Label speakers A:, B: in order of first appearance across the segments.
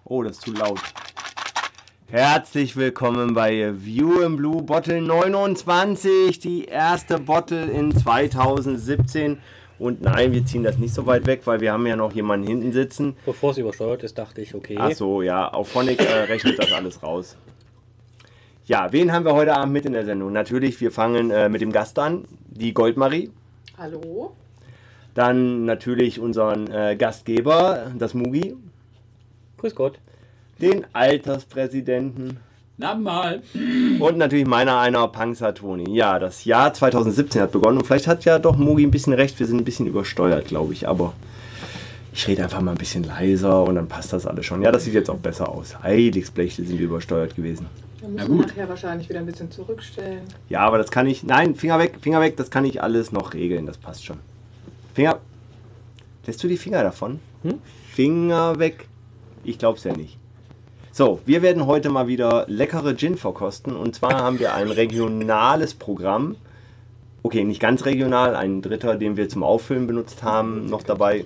A: Oh, das ist zu laut. Herzlich willkommen bei View in Blue Bottle 29, die erste Bottle in 2017. Und nein, wir ziehen das nicht so weit weg, weil wir haben ja noch jemanden hinten sitzen.
B: Bevor es übersteuert ist, dachte ich, okay.
A: Ach so, ja, auf Phonic rechnet das alles raus. Ja, wen haben wir heute Abend mit in der Sendung? Natürlich, wir fangen mit dem Gast an, die Goldmarie.
C: Hallo.
A: Dann natürlich unseren Gastgeber, das Mugi.
B: Grüß Gott.
A: Den Alterspräsidenten.
D: Na mal.
A: Und natürlich einer Panzer-Toni. Ja, das Jahr 2017 hat begonnen und vielleicht hat ja doch Mugi ein bisschen recht, wir sind ein bisschen übersteuert, glaube ich, aber ich rede einfach mal ein bisschen leiser und dann passt das alles schon. Ja, das sieht jetzt auch besser aus. Heiligsblechle sind wir übersteuert gewesen.
C: Dann müssen wir nachher wahrscheinlich wieder ein bisschen zurückstellen.
A: Ja, aber das kann ich, nein, Finger weg, das kann ich alles noch regeln, das passt schon. Finger, lässt du die Finger davon? Finger weg. Ich glaub's ja nicht. So, wir werden heute mal wieder leckere Gin verkosten. Und zwar haben wir ein regionales Programm. Okay, nicht ganz regional, ein dritter, den wir zum Auffüllen benutzt haben, noch dabei.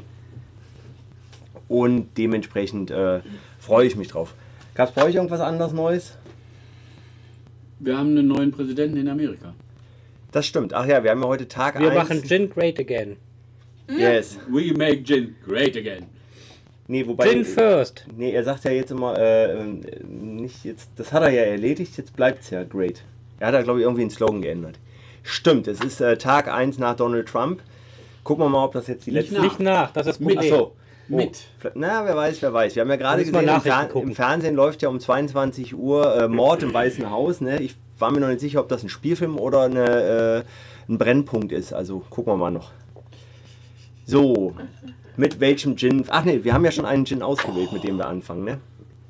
A: Und dementsprechend freue ich mich drauf. Gab es bei euch irgendwas anderes Neues?
D: Wir haben einen neuen Präsidenten in Amerika.
A: Das stimmt. Ach ja, wir haben ja heute Tag 1.
B: Wir machen Gin great again.
A: Yes.
D: We make gin great again.
A: Nee, wobei,
B: Gin first.
A: Nee, er sagt ja jetzt immer, nicht jetzt, das hat er ja erledigt, jetzt bleibt es ja great. Er hat da, glaube ich, irgendwie einen Slogan geändert. Stimmt, es ist Tag 1 nach Donald Trump. Gucken wir mal, ob das jetzt die letzte...
B: Nicht nach, das ist
D: Mit.
B: Problem.
A: Achso.
D: Mit.
A: Na, wer weiß. Wir haben ja gerade
B: Müssen wir
A: gesehen,
B: Nachrichten gucken.
A: im Fernsehen läuft ja um 22 Uhr Mord im Weißen Haus. Ne? Ich war mir noch nicht sicher, ob das ein Spielfilm oder ein Brennpunkt ist. Also gucken wir mal noch. So, mit welchem Gin... Ach nee, wir haben ja schon einen Gin ausgewählt, mit dem wir anfangen, ne?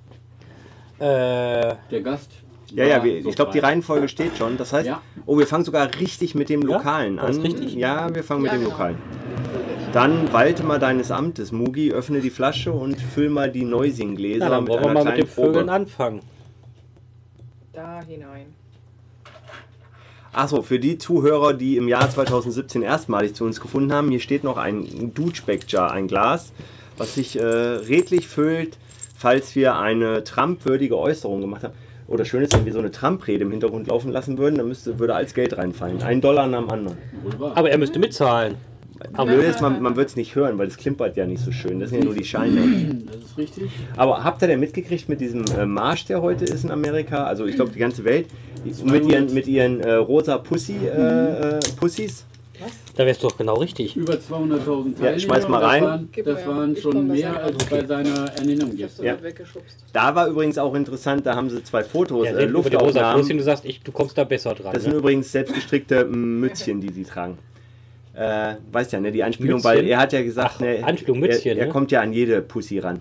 D: Der Gast.
A: Ja,
D: war
A: ich glaube, die Reihenfolge steht schon. Das heißt,
D: Ja.
A: oh, wir fangen sogar richtig mit dem
B: Ja?
A: Lokalen
B: War das
A: an.
B: richtig?
A: Ja, wir fangen mit
C: Ja,
A: dem
C: genau.
A: Lokalen. Dann walte mal deines Amtes, Mugi, öffne die Flasche und füll mal die Neusing-Gläser
B: Na, dann
A: mit
B: wollen wir
A: einer
B: mal mit
A: kleinen
B: den Vögeln
A: Probe.
B: anfangen.
C: Da hinein.
A: Achso, für die Zuhörer, die im Jahr 2017 erstmalig zu uns gefunden haben, hier steht noch ein Dutschbeck-Jar, ein Glas, was sich redlich füllt, falls wir eine Trump-würdige Äußerung gemacht haben. Oder schön ist, wenn wir so eine Trump-Rede im Hintergrund laufen lassen würden, dann würde alles Geld reinfallen. $1 nach dem anderen.
D: Wunderbar.
B: Aber er müsste mitzahlen.
A: Aber blöd ist, man wird es nicht hören, weil es klimpert ja nicht so schön. Das sind ja nur die Scheine.
D: Das ist richtig.
A: Aber habt ihr denn mitgekriegt mit diesem Marsch, der heute ist in Amerika? Also ich glaube die ganze Welt. Mit ihren rosa Pussys.
B: Da wär's doch genau richtig.
D: Über 200.000 Teilnehmer.
A: schmeiß mal rein.
D: Das waren
C: Ich
D: schon
C: komm
D: mehr
C: besser.
D: als bei seiner Ernennung
C: Ich hab's so
D: gestern.
C: weit weggeschubst.
A: Da war übrigens auch interessant, da haben sie 2 Fotos,
B: Ja, über die rosa
A: Luftaufnahmen.
B: Brüstchen, du sagst, du kommst da besser dran.
A: Das sind
B: Ne?
A: übrigens selbstgestrickte Mützchen, die sie tragen. Weißt ja, ne, die Anspielung,
B: Mützchen?
A: weil er hat ja gesagt,
B: Ach,
A: ne,
B: Anspielung, Mützchen,
A: er
B: ne?
A: kommt ja an jede Pussy ran.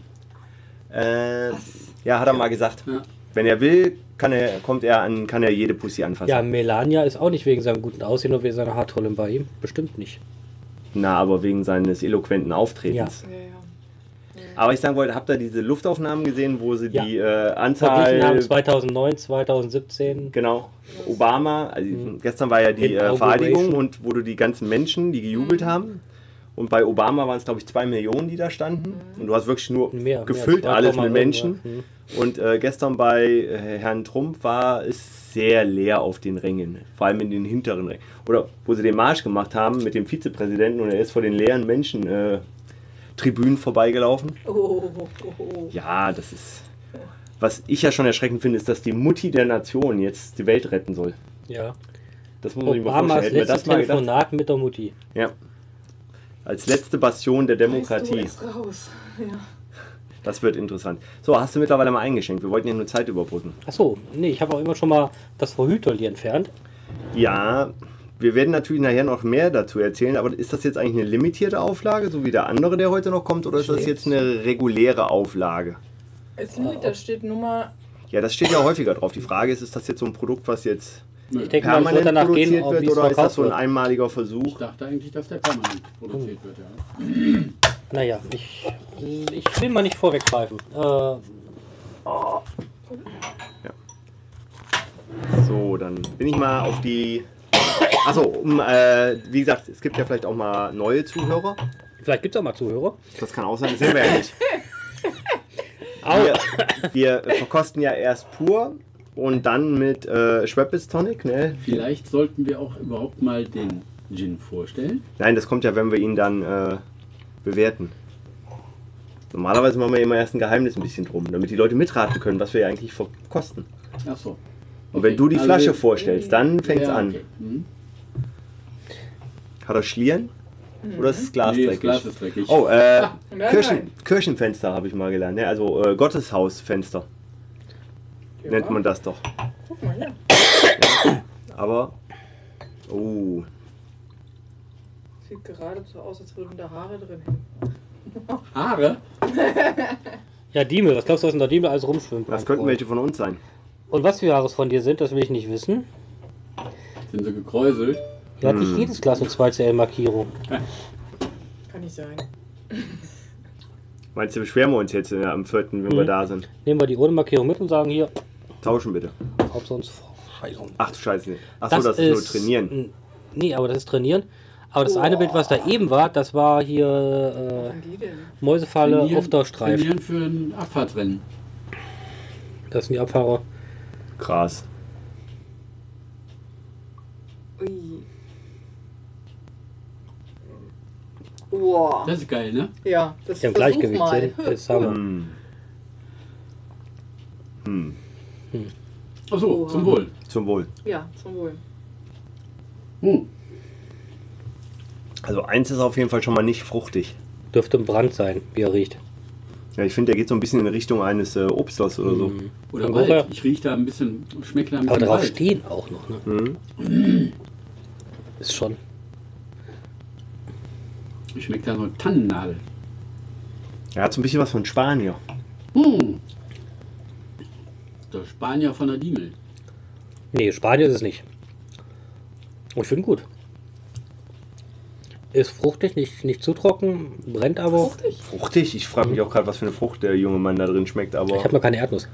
A: Ja, hat er mal gesagt.
D: Ja.
A: Wenn er will, kann er jede Pussy anfassen.
B: Ja, Melania ist auch nicht wegen seinem guten Aussehen oder wegen seiner Haartrollen bei ihm. Bestimmt nicht.
A: Na, aber wegen seines eloquenten Auftretens.
C: Ja, ja.
A: Aber ich sagen wollte, habt ihr diese Luftaufnahmen gesehen, wo sie
B: Ja.
A: die
B: Verglichen haben
A: Anzahl...
B: 2009, 2017.
A: Genau, Obama, also gestern war ja die
B: Inauguration.
A: Vereidigung und wo du die ganzen Menschen, die gejubelt haben. Und bei Obama waren es, glaube ich, 2 Millionen, die da standen. Und du hast wirklich nur
B: Mehr,
A: gefüllt
B: mehr,
A: alles
B: 2,
A: mit Menschen.
B: irgendwas.
A: Und gestern bei Herrn Trump war es sehr leer auf den Rängen, vor allem in den hinteren Rängen. Oder wo sie den Marsch gemacht haben mit dem Vizepräsidenten und er ist vor den leeren Menschen Tribünen vorbeigelaufen.
C: Oh.
A: Ja, das ist... Was ich ja schon erschreckend finde, ist, dass die Mutti der Nation jetzt die Welt retten soll.
B: Ja.
A: Das muss man sich mal
B: Obamas
A: vorstellen. Hätten wir
B: letztes
A: das mal gedacht?
B: Telefonat mit der Mutti.
A: Ja. Als letzte Bastion der
C: Weißt
A: Demokratie.
C: du, ist raus. Ja.
A: Das wird interessant. So, hast du mittlerweile mal eingeschenkt? Wir wollten ja nur Zeit überbrücken.
B: Achso, nee, ich habe auch immer schon mal das Verhüterli entfernt.
A: Ja, wir werden natürlich nachher noch mehr dazu erzählen, aber ist das jetzt eigentlich eine limitierte Auflage, so wie der andere, der heute noch kommt, oder ist das jetzt eine reguläre Auflage?
C: Als Limit, da steht Nummer.
A: Ja, das steht ja häufiger drauf. Die Frage ist das jetzt so ein Produkt, was jetzt
B: Ich denke mal, es wird
A: permanent
B: danach
A: produziert
B: gehen,
A: wird,
B: wie es
A: oder ist das
B: verkauft
A: so ein
B: wird.
A: einmaliger
D: Ich
A: Versuch?
D: dachte eigentlich, dass der permanent produziert wird. Ja.
B: Naja, ich will mal nicht vorweggreifen.
A: So, dann bin ich mal auf die... Achso, wie gesagt, es gibt ja vielleicht auch mal neue Zuhörer.
B: Vielleicht gibt es auch mal Zuhörer.
A: Das kann auch sein, das sehen wir ja nicht. wir verkosten ja erst pur und dann mit Schweppes Tonic, ne?
D: Vielleicht sollten wir auch überhaupt mal den Gin vorstellen.
A: Nein, das kommt ja, wenn wir ihn dann bewerten. Normalerweise machen wir immer erst ein Geheimnis ein bisschen drum, damit die Leute mitraten können, was wir ja eigentlich verkosten.
D: Ach so.
A: Und wenn du die
D: Also
A: Flasche
D: wir-
A: vorstellst, dann fängt's
D: Ja,
A: an.
D: okay. Mhm.
A: Hat er Schlieren? Oder ist das Glas
D: Nee, das
A: dreckig?
D: Glas ist dreckig.
A: Oh,
C: nein.
A: Kirchenfenster habe ich mal gelernt, ne? Also Gotteshausfenster
C: Ja.
A: nennt man das doch.
C: Guck mal hier.
A: Aber, oh,
C: Sieht geradezu aus, als würden da Haare drin hängen.
D: Haare?
B: Ja, Diemel, was glaubst du, was in der Diemel alles rumschwimmt?
A: das könnten welche von uns sein.
B: Und was für Haare es von dir sind, das will ich nicht wissen.
D: Sind sie gekräuselt?
B: Hier hat nicht jedes Glas eine 2CL-Markierung.
C: Kann nicht sein.
A: Meinst du, beschweren wir uns jetzt am 4., wenn wir da sind?
B: Nehmen wir die ohne Markierung mit und sagen hier,
A: Tauschen bitte.
B: ob sonst Scheiße.
A: Ach du Scheiße. Achso, das ist nur trainieren.
B: Nee, aber das ist trainieren. Aber das eine Bild, was da eben war, das war hier
C: Was sind die denn?
B: Mäusefalle auf der Streif.
D: Trainieren für ein Abfahrtsrennen.
B: Das sind die Abfahrer.
A: Krass.
C: Ui. Wow.
D: Das ist geil, ne?
C: Ja, das
B: Die haben
C: versuch
B: Gleichgewicht.
C: mal.
B: Sehen? Das haben wir.
D: Achso,
C: Oha.
D: zum Wohl.
A: Zum Wohl.
C: Ja, zum Wohl.
D: Hm.
A: Also eins ist auf jeden Fall schon mal nicht fruchtig.
B: Dürfte ein Brand sein, wie er riecht.
A: Ja, ich finde, der geht so ein bisschen in Richtung eines Obstlers oder so.
D: Oder
B: Von
D: Wald.
B: woher?
D: Ich rieche da ein bisschen, schmecke da ein
B: Aber
D: bisschen
B: darauf
D: Wald.
B: stehen auch noch, ne? Ist schon.
D: Ich schmecke da so eine Tannennadel.
A: Er hat so ein bisschen was von Spanier.
D: Der Spanier von der Diemel.
B: Nee, Spanien ist es nicht. Und ich finde gut. Ist fruchtig, nicht zu trocken, brennt aber.
C: Fruchtig.
A: Fruchtig? Ich frage mich auch gerade, was für eine Frucht der junge Mann da drin schmeckt. Aber
B: Ich habe noch keine Erdnuss.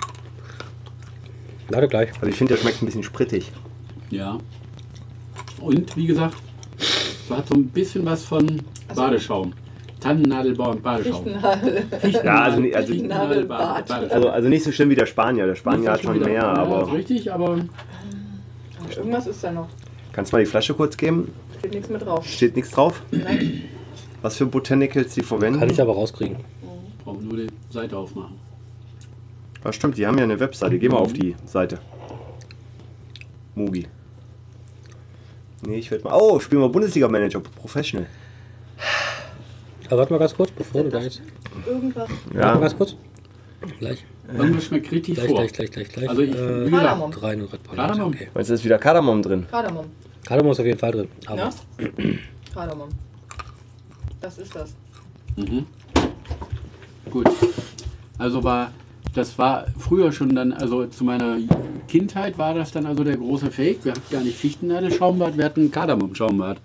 B: Warte gleich.
A: also ich finde, der schmeckt ein bisschen sprittig.
D: Ja. Und wie gesagt, so hat so ein bisschen was von Badeschaum. Tannennadelbaum, Badeschaum.
C: Fichtennadel.
A: Ja, also
C: Nadelbad.
A: Also nicht so schlimm wie der Spanier. Der Spanier hat schon mehr,
D: Ja,
A: aber
D: ist richtig, aber
C: Irgendwas ist da noch.
A: kannst du mal die Flasche kurz geben?
C: Steht nichts mehr drauf.
A: Steht nichts drauf?
C: Nein.
A: Was für Botanicals die verwenden?
B: Kann ich aber rauskriegen.
D: brauchen nur die Seite aufmachen.
A: Ja, stimmt, die haben ja eine Webseite. Geh mal auf die Seite. Mugi. Nee, ich werde mal. Oh, spielen wir Bundesliga-Manager Professional.
B: Aber warte mal ganz kurz, bevor du da jetzt.
C: Irgendwas.
B: Warte mal
A: Ja,
B: ganz kurz. Gleich.
D: Irgendwas schmeckt richtig
B: Gleich,
D: vor.
B: gleich.
D: Also ich, wie
C: Kardamom.
D: gesagt,
B: 300 Red Bull.
D: Kardamom.
B: Okay.
A: meinst du, ist wieder Kardamom drin?
C: Kardamom.
B: Kardamom ist auf jeden Fall drin. Aber
C: Ja? Kardamom. Das ist das.
D: gut. Also das war früher schon dann, also zu meiner Kindheit war das dann also der große Fake. Wir hatten gar nicht Fichtennadel-Schaumbad, wir hatten Kardamom-Schaumbad.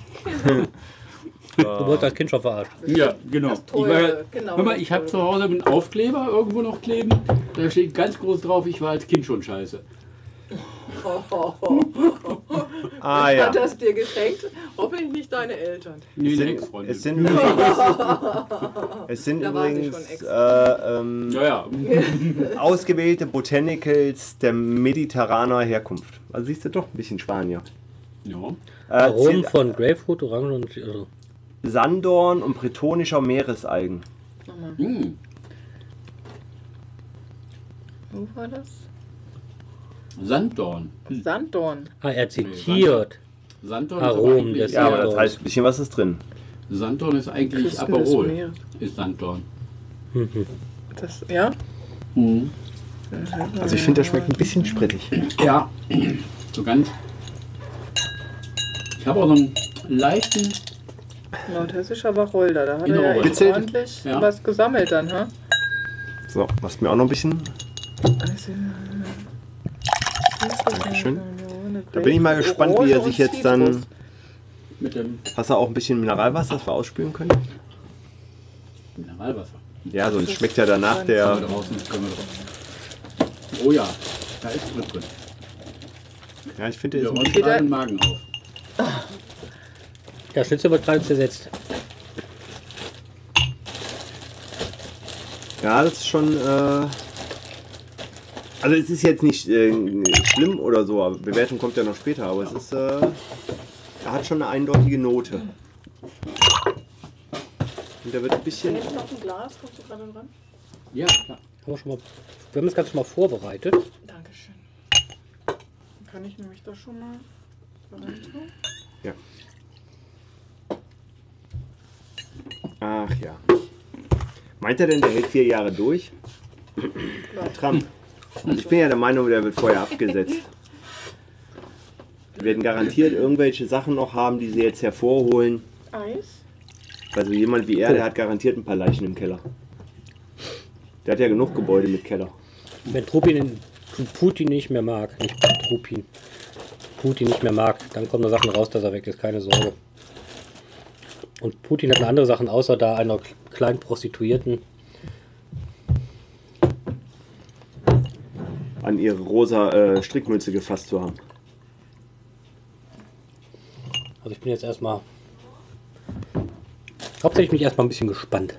B: du wurdest als Kind schon verarscht.
D: Ja, genau.
C: Das Teure, genau,
D: hör mal,
C: das
D: ich habe
C: Teure.
D: zu Hause einen Aufkleber irgendwo noch kleben. Da steht ganz groß drauf, ich war als Kind schon scheiße.
A: Ah ja.
C: Hat das dir geschenkt? Hoffentlich nicht deine Eltern.
D: Nee, eine
A: Sind,
D: Ex-Freundin.
A: es sind übrigens, es sind
C: Da war sie
A: übrigens
C: schon Ex.
D: Ja.
A: ausgewählte Botanicals der mediterraner Herkunft. Also siehst du doch ein bisschen Spanier.
D: Ja.
B: Aromen von Grapefruit, Orangen und.
A: Sanddorn und bretonischer Meeresalgen.
D: Hm.
C: Wo war das?
D: Sanddorn.
C: Sanddorn.
B: er zitiert.
D: Sanddorn ist
B: Aromen
D: aber eigentlich,
B: des-
A: Ja, aber das
B: Sanddorn.
A: heißt, ein bisschen was ist drin.
D: Sanddorn ist eigentlich
C: Küsten des
D: Aperol.
C: Meeres.
D: Ist Sanddorn.
C: Das, ja?
A: Also ich finde, der schmeckt ein bisschen sprittig.
D: Ja. So ganz. Ich habe auch so einen leichten.
C: Nordhessischer Wacholder. Da hat
D: Genau,
C: er ja echt
A: Bitzelt.
C: ordentlich
D: Ja.
C: was gesammelt dann, ha?
A: So, machst mir auch noch ein bisschen. Dankeschön. Da bin ich mal gespannt, wie er sich jetzt dann.
D: Mit dem
A: Hast du auch ein bisschen Mineralwasser, das wir ausspülen können?
D: Mineralwasser.
A: Ja, sonst schmeckt ja danach der.
D: Draußen können wir drauf. Oh ja, da ist Sprit drin.
A: Ja, ich finde, der
D: Wir
A: ist ein
D: räumen
A: bisschen.
D: gerade den Magen auf.
B: Der Schnitzel wird gerade zersetzt.
A: Ja, das ist schon. Also es ist jetzt nicht schlimm oder so, aber Bewertung kommt ja noch später, aber es ist. Er hat schon eine eindeutige Note. Und der wird ein bisschen.
C: Hinten auf dem Glas, kommst du gerade dran?
D: Ja, klar.
B: Wir haben das Ganze schon mal vorbereitet.
C: Dankeschön. Dann kann ich nämlich das schon mal reintun.
A: Ja. Ach ja. Meint er denn, der hält 4 Jahre durch? Trump. Also ich bin ja der Meinung, der wird vorher abgesetzt. Wir werden garantiert irgendwelche Sachen noch haben, die sie jetzt hervorholen.
C: Eis?
A: Also jemand wie er, der hat garantiert ein paar Leichen im Keller. Der hat ja genug Gebäude mit Keller.
B: Wenn Putin nicht mehr mag, nicht Putin nicht mehr mag, dann kommen da Sachen raus, dass er weg ist, keine Sorge. Und Putin hat noch andere Sachen, außer da einer kleinen Prostituierten.
A: An ihre rosa Strickmütze gefasst zu haben.
B: Also ich bin jetzt erstmal... Hauptsächlich bin ich erstmal ein bisschen gespannt.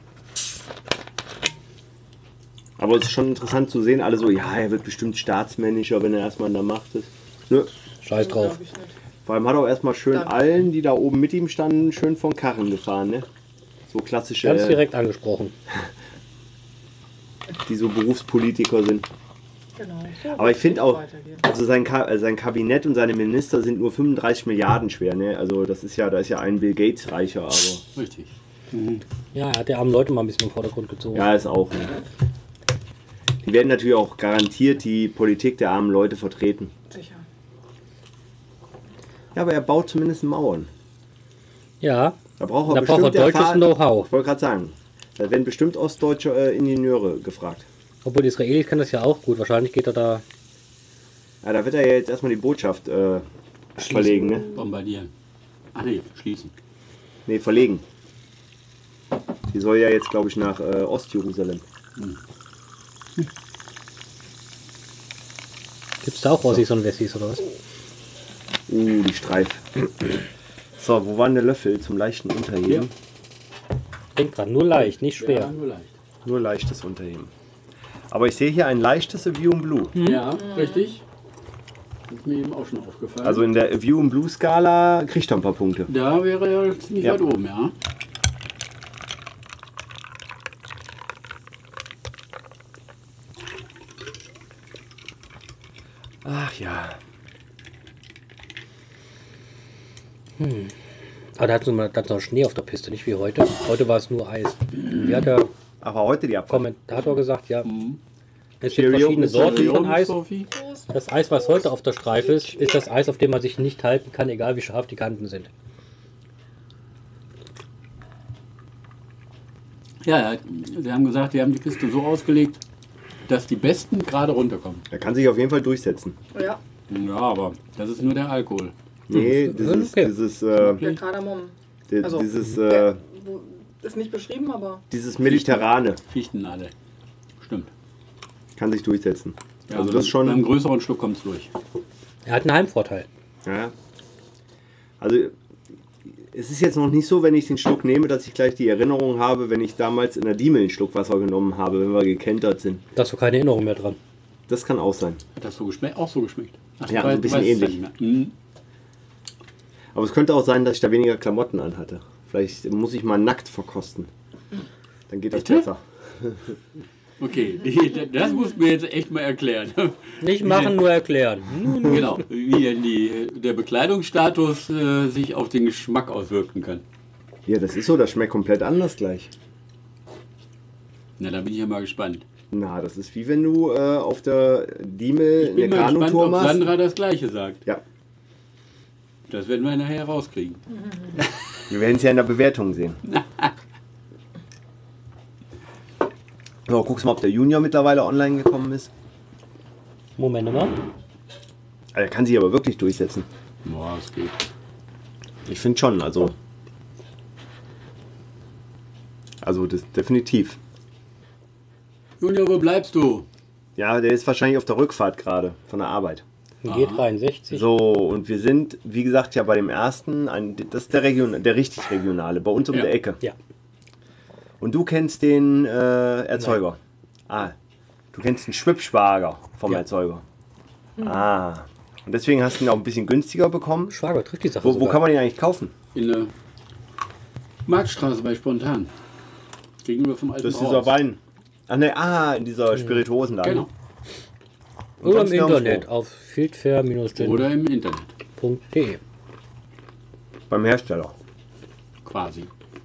A: Aber es ist schon interessant zu sehen, alle so, ja, er wird bestimmt staatsmännischer, wenn er erstmal in der Macht ist. Nö.
B: Scheiß drauf.
C: Glaub ich nicht.
A: Vor allem hat er auch erstmal schön
C: Danke.
A: allen, die da oben mit ihm standen, schön von Karren gefahren, ne? So klassische,
B: Ganz direkt angesprochen.
A: die so Berufspolitiker sind.
C: Genau. So
A: Aber ich finde auch,
C: weitergehen.
A: also sein Kabinett und seine Minister sind nur 35 Milliarden schwer, ne? Also das ist ja, da ist ja ein Bill Gates reicher, aber
D: Richtig.
B: Ja, er hat die armen Leute mal ein bisschen im Vordergrund gezogen.
A: ja, ist auch, ne? Die werden natürlich auch garantiert die Politik der armen Leute vertreten.
C: Sicher.
A: Ja, aber er baut zumindest Mauern.
B: Ja,
A: Da braucht
B: da
A: er
B: braucht er
A: bestimmt
B: deutsches Know-how.
A: Ich wollte gerade sagen, da werden bestimmt ostdeutsche Ingenieure gefragt.
B: Obwohl die Israelis können das ja auch gut. Wahrscheinlich geht er da...
A: Ja, da wird er ja jetzt erstmal die Botschaft verlegen, ne?
D: Bombardieren. Ah nee, schließen.
A: Ne, verlegen. Die soll ja jetzt, glaube ich, nach Ostjerusalem.
B: Gibt es da auch Ossis und Wessis oder was?
A: Die Streif. So, wo war denn der Löffel zum leichten Unterheben?
D: Hier.
B: Denk dran, nur leicht, nicht
D: Ja,
B: schwer.
D: nur leicht.
A: Nur leichtes Unterheben. Aber ich sehe hier ein leichtes View in Blue.
D: Ja, richtig. Das ist mir eben auch schon aufgefallen.
A: Also in der View in Blue Skala kriegt er ein paar Punkte.
D: da wäre er ziemlich
A: Ja.
D: weit oben, ja.
A: Ach ja.
B: Aber da hat noch Schnee auf der Piste, nicht wie heute. Heute war es nur Eis. Wie hat der
A: Aber heute die Abfahrt.
B: Kommentator gesagt, ja. Es gibt
A: Cheerio,
B: verschiedene
A: Mr.
B: Sorten von
D: Leon,
B: Eis.
D: Sophie.
B: Das Eis, was heute auf der Streife ist, ist das Eis, auf dem man sich nicht halten kann, egal wie scharf die Kanten sind.
D: Ja, sie haben gesagt, die haben die Piste so ausgelegt, dass die Besten gerade runterkommen.
A: Er kann sich auf jeden Fall durchsetzen.
C: Ja,
D: Ja, aber das ist nur der Alkohol.
A: Nee, dieses,
B: Okay.
C: der Kardamom. Also,
A: dieses,
C: ist nicht beschrieben, aber
A: dieses Mediterrane
D: Fichten alle. Stimmt.
A: kann sich durchsetzen.
D: Ja,
A: Also das schon.
D: Beim größeren Schluck kommt es durch.
B: Er hat einen Heimvorteil.
A: Ja. Also es ist jetzt noch nicht so, wenn ich den Schluck nehme, dass ich gleich die Erinnerung habe, wenn ich damals in der Diemel einen Schluck Wasser genommen habe, wenn wir gekentert sind.
B: Da hast du keine Erinnerung mehr dran.
A: Das kann auch sein.
D: Hat das so geschmeckt? Auch so geschmeckt? Ach,
A: Ja,
D: du
A: ein bisschen
D: weißt es
A: ähnlich.
D: nicht mehr.
A: Aber es könnte auch sein, dass ich da weniger Klamotten anhatte. Vielleicht muss ich mal nackt verkosten. Dann geht das
D: Bitte?
A: besser.
D: Okay, das musst du mir jetzt echt mal erklären.
B: Nicht machen, nur erklären.
D: Genau, wie denn der Bekleidungsstatus sich auf den Geschmack auswirken kann.
A: Ja, das ist so, das schmeckt komplett anders gleich.
D: Na, da bin ich ja mal gespannt.
A: Na, das ist wie wenn du auf der Diemel
D: Ich
A: eine
D: bin mal gespannt,
A: Kanutour
D: ob
A: machst.
D: Sandra das Gleiche sagt.
A: Ja,
D: Das werden wir nachher rauskriegen.
A: wir werden es ja in der Bewertung sehen. So, guckst mal, ob der Junior mittlerweile online gekommen ist.
B: Moment mal.
A: Er kann sich aber wirklich durchsetzen.
D: Boah, es geht.
A: Ich finde schon, also das definitiv.
D: Junior, wo bleibst du?
A: Ja, der ist wahrscheinlich auf der Rückfahrt gerade von der Arbeit.
B: G63.
A: So, und wir sind, wie gesagt, ja bei dem ersten, das ist der richtig regionale, bei uns um
D: Ja.
A: der Ecke.
B: Ja.
A: Und du kennst den Erzeuger. Ah, du kennst den Schwibschwager vom Erzeuger. Ah. Und deswegen hast du ihn auch ein bisschen günstiger bekommen.
B: Schwager trifft die Sache
A: Wo
B: sogar.
A: kann man den eigentlich kaufen?
D: In der Marktstraße bei Spontan. Gegenüber vom alten
A: Das ist
D: Brauhaus.
A: dieser Wein. In dieser Spirituosenladen.
D: Genau.
A: Und
B: Oder im
A: sonst nirgendwo.
B: Internet auf fieldfair-gin.de.
D: Oder im Internet.
A: Beim Hersteller.
D: Quasi.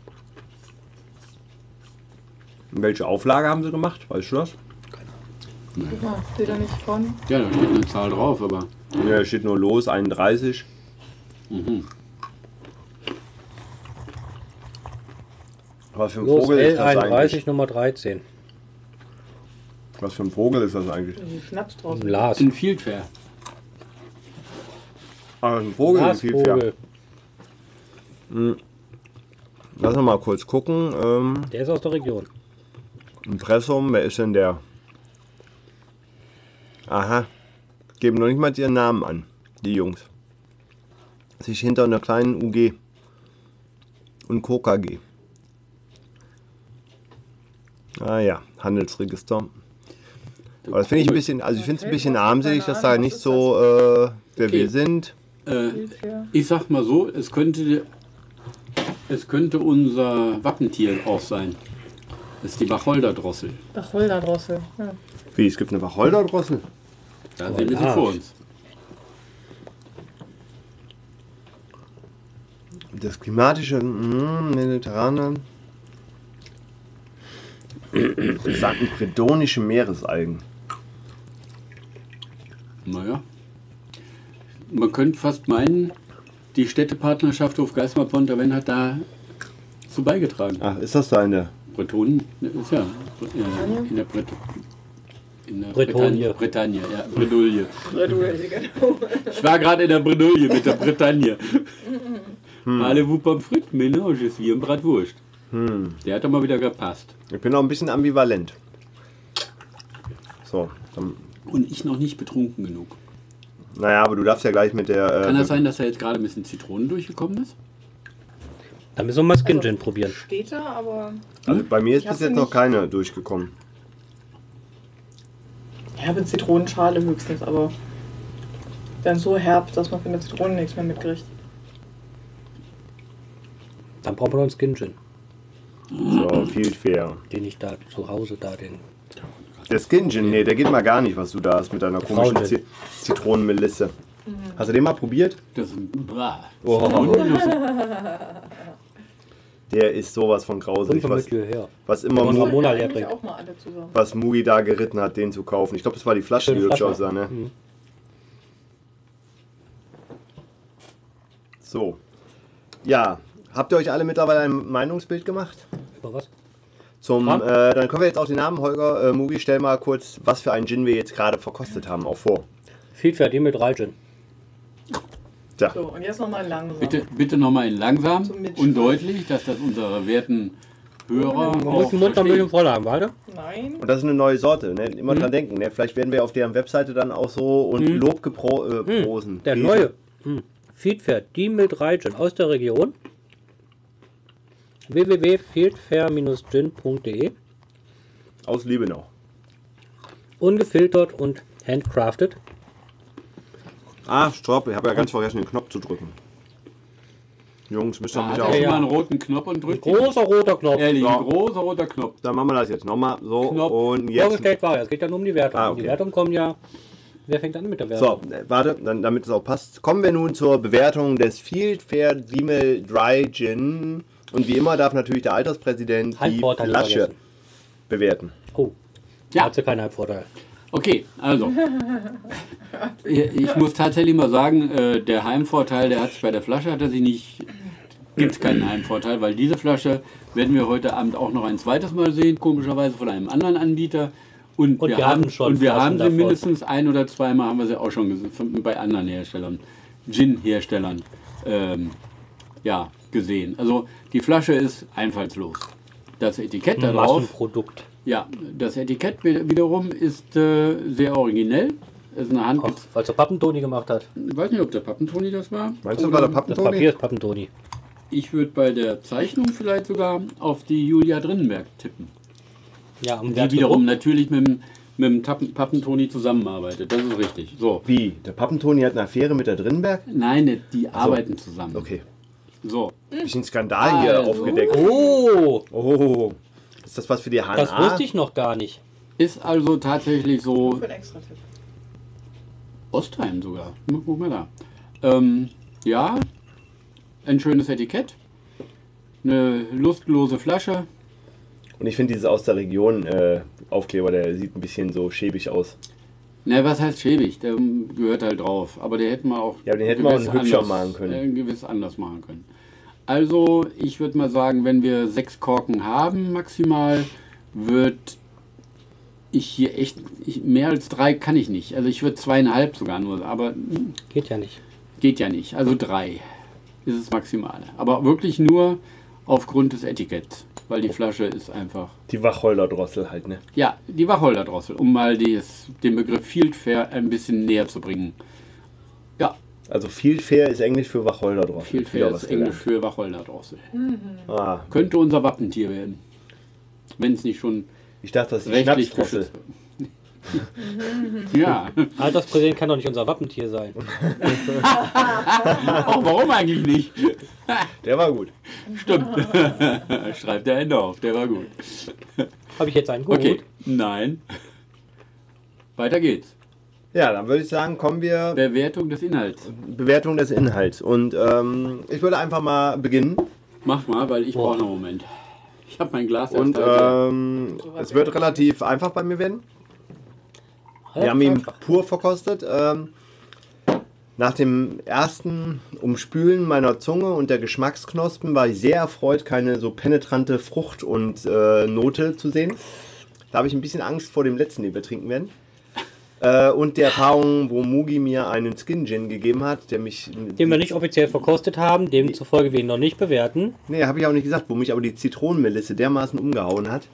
A: Und welche Auflage haben sie gemacht? Weißt du das?
C: Guck mal, steht da nicht von?
D: Ja, da steht eine Zahl drauf, aber.
A: Ja, da steht nur los, 31. Was für ein
B: Los,
A: Vogel ist das
B: L31
A: eigentlich?
B: Nummer 13.
A: Was für ein Vogel ist das eigentlich?
C: Die Schnaps draußen.
B: Lars.
D: In Fieldfair.
A: Ah, ein Vogel ist viel fair.
B: Vogel.
A: Lass uns mal kurz gucken.
B: Der ist aus der Region.
A: Impressum, wer ist denn der? Aha. Geben noch nicht mal ihren Namen an, die Jungs. Sich hinter einer kleinen UG und Co. KG. Ah ja, Handelsregister. Aber das finde ich ein bisschen, also ich finde es ein bisschen armselig, dass da nicht so, wer wir sind.
D: Ich sag mal so, es könnte unser Wappentier auch sein. Das ist die Wacholderdrossel.
C: Wacholderdrossel. Ja.
A: Wie, es gibt eine Wacholderdrossel?
D: Da sehen wir sie vor uns.
A: Das klimatische, mediterrane, interessanten bredonische Meeresalgen.
D: Naja. Man könnte fast meinen, die Städtepartnerschaft auf Geismar-Pont-Aven hat da zu beigetragen.
A: Ach, ist das da eine?
D: Bretonen ist ja in der
B: Bretagne.
D: Bretagne, ja, Bredouille.
C: Bredouille, genau.
D: Ich war gerade in der Bredouille mit der Bretagne. Parlez-vous pommes frites? Mélange ist wie ein Bratwurst. Der hat doch mal wieder gepasst.
A: Ich bin auch ein bisschen ambivalent. So, dann,
D: Und ich noch nicht betrunken genug.
A: naja, aber du darfst ja gleich mit der...
D: Kann das sein, dass da jetzt gerade ein bisschen Zitronen durchgekommen ist?
B: Da müssen wir mal Skin Gin probieren.
C: Steht da, aber.
A: also bei mir ist
C: Ich hab
A: bis jetzt
C: sie
A: noch
C: nicht.
A: keine durchgekommen.
C: Ich habe Zitronenschale höchstens, aber. Dann so herb, dass man von der Zitrone nichts mehr mitkriegt.
B: Dann brauchen wir noch einen Skin Gin.
A: So, viel fair.
B: Den ich da zu Hause den.
A: Der Skin Gin, nee, der geht mal gar nicht, was du da hast mit deiner komischen
B: Frauengin.
A: Zitronenmelisse. Hast du den mal probiert?
D: Das ist ein
A: Oh, der ist sowas von grauselig,
B: Bring
A: was,
B: mit hierher.
A: was immer
B: Und
A: Mu-
B: Ramona leer
C: Eigentlich
B: bringen.
C: auch mal alle zusammen.
A: was Mugi da geritten hat, den zu kaufen. Ich glaube, das war die Flasche, die
B: Schöne
A: hübsch
B: Flasche.
A: aussah, ne? So. Ja, habt ihr euch alle mittlerweile ein Meinungsbild gemacht?
B: Über was?
A: Dann können wir jetzt auch den Namen, Holger. Mugi, stell mal kurz, was für einen Gin wir jetzt gerade verkostet haben, auch vor.
B: Fieldfair, die mit 3 Gin.
A: Tja,
C: So, und jetzt nochmal langsam.
D: bitte nochmal in langsam
C: Zum Mitschmecken.
D: und deutlich, dass das unsere werten Hörer
B: Man muss
D: auch
B: den Mund noch ein bisschen
D: verstehen.
B: voll haben, warte.
C: Nein.
A: und das ist eine neue Sorte. Ne? Immer dran denken. Ne? Vielleicht werden wir auf deren Webseite dann auch so und Lob geprosen.
B: Der neue. Fieldfair, die mit 3 Gin aus der Region. www.fieldfair-gin.de.
A: Aus Liebenau.
B: Ungefiltert und handcrafted.
A: Ah, stopp, ich habe ja ganz vergessen, den Knopf zu drücken. Jungs, müsst ihr
D: Da
A: mich
D: hat
A: auch.
D: er
B: Ja.
D: mal einen roten Knopf und drückt ihn.
B: Großer roter Knopf.
D: Ehrlich,
A: So.
D: ein großer roter Knopf.
A: Dann machen wir das jetzt nochmal. So,
D: Knopf.
A: und jetzt.
B: Vorgestellt war ja. Es geht ja nur um die Wertung.
A: Ah,
B: Die
A: okay.
B: Wertung kommen ja. Wer fängt an mit der
A: So,
B: Wertung?
A: warte, dann, damit es auch passt. Kommen wir nun zur Bewertung des Fieldfair Siemel Dry Gin. Und wie immer darf natürlich der Alterspräsident die
B: Halbvorteile
A: Flasche
B: vergessen.
A: bewerten.
B: Oh,
D: Ja.
B: hat sie keinen Halbvorteil.
D: Okay, also. Ich muss tatsächlich mal sagen, der Heimvorteil, der hat sich bei der Flasche, hat er sich nicht. Gibt es keinen Heimvorteil, weil diese Flasche werden wir heute Abend auch noch ein zweites Mal sehen, komischerweise von einem anderen Anbieter. Und
B: wir hatten schon
D: und wir
B: Flaschen
D: haben sie
B: davon.
D: mindestens ein oder zweimal haben wir sie auch schon bei anderen Herstellern, Gin-Herstellern, ja, gesehen. Also die Flasche ist einfallslos. Das Etikett da drauf.
B: Massenprodukt.
D: Ja, das Etikett wiederum ist sehr originell. Es ist eine Hand.
B: Weil es der Pappentoni gemacht hat.
D: Ich weiß nicht, ob der Pappentoni das war.
A: Meinst du, war der
B: Das
A: Pappentoni?
B: Papier ist Pappentoni.
D: Ich würde bei der Zeichnung vielleicht sogar auf die Julia Drinnenberg tippen.
B: Ja, um
D: Die wiederum natürlich mit dem Pappentoni zusammenarbeitet. Das ist richtig. So.
A: Wie? Der Pappentoni hat eine Affäre mit der Drinnenberg?
D: Nein, die arbeiten zusammen.
A: Okay.
D: So.
A: Bisschen Skandal hier
D: Also.
A: aufgedeckt.
B: Oh,
A: Oh, ist das was für die HNA?
B: das wusste ich noch gar nicht.
D: Ist also tatsächlich so
C: Für einen extra Tipp.
D: Ostheim sogar. Guck mal da. Ja, ein schönes Etikett. Eine lustlose Flasche.
A: Und ich finde dieses aus der Region Aufkleber, der sieht ein bisschen so schäbig aus.
D: Na, was heißt schäbig? Der gehört halt drauf. Aber der hätte man auch.
A: Ja, den hätten wir auch
D: gewiss
A: hübscher
D: anders-
A: machen können.
D: Gewiss anders machen können. Also, ich würde mal sagen, wenn wir 6 Korken haben, maximal, würde ich hier echt. Mehr als 3 kann ich nicht. Also, ich würde 2,5 sogar nur. Aber
B: Geht ja nicht.
D: geht ja nicht. Also 3 ist das Maximale. Aber wirklich nur aufgrund des Etiketts. Weil die Flasche ist einfach.
A: Die Wacholder-Drossel halt, ne?
D: Ja, die Wacholderdrossel, um mal den Begriff Field Fair ein bisschen näher zu bringen. Ja,
A: Also Field Fair ist Englisch für Wacholder-Drossel.
D: Field Fair ist Englisch für Wacholderdrossel.
A: Ah,
D: Könnte unser Wappentier werden. Wenn es nicht schon
A: ich dachte, das ist die
D: rechtlich
A: Schnapsdrossel.
D: geschützt wird. Ja,
B: Alterspräsident kann doch nicht unser Wappentier sein.
D: auch warum eigentlich nicht?
A: Der war gut.
D: Stimmt. Schreibt der Ende auf, der war gut.
B: Habe ich jetzt einen gut?
D: Okay, nein. Weiter geht's.
A: Ja, dann würde ich sagen, kommen wir
D: Bewertung des Inhalts.
A: Bewertung des Inhalts. Und ich würde einfach mal beginnen.
D: Mach mal, weil ich brauche noch einen Moment. Ich habe mein Glas
A: Und
D: erst halt.
A: es wird relativ einfach bei mir werden. Wir haben ihn pur verkostet. Nach dem ersten Umspülen meiner Zunge und der Geschmacksknospen war ich sehr erfreut, keine so penetrante Frucht und Note zu sehen. Da habe ich ein bisschen Angst vor dem letzten, den wir trinken werden. Und der Erfahrung, wo Mugi mir einen Skin Gin gegeben hat, der mich...
B: Den wir nicht offiziell verkostet haben, demzufolge wir ihn noch nicht bewerten.
A: Nee, habe ich auch nicht gesagt, wo mich aber die Zitronenmelisse dermaßen umgehauen hat.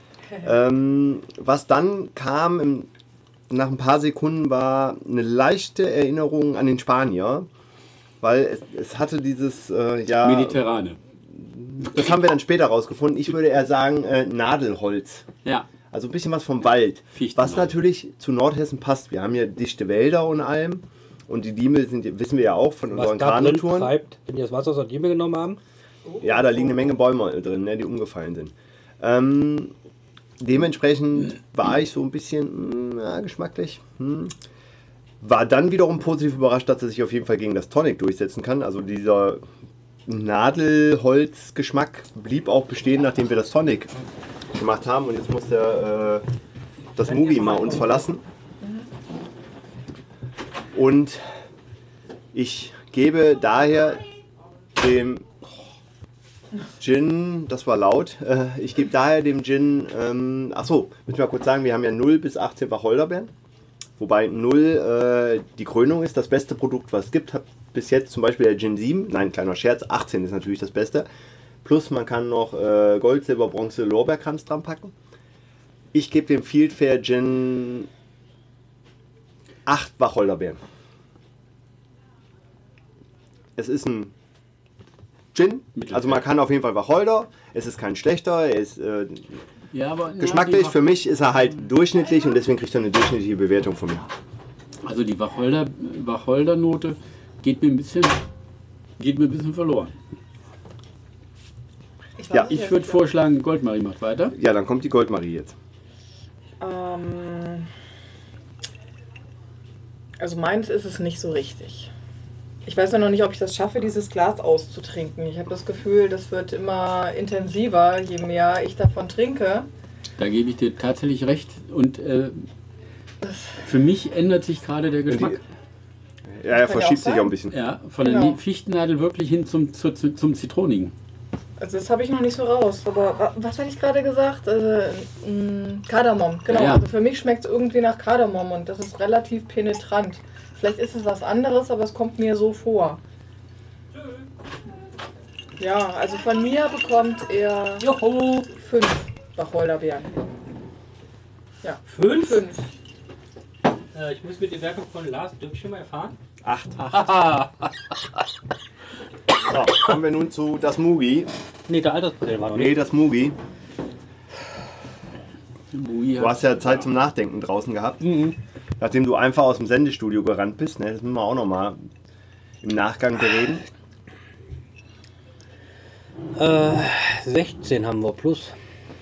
A: Was dann kam nach ein paar Sekunden war eine leichte Erinnerung an den Spanier, weil es hatte dieses,
D: Mediterrane.
A: das haben wir dann später rausgefunden. Ich würde eher sagen Nadelholz.
D: Ja.
A: Also ein bisschen was vom Wald.
D: Fichtenwald.
A: Was natürlich zu Nordhessen passt. Wir haben ja dichte Wälder und allem. Und die Diemel sind, wissen wir ja auch von
B: Was
A: unseren
B: da drin
A: Kanutouren.
B: treibt, wenn die das Wasser aus der Diebe genommen haben.
A: Ja, da liegen eine Menge Bäume drin, ne, die umgefallen sind. Dementsprechend war ich so ein bisschen geschmacklich. War dann wiederum positiv überrascht, dass er sich auf jeden Fall gegen das Tonic durchsetzen kann. Also dieser Nadelholzgeschmack blieb auch bestehen, nachdem wir das Tonic gemacht haben. Und jetzt muss das Mugi mal uns verlassen. Und ich gebe daher dem Gin, das war laut, ich gebe daher dem Gin, achso, müssen wir kurz sagen, wir haben ja 0 bis 18 Wacholderbeeren. Wobei 0 die Krönung ist, das beste Produkt, was es gibt. Hat bis jetzt zum Beispiel der Gin 7, nein, kleiner Scherz, 18 ist natürlich das Beste. Plus man kann noch Gold, Silber, Bronze, Lorbeerkranz dran packen. Ich gebe dem Field Fair Gin 8 Wacholderbeeren. Es ist ein Gin, also man kann auf jeden Fall Wacholder, es ist kein schlechter, er ist
D: Ja, aber
A: geschmacklich, für mich ist er halt durchschnittlich und deswegen kriegt er eine durchschnittliche Bewertung von mir.
D: Also die Wacholdernote geht mir ein bisschen verloren.
A: Ja,
D: Ich würde vorschlagen, Goldmarie macht weiter.
A: Ja, dann kommt die Goldmarie jetzt.
C: Also meins ist es nicht so richtig. Ich weiß ja noch nicht, ob ich das schaffe, dieses Glas auszutrinken. Ich habe das Gefühl, das wird immer intensiver, je mehr ich davon trinke.
D: Da gebe ich dir tatsächlich recht. Und für mich ändert sich gerade der Geschmack.
A: Ja, er
C: Kann ja
A: verschiebt
C: auch
A: sich
C: sein.
A: auch ein bisschen.
D: Ja, von der
C: Genau.
D: Fichtennadel wirklich hin zum Zitronigen.
C: Also das habe ich noch nicht so raus. Aber was hatte ich gerade gesagt? Kardamom, genau.
D: Ja.
C: Also für mich schmeckt es irgendwie nach Kardamom und das ist relativ penetrant. Vielleicht ist es was anderes, aber es kommt mir so vor. Ja, also von mir bekommt er 5 Wacholderbeeren. Ja,
B: 5?
C: 5.
B: Ich muss mit der Wertung von Lars Dürkchen mal erfahren.
A: 8. So, kommen wir nun zu das Mugi.
B: Nee, der Alterspräsident war noch
A: Nee,
B: nicht.
A: das Mugi.
D: Bui
A: Du
D: hat-
A: hast ja Zeit zum Nachdenken draußen gehabt. Nachdem du einfach aus dem Sendestudio gerannt bist. Ne? Das müssen wir auch nochmal im Nachgang bereden.
B: 16 haben wir plus.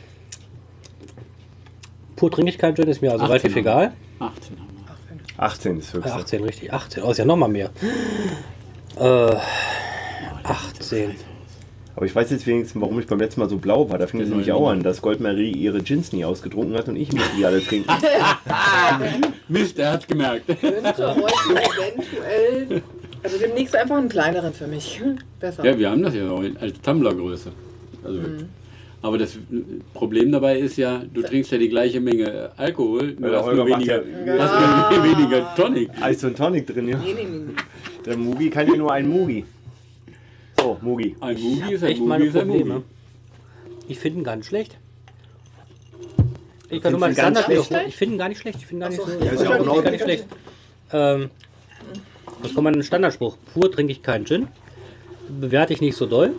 B: Pur trinke ich keinen Gin, ist mir also
D: 18
B: relativ
D: haben
B: egal.
D: 18 haben wir.
A: 18 ist höchste.
B: 18, richtig. 18. Oh, ist ja nochmal mehr. 18.
A: Aber ich weiß jetzt wenigstens, warum ich beim letzten Mal so blau war. Da fing es nämlich auch an, dass Goldmarie ihre Gins nie ausgetrunken hat und ich musste die alle trinken.
D: Mist, er hat's gemerkt.
C: Könnte heute eventuell. Also demnächst einfach einen kleineren für mich. Besser.
D: Ja, wir haben das ja auch als Tumblergröße. Also, aber das Problem dabei ist ja, du trinkst ja die gleiche Menge Alkohol,
A: Ja,
D: du
A: der
D: hast
A: Holger
D: nur
A: macht
D: weniger,
A: ja-
D: hast nur weniger Tonic.
A: Eis und Tonic drin, ja.
C: Nee.
A: Der Mugi kann ja nur ein Mugi. So, Mugi.
D: Ein Mugi ist ein
B: Echt
D: Mugi
B: meine
D: ist ein
B: Probleme.
D: Mugi.
B: Ich finde ihn gar nicht schlecht. Ich
A: findest
B: kann nur mal
A: ihn ganz
B: Standard.
C: schlecht?
B: Ich finde ihn gar nicht schlecht. Ich finde ihn gar nicht so.
C: Ja,
A: ist ja auch in Ordnung.
B: gar nicht schlecht. Jetzt kommt mal ein Standardspruch. Pur trinke ich keinen Gin. Bewerte ich nicht so doll.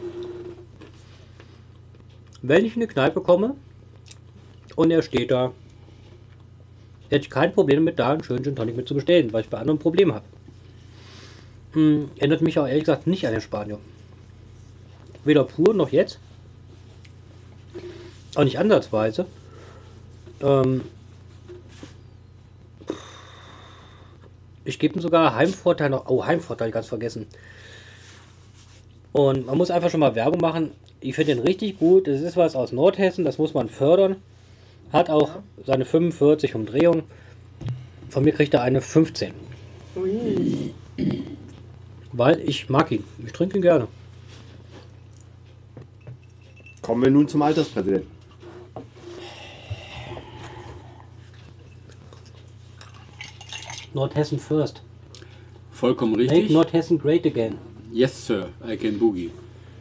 B: Wenn ich in eine Kneipe komme und er steht da, hätte ich kein Problem damit, da einen schönen Gin Tonic mit zu bestellen, weil ich bei anderen ein Problem habe. Erinnert mich auch ehrlich gesagt nicht an den Spanier. Weder pur noch jetzt. Auch nicht ansatzweise. Ich gebe ihm sogar Heimvorteil noch. Oh, Heimvorteil ganz vergessen. Und man muss einfach schon mal Werbung machen. Ich finde den richtig gut. Das ist was aus Nordhessen, das muss man fördern. Hat auch seine 45 Umdrehungen. Von mir kriegt er eine 15.
C: Ui.
B: Weil ich mag ihn. Ich trinke ihn gerne.
A: Kommen wir nun zum Alterspräsidenten.
B: Nordhessen first.
D: Vollkommen
B: Make
D: richtig.
B: Nordhessen great again.
D: Yes, sir, I can boogie.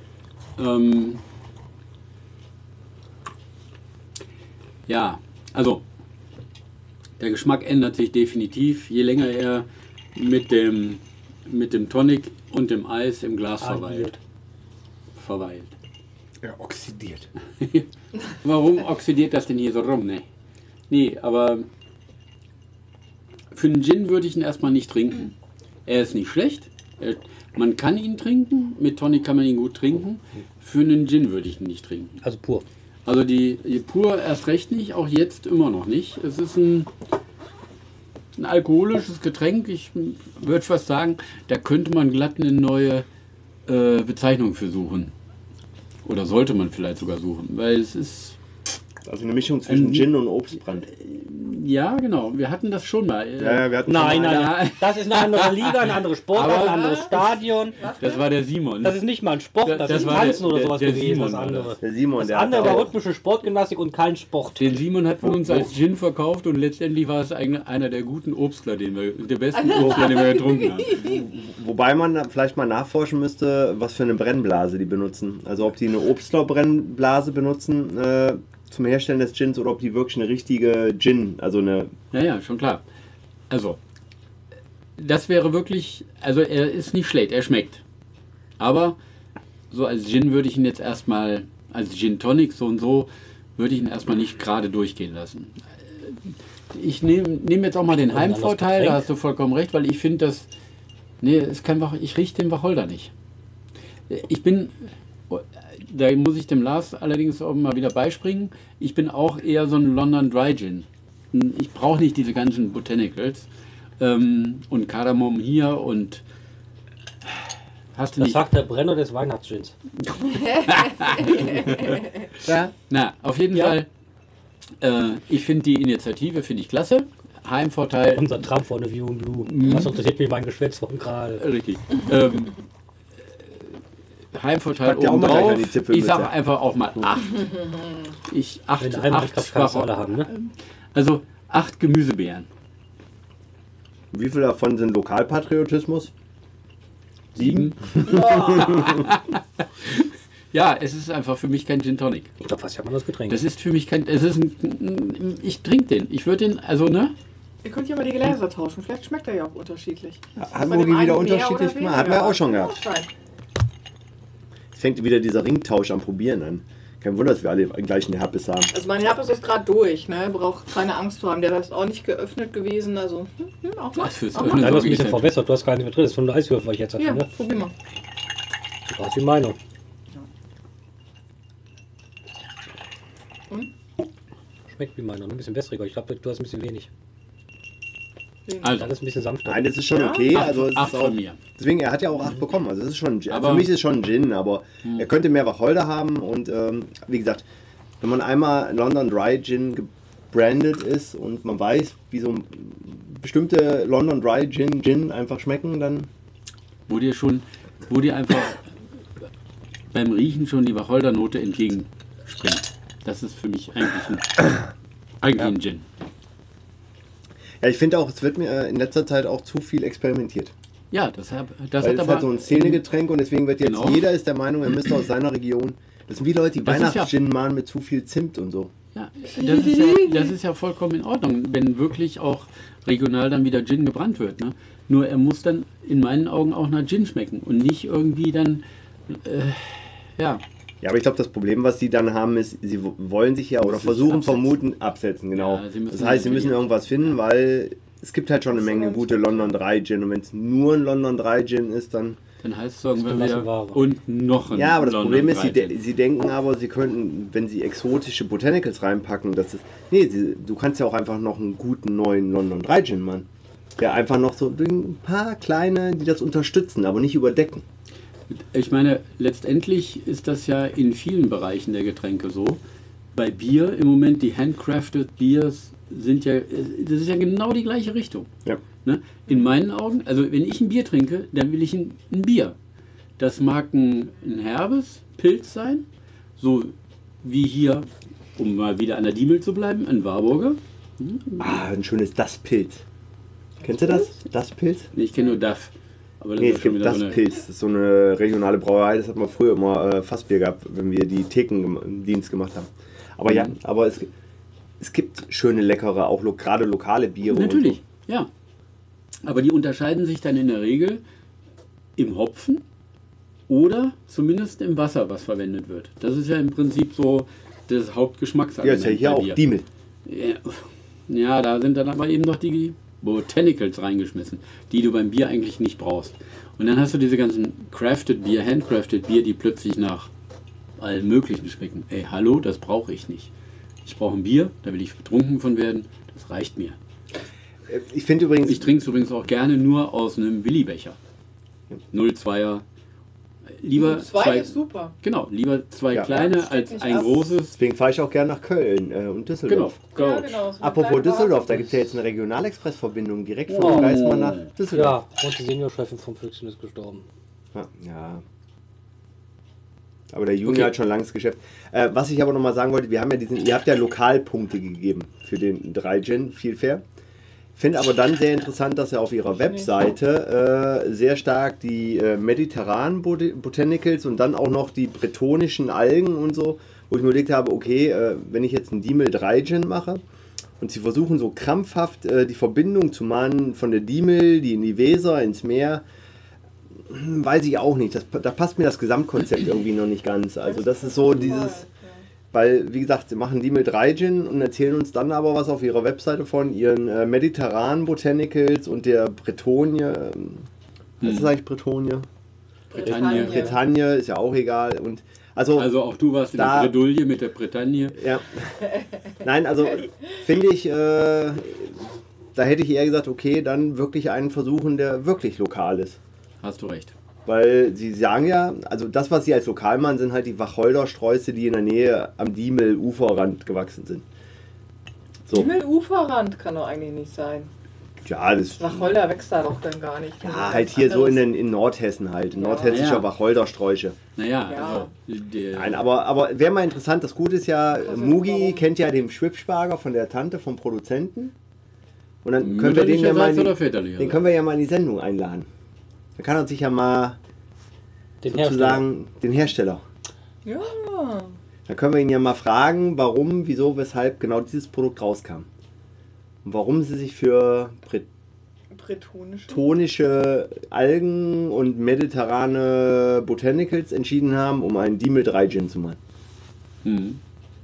D: Ja, also der Geschmack ändert sich definitiv, je länger er mit dem Tonic und dem Eis im Glas verweilt.
A: Er oxidiert.
D: Warum oxidiert das denn hier so rum? Ne? Nee, aber für einen Gin würde ich ihn erstmal nicht trinken. Er ist nicht schlecht. Man kann ihn trinken. Mit Tonic kann man ihn gut trinken. Für einen Gin würde ich ihn nicht trinken.
B: Also pur.
D: Also die pur erst recht nicht, auch jetzt immer noch nicht. Es ist ein alkoholisches Getränk. Ich würde fast sagen, da könnte man glatt eine neue Bezeichnung für suchen. Oder sollte man vielleicht sogar suchen, weil es ist,
A: Also eine Mischung zwischen Gin und Obstbrand.
D: ja genau, wir hatten das schon mal.
A: Ja, wir hatten
B: Nein,
A: schon mal-
B: nein. Das ist eine andere Liga, eine andere Sportart,
D: Aber-
B: ein anderes Stadion.
D: Das war der Simon.
B: Das ist nicht mal ein Sport, das,
D: Das
B: ist
D: war
B: Tanzen
D: der-
B: oder
D: der-
B: sowas
D: der
B: gewesen,
D: Simon
B: das
D: war
B: andere.
D: das.
A: Der Simon,
B: Das
A: der
B: andere
A: hat
B: war
A: auch,
B: rhythmische Sportgymnastik und kein Sport.
D: Den Simon hat von uns als Gin verkauft und letztendlich war es einer der guten Obstler, der besten Obstler, den wir getrunken haben.
A: wobei man da vielleicht mal nachforschen müsste, was für eine Brennblase die benutzen. Also ob die eine Obstler-Brennblase benutzen zum Herstellen des Gins oder ob die wirklich eine richtige Gin, also eine...
D: Ja, ja, schon klar. Also, das wäre wirklich, also er ist nicht schlecht, er schmeckt. Aber so als Gin würde ich ihn jetzt erstmal, als Gin Tonic so und so, würde ich ihn erstmal nicht gerade durchgehen lassen. Ich nehme jetzt auch mal den
B: ein anderes
D: Heimvorteil, da
B: Getränk?
D: hast du vollkommen recht, weil ich finde das, nee, ich rieche den Wacholder nicht. Ich bin, da muss ich dem Lars allerdings auch mal wieder beispringen, ich bin auch eher so ein London Dry Gin. Ich brauche nicht diese ganzen Botanicals und Kardamom hier und hast du
B: Das
D: nicht.
B: sagt der Brenner des Weihnachtsgins.
D: Na, auf jeden
B: Ja.
D: Fall, ich finde die Initiative finde ich klasse. Heimvorteil,
B: Unser Trump vorne View and Blue. Was interessiert mich mein Geschwätz von gerade?
D: richtig. Heimvorteil
A: Packt ja auch mal gleich
D: obendrauf.
A: an die Zipfelmütze.
D: Ich sage einfach auch mal 8. Ich 8,
B: Wenn einer kriegt, kannst du
D: schwache,
B: alle haben, ne?
D: also 8 Gemüsebeeren.
A: Wie viel davon sind Lokalpatriotismus?
D: 7. Ja, es ist einfach für mich kein Gin Tonic.
B: Ich glaube, fast ja mal das Getränk.
D: Das ist für mich kein. Es ist ich trinke den. Ich würde den, also ne?
C: Ihr könnt ja mal die Gläser tauschen. Vielleicht schmeckt er ja auch unterschiedlich.
A: Hat
C: Bei dem
A: Mugi wieder
C: einen mehr
A: unterschiedlich
C: oder
A: gemacht? Hatten wir
C: weniger.
A: auch schon gehabt.
C: Kann auch sein.
A: fängt wieder dieser Ringtausch am Probieren an. Kein Wunder, dass wir alle den gleichen Herpes haben.
C: Also mein Herpes ist gerade durch, ne? Braucht keine Angst zu haben. Der ist auch nicht geöffnet gewesen, also auch mal.
D: Was fürs
C: Auch mal.
D: Öffnen
B: Nein, du hast ein
D: sorge ich
B: bisschen
D: nicht.
B: verwässert, du hast gar nicht mehr drin. Das ist von den Eiswürfeln, was ich jetzt hatte.
C: Ja,
B: Ne?
C: probier mal.
B: Du hast die Meinung.
C: Und?
B: Schmeckt wie meiner, ein bisschen wässriger. Ich glaube, du hast ein bisschen wenig.
D: Also,
B: Das ist ein bisschen sanfter.
A: Nein, das ist schon
C: Ja?
A: okay.
D: Acht-
A: Also es
D: acht
A: ist
D: von
A: auch,
D: mir.
A: deswegen, er hat ja auch 8 bekommen. Also es ist schon ein Gin.
D: Aber-
A: Für mich ist es schon ein Gin, aber er könnte mehr Wacholder haben. Und wie gesagt, wenn man einmal London Dry Gin gebrandet ist und man weiß, wie so bestimmte London Dry Gin einfach schmecken, dann
D: wo dir einfach beim Riechen schon die Wacholdernote entgegenspringt. Das ist für mich eigentlich ein Gin.
A: ja, ich finde auch, es wird mir in letzter Zeit auch zu viel experimentiert.
D: Ja, das
A: Weil
D: hat
A: es
D: aber
A: ist halt so ein Szenegetränk und deswegen wird jetzt
D: Genau.
A: jeder ist der Meinung, er müsste aus seiner Region. Das sind wie Leute, die
D: Das ist ja-
A: Weihnachtsgin machen mit zu viel Zimt und so.
D: Ja, das ist ja vollkommen in Ordnung, wenn wirklich auch regional dann wieder Gin gebrannt wird. Ne? Nur er muss dann in meinen Augen auch nach Gin schmecken und nicht irgendwie dann, ja,
A: Ja, aber ich glaube, das Problem, was sie dann haben, ist, sie wollen sich ja oder
D: Müssen
A: versuchen,
D: absetzen.
A: vermuten, absetzen, genau.
D: Ja, sie müssen
A: Das heißt, sie müssen
D: natürlich-
A: irgendwas finden, weil es gibt halt schon eine Menge gute London Dry Gin und wenn es nur ein London Dry Gin ist, dann...
D: dann heißt es irgendwann
B: belassen
D: wieder
B: Ware.
D: und noch ein
A: Ja, aber das
D: London
A: Problem ist,
D: Dry Gin.
A: sie denken aber, sie könnten, wenn sie exotische Botanicals reinpacken, das ist... Nee, du kannst ja auch einfach noch einen guten neuen London Dry Gin machen. Ja, einfach noch so ein paar kleine, die das unterstützen, aber nicht überdecken.
D: Ich meine, letztendlich ist das ja in vielen Bereichen der Getränke so. Bei Bier im Moment, die handcrafted Beers sind ja, das ist ja genau die gleiche Richtung.
A: Ja.
D: Ne? In meinen Augen, also wenn ich ein Bier trinke, dann will ich ein Bier. Das mag ein herbes Pilz sein, so wie hier, um mal wieder an der Diemel zu bleiben, ein Warburger.
A: Ah, ein schönes Das-Pilz. Kennst du das? Das Pilz?
D: Nee, ich kenne nur DAF. Aber das
A: Nee,
D: ist
A: es
D: schon
A: gibt
D: wieder
A: das
D: so eine,
A: Pilz. Das ist so eine regionale Brauerei. Das hat man früher immer Fassbier gehabt, wenn wir die Thekendienst gemacht haben. Aber ja, aber es gibt schöne, leckere, auch gerade lokale Biere.
D: Natürlich, ja. Aber die unterscheiden sich dann in der Regel im Hopfen oder zumindest im Wasser, was verwendet wird. Das ist ja im Prinzip so das
A: Und so. Ja,
D: Hauptgeschmacksargument
A: ist ja hier
D: bei
A: auch
D: Bier.
A: Diemel.
D: Ja, da sind dann aber eben noch die Botanicals reingeschmissen, die du beim Bier eigentlich nicht brauchst. Und dann hast du diese ganzen Crafted Bier, Handcrafted Bier, die plötzlich nach allem Möglichen schmecken. Ey, hallo, das brauche ich nicht. Ich brauche ein Bier, da will ich betrunken von werden, das reicht mir.
A: Ich finde übrigens,
D: Ich trinke es übrigens auch gerne nur aus einem Willi-Becher. 0,2er. Lieber
C: 2 ist super.
D: Genau, lieber zwei
A: Ja.
D: kleine
C: Ja,
D: als
C: nicht
D: ein
C: ab.
D: großes.
A: deswegen fahre ich auch gerne nach Köln und
D: Genau,
A: Düsseldorf.
C: Ja,
D: Gouch.
C: genau. So eine
A: Apropos
C: kleine
A: Düsseldorf,
C: Vase.
A: da gibt es ja jetzt eine Regionalexpress-Verbindung direkt von
B: Oh.
A: Geismar nach Düsseldorf.
B: Ja, und die Seniorchefin vom Füchschen ist gestorben.
A: Ja. Aber der Juni
D: Okay.
A: hat schon langes Geschäft. Was ich aber nochmal sagen wollte, wir haben ja ihr habt ja Lokalpunkte gegeben für den 3 Gin, viel fair. Finde aber dann sehr interessant, dass er auf ihrer Webseite sehr stark die mediterranen Botanicals und dann auch noch die bretonischen Algen und so, wo ich mir überlegt habe, okay, wenn ich jetzt einen Diemel 3 Gin mache und sie versuchen so krampfhaft die Verbindung zu machen von der Diemel, die in die Weser, ins Meer, weiß ich auch nicht. Da passt mir das Gesamtkonzept irgendwie noch nicht ganz. Also das ist so dieses... Weil, wie gesagt, sie machen die mit 3 Gin und erzählen uns dann aber was auf ihrer Webseite von ihren mediterranen Botanicals und der Bretonie. Was ist eigentlich Bretonie?
D: Bretagne.
A: Bretagne ist ja auch egal. Und also
D: Also auch du warst in
A: Da-
D: der Bredouille mit der Bretagne.
A: ja. Nein, also finde ich, da hätte ich eher gesagt, okay, dann wirklich einen versuchen, der wirklich lokal ist.
D: Hast du recht.
A: Weil sie sagen ja, also das, was sie als lokal machen, sind halt die Wacholdersträuße, die in der Nähe am Diemel-Uferrand gewachsen sind. So.
C: Himmeluferrand kann doch eigentlich nicht sein.
A: Ja, das
C: Wacholder wächst da doch dann gar nicht.
A: ja, halt hier so in Nordhessen halt, nordhessischer
D: Ja.
A: Wacholdersträuche.
D: Naja,
C: Ja.
D: also der,
A: Nein, aber wäre mal interessant, das Gute ist ja, Mugi kennt ja den Schwibsparger von der Tante, vom Produzenten. Und dann können wir den ja mal
D: mütterlicherseits oder
A: den
D: väterlicherseits?
A: können wir ja mal in die Sendung einladen. Dann kann er sich ja mal
B: Den Hersteller.
A: sozusagen den Hersteller.
C: Ja.
A: Da können wir ihn ja mal fragen, warum, wieso, weshalb genau dieses Produkt rauskam. Und warum sie sich für bretonische Algen und mediterrane Botanicals entschieden haben, um einen Diemel-3 Gin zu machen.
D: Mhm.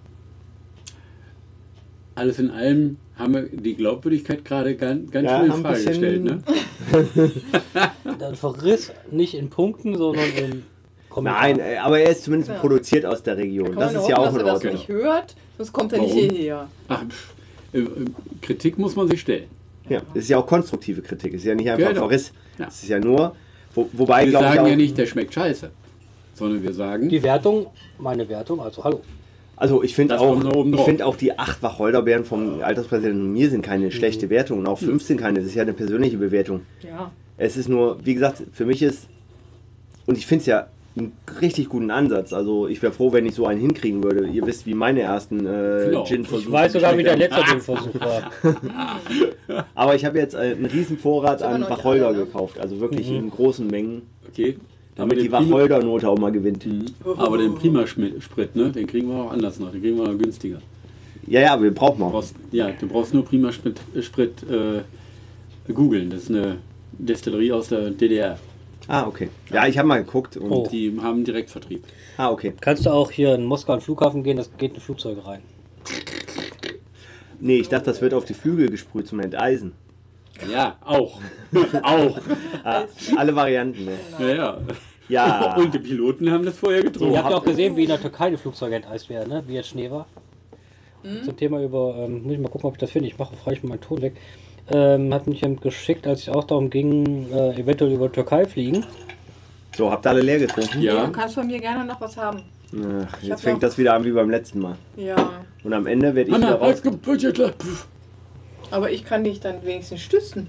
D: Alles in allem haben wir die Glaubwürdigkeit gerade ganz schön in
A: haben ein
D: Frage
A: bisschen-
D: gestellt. Ne?
B: Dann verriss nicht in Punkten, sondern in Kommentaren.
A: Nein, aber er ist zumindest
C: Ja.
A: produziert aus der Region.
C: Kann
A: Das
C: man
A: ist
C: nur
A: ja
C: hoffen,
A: auch
C: dass
A: in
C: er das
A: Ordnung.
C: nicht hört, sonst kommt er nicht
D: Warum?
C: hierher.
D: Ach, Kritik muss man sich stellen.
A: Ja, es ist ja auch konstruktive Kritik. Es ist ja nicht einfach
D: Genau.
A: Verriss.
D: Ja.
A: Es ist ja nur, wobei
D: Wir
A: glaube ich
D: sagen
A: auch,
D: ja nicht, der schmeckt scheiße, sondern wir sagen,
B: Die Wertung, meine Wertung, also hallo.
A: also ich finde
D: Das
A: auch,
D: kommt noch oben
A: ich
D: drauf.
A: finde auch die 8 Wacholderbeeren vom Alterspräsidenten und mir sind keine schlechte Wertung und auch 15 keine. Das ist ja eine persönliche Bewertung.
C: Ja.
A: Es ist nur, wie gesagt, für mich ist, und ich finde es ja einen richtig guten Ansatz. Also ich wäre froh, wenn ich so einen hinkriegen würde. Ihr wisst, wie meine ersten
D: Genau.
A: Gin-Versuche
B: Ich weiß sogar, wie der
A: geschmeckt
B: letzte Versuch war.
A: haben. Aber ich habe jetzt einen riesen Vorrat
C: aber
A: an
C: noch nicht
A: Wacholder
C: alle, ne?
A: gekauft. Also wirklich in großen Mengen.
D: okay,
A: Damit die
D: den Prima-
A: Wacholdernote auch mal gewinnt.
D: Aber den Prima-Sprit, ne, den kriegen wir auch anders noch, den kriegen wir noch günstiger.
A: Ja, ja, aber wir brauchen auch.
D: Du brauchst nur Prima-Sprit googeln, das ist eine Destillerie aus der DDR.
A: Ah, okay. Ja, ich habe mal geguckt. Und,
B: Oh.
D: Die haben Direktvertrieb.
A: Ah, okay.
B: Kannst du auch hier in Moskau an den Flughafen gehen, das geht in Flugzeuge rein.
A: Nee, ich dachte, das wird auf die Flügel gesprüht zum Enteisen.
D: Ja, auch. auch.
A: Ah, alle Varianten, ne?
D: Ja, ja.
A: Ja.
D: Und die Piloten haben das vorher
B: Ihr
D: getrunken.
B: habt ja auch gesehen, wie in der Türkei die Flugzeuge enteist werden, ne? Wie jetzt Schnee war. Zum Thema über, muss ich mal gucken, ob ich das finde. Ich frage ich mal meinen Ton weg. Hat mich jemand geschickt, als es auch darum ging, eventuell über Türkei fliegen.
A: So, habt ihr alle leer getrunken?
C: Ja.
D: Ja,
C: Du kannst von mir gerne noch was haben.
A: Ach,
C: hab
A: jetzt fängt
C: noch-
A: das wieder an wie beim letzten Mal.
C: Ja.
A: Und am Ende werde ich wieder
D: Anna,
A: raus.
D: als Gebürtiger.
C: Aber ich kann dich dann wenigstens stützen.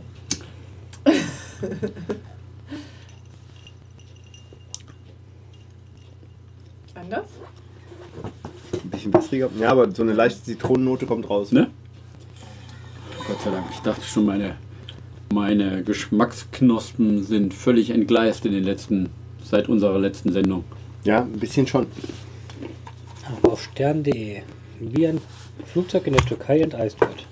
C: Anders?
A: Ein bisschen wässriger. Ja, aber so eine leichte Zitronennote kommt raus.
D: Ne? Gott sei Dank, ich dachte schon, meine Geschmacksknospen sind völlig entgleist in den seit unserer letzten Sendung.
A: Ja, ein bisschen schon.
B: Auf stern.de. Wie ein Flugzeug in der Türkei enteist wird.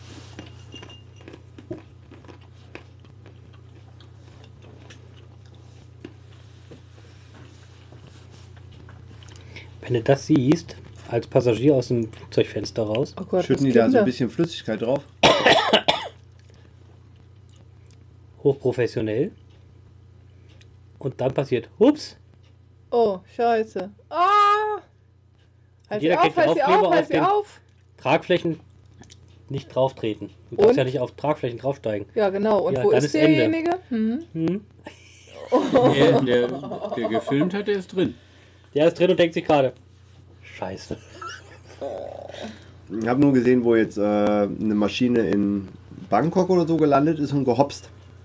B: Wenn du das siehst, als Passagier aus dem Flugzeugfenster raus,
C: Oh Gott,
A: Schütten die da so ein bisschen Flüssigkeit drauf?
B: hochprofessionell, und dann passiert, ups,
C: Oh, scheiße. Ah! Halt sie
B: Jeder
C: auf,
B: kennt den
C: halt sie
B: Aufkleber
C: auf, halt
B: auf
C: sie
B: dem-
C: auf.
B: Tragflächen nicht drauf treten. Du darfst
C: Und?
B: ja nicht auf Tragflächen draufsteigen.
C: Ja, genau. Und
B: Ja,
C: wo
B: dann
C: ist
B: ist Ende.
C: derjenige? Hm?
D: Der gefilmt hat, der ist drin.
B: Der ist drin und denkt sich gerade, scheiße.
A: Ich habe nur gesehen, wo jetzt eine Maschine in Bangkok oder so gelandet ist und gehopst.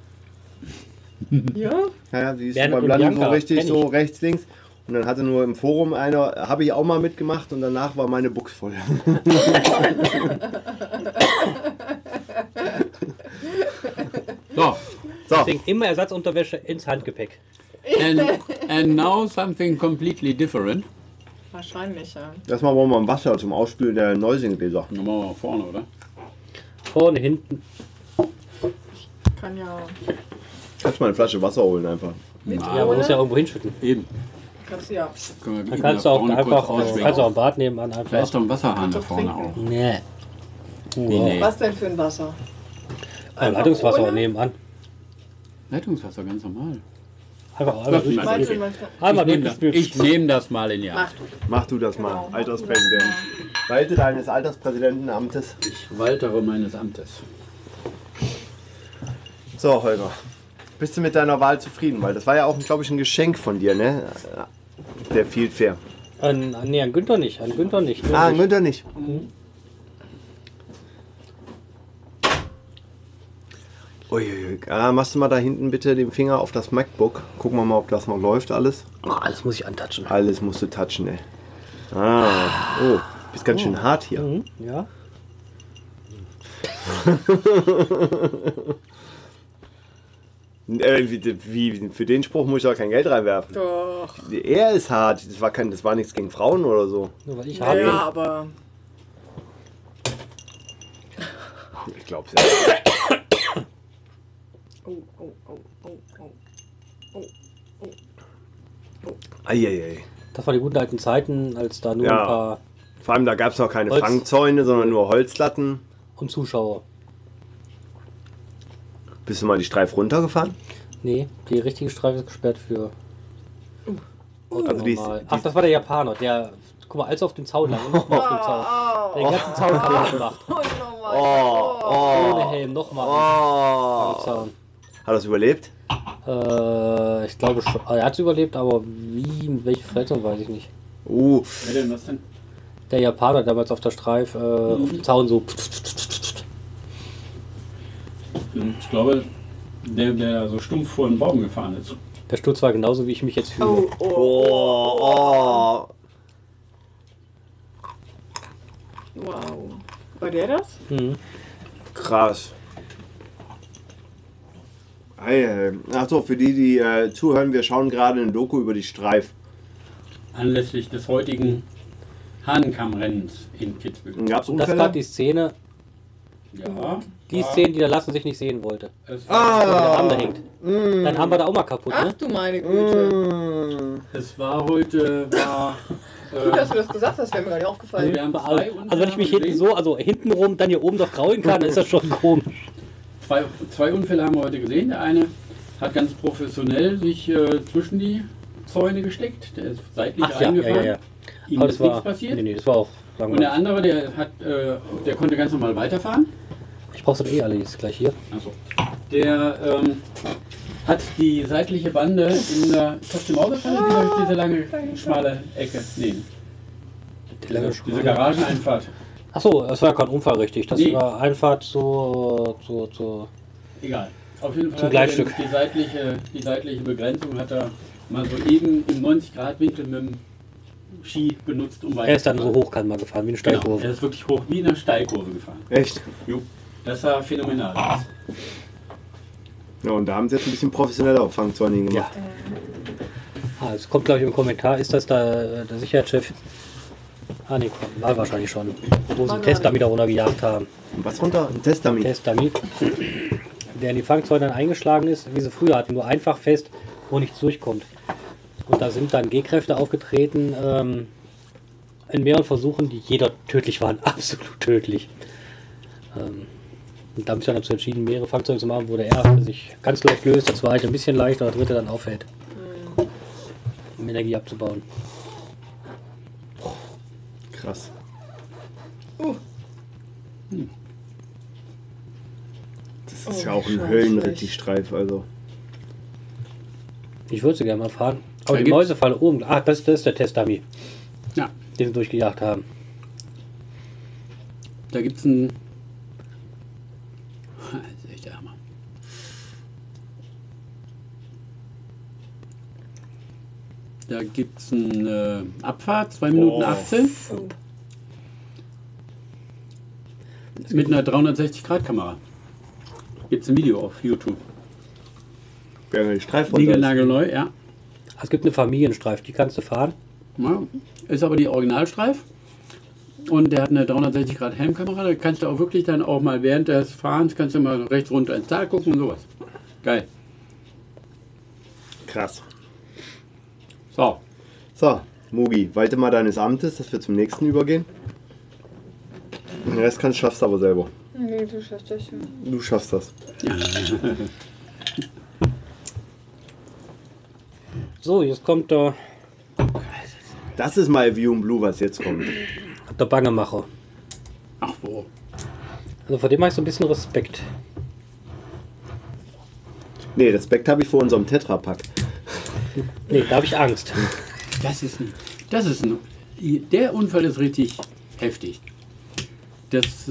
C: Ja?
A: Ja, ja, die ist so
B: Bernhard
A: beim
B: und
A: Landen so
B: Bianca,
A: richtig
B: kenn
A: so
B: ich.
A: rechts, links. Und dann hatte nur im Forum einer, habe ich auch mal mitgemacht und danach war meine Buchs voll.
D: So,
A: So,
B: Deswegen immer Ersatzunterwäsche ins Handgepäck.
D: and now something completely different.
C: Wahrscheinlich, ja.
A: erstmal brauchen wir ein Wasser zum Ausspülen der Neusingläser.
D: Dann machen wir mal vorne, oder?
B: Vorne, hinten.
C: Kann ja.
A: Kannst mal eine Flasche Wasser holen einfach.
C: Mit
B: Ja, man
C: ohne.
B: muss ja irgendwo hinschütten.
D: Eben.
C: Kannst du ja.
D: Können wir
B: Dann
D: eben
B: kannst
D: da
B: du auch
D: vorne
B: einfach,
D: kurz ausschwenken.
B: kannst du auch ein Bad nebenan
D: Da ist
B: einfach.
D: doch ein Wasserhahn da
C: Doch
D: vorne
C: trinken.
D: auch.
B: Nee.
D: Nee.
C: Was denn für ein Wasser?
B: Ein Leitungswasser
C: ohne?
B: nebenan.
D: Leitungswasser, ganz normal.
B: Einfach
D: Meinst
B: durchspülen.
C: Meinst du,
D: Okay.
C: man kann.
B: Einmal
D: Ich nehme das,
B: durchgespült.
D: nehm das mal in die Hand.
C: Mach.
A: Mach du das mal,
C: Genau.
A: Alterspräsident. Walte deines Alterspräsidentenamtes.
D: Ich waltere meines Amtes.
A: So, Holger. Bist du mit deiner Wahl zufrieden? Weil das war ja auch, glaube ich, ein Geschenk von dir, ne? Der Field Fair.
B: Nee, an Günther nicht. An Günther nicht. Nur
A: Ah,
B: ich.
A: Günther nicht. Uiuiui. Machst du mal da hinten bitte den Finger auf das MacBook. Gucken wir mal, ob das noch läuft alles.
B: Oh, alles muss ich antatschen.
A: Alles musst du touchen, ey. Oh, bist ganz schön hart hier.
B: Mhm, ja.
A: Wie, für den Spruch muss ich doch kein Geld reinwerfen.
C: Doch.
A: Er ist hart. Das war nichts gegen Frauen oder so.
B: Nur weil ich hart
C: Ja,
B: bin.
C: aber.
A: Ich glaub's ja.
C: Oh, oh, oh, oh, oh.
A: Eieiei.
B: Das waren die guten alten Zeiten, als da nur
A: Ja.
B: ein paar
A: Vor allem, da gab es noch keine
B: Holz.
A: Fangzäune, sondern nur Holzlatten.
B: und Zuschauer.
A: Bist du mal die Streif runtergefahren?
B: Nee, die richtige Streife ist gesperrt für Auto
A: Also die ist-
B: normal.
A: die
B: Ach,
A: ist-
B: das war der Japaner, der, guck mal, als er auf den Zaun lag, nochmal auf den Zaun. Der den ganzen Zaun kaputt gemacht.
C: Oh, nochmal.
B: Ohne Helm, nochmal am
A: Oh.
B: Zaun.
A: Hat er es überlebt?
B: Ich glaube schon. Er hat es überlebt, aber wie, welche Verletzung weiß ich nicht.
D: Wer denn, was denn?
B: Der Japaner damals auf der Streif, auf dem Zaun so.
D: Ich glaube, der so stumpf vor den Baum gefahren ist.
B: Der Sturz war genauso, wie ich mich jetzt fühle.
C: Oh, oh,
A: Oh, oh.
C: wow. War der das?
B: Mhm.
A: Krass. Achso, für die zuhören, wir schauen gerade eine Doku über die Streif.
D: Anlässlich des heutigen Hahnenkammrennens in Kitzbühel.
A: Gab es
B: Und das war
A: Unfälle?
B: die Szene,
D: Ja.
B: die Szene, die der Lassen sich nicht sehen wollte.
D: Es,
B: Wo der Arm da hängt. Dein Arm war da auch mal kaputt,
C: Ach
B: ne?
C: du meine Güte.
D: es war heute.
C: Gut, dass du das gesagt hast, wäre mir gar nicht aufgefallen.
D: Wir haben
B: Also,
D: zwei
B: also wenn ich mich hinten
D: gesehen.
B: so, also hintenrum, dann hier oben noch kraulen kann, dann ist das schon komisch.
D: Zwei Unfälle haben wir heute gesehen. Der eine hat ganz professionell sich zwischen die Zäune gesteckt. Der ist seitlich
B: Ach ja,
D: eingefahren.
B: ja.
D: Ihm
B: Aber
D: ist
B: das war,
D: nichts passiert.
B: nee, das war auch, sagen
D: Und
B: wir
D: der
B: mal.
D: andere, der konnte ganz normal weiterfahren.
B: Ich brauch's dann eh alle jetzt gleich hier.
D: Also, der hat die seitliche Bande in der. Ist das die Mauerfalle? Diese lange, schmale Ecke. Nee,
B: Die lange
D: diese
B: Schmale.
D: Garageneinfahrt.
B: Achso, das war kein Unfall richtig. Das
D: Nee.
B: war Einfahrt zur
D: Egal. Auf jeden Fall
B: Zum
D: hat er
B: Gleitstück.
D: die seitliche Begrenzung hat er mal so eben im 90-Grad-Winkel mit dem Ski benutzt, um
B: er ist dann so
D: weiterzufahren.
B: hochkant mal gefahren, wie eine
D: Genau,
B: Steilkurve.
D: er ist wirklich hoch wie eine Steilkurve gefahren.
A: Echt?
D: Jo. Das sah phänomenal aus.
A: Ja, und da haben sie jetzt ein bisschen professioneller auf Fangzäune gemacht.
B: Ah, es kommt glaube ich im Kommentar, ist das da der Sicherheitschef? Ah ne, war wahrscheinlich schon. Wo sie einen Tester wieder runtergejagt haben.
A: Und was runter? Ein Testdummy.
B: Testdummy, der in die Fangzäune dann eingeschlagen ist, wie sie früher hatten, nur einfach fest, wo nichts durchkommt. Und da sind dann G-Kräfte aufgetreten, in mehreren Versuchen, die jeder tödlich waren, absolut tödlich. Und da haben sich dann dazu entschieden, mehrere Fangzeuge zu machen, wo der erste sich ganz leicht löst, der zweite ein bisschen leichter, der dritte dann aufhält, um Energie abzubauen.
A: Krass. Das ist ja auch ein
C: scheußlich.
A: Höllenritt, die Streif, also.
B: Ich würde sie gerne mal fahren. Aber
D: Da
B: die
D: gibt's-
B: Mäusefalle oben, das ist der Testdummy,
D: Ja,
B: den sie durchgejagt haben.
D: da gibt es einen. Das ist echt der Hammer. Da gibt es eine Abfahrt, 2 Minuten
A: Oh.
D: 18. Mit einer 360-Grad-Kamera. Gibt es ein Video auf YouTube.
A: Wenn die Streif runter ist.
D: Niegelnagelneu, ja.
B: Es gibt eine Familienstreif, die kannst du fahren.
D: Ja. Ist aber die Originalstreif. Und der hat eine 360 Grad Helmkamera. Da kannst du auch wirklich dann auch mal während des Fahrens kannst du mal rechts runter ins Tal gucken und sowas. Geil.
A: Krass.
D: So,
A: So, Mugi, walte mal deines Amtes, dass wir zum nächsten übergehen. Den Rest schaffst du aber selber.
C: Nee, du schaffst das schon.
A: Du schaffst das.
B: So, jetzt kommt der
A: Das ist mal View in Blue, was jetzt kommt.
B: Bangemacher.
D: ach wo.
B: Also vor dem habe ich so ein bisschen Respekt.
A: Nee, Respekt habe ich vor unserem Tetrapack.
B: Nee, da habe ich Angst.
D: Das ist ein, der Unfall ist richtig heftig. Das,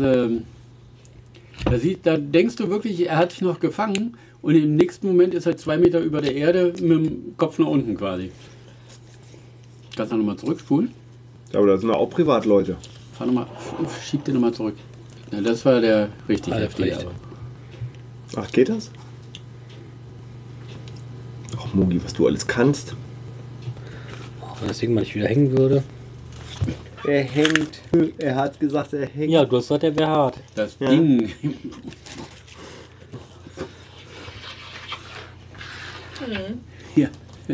D: da denkst du wirklich, er hat sich noch gefangen und im nächsten Moment ist er 2 Meter über der Erde mit dem Kopf nach unten quasi. Kannst du nochmal zurückspulen?
A: Aber da sind auch Privatleute.
D: Fahr nochmal, schieb den nochmal zurück. Ja, das war der richtig
B: Ah, der
D: heftige.
B: Pflicht.
D: Aber.
A: Ach, geht das? Ach, Mugi, was du alles kannst.
B: Auch wenn das Ding mal nicht wieder hängen würde.
A: Er hängt. Er hat gesagt, er hängt.
B: Ja, du hast gesagt, der wäre hart.
D: Das
A: Ja.
D: Ding. Hier.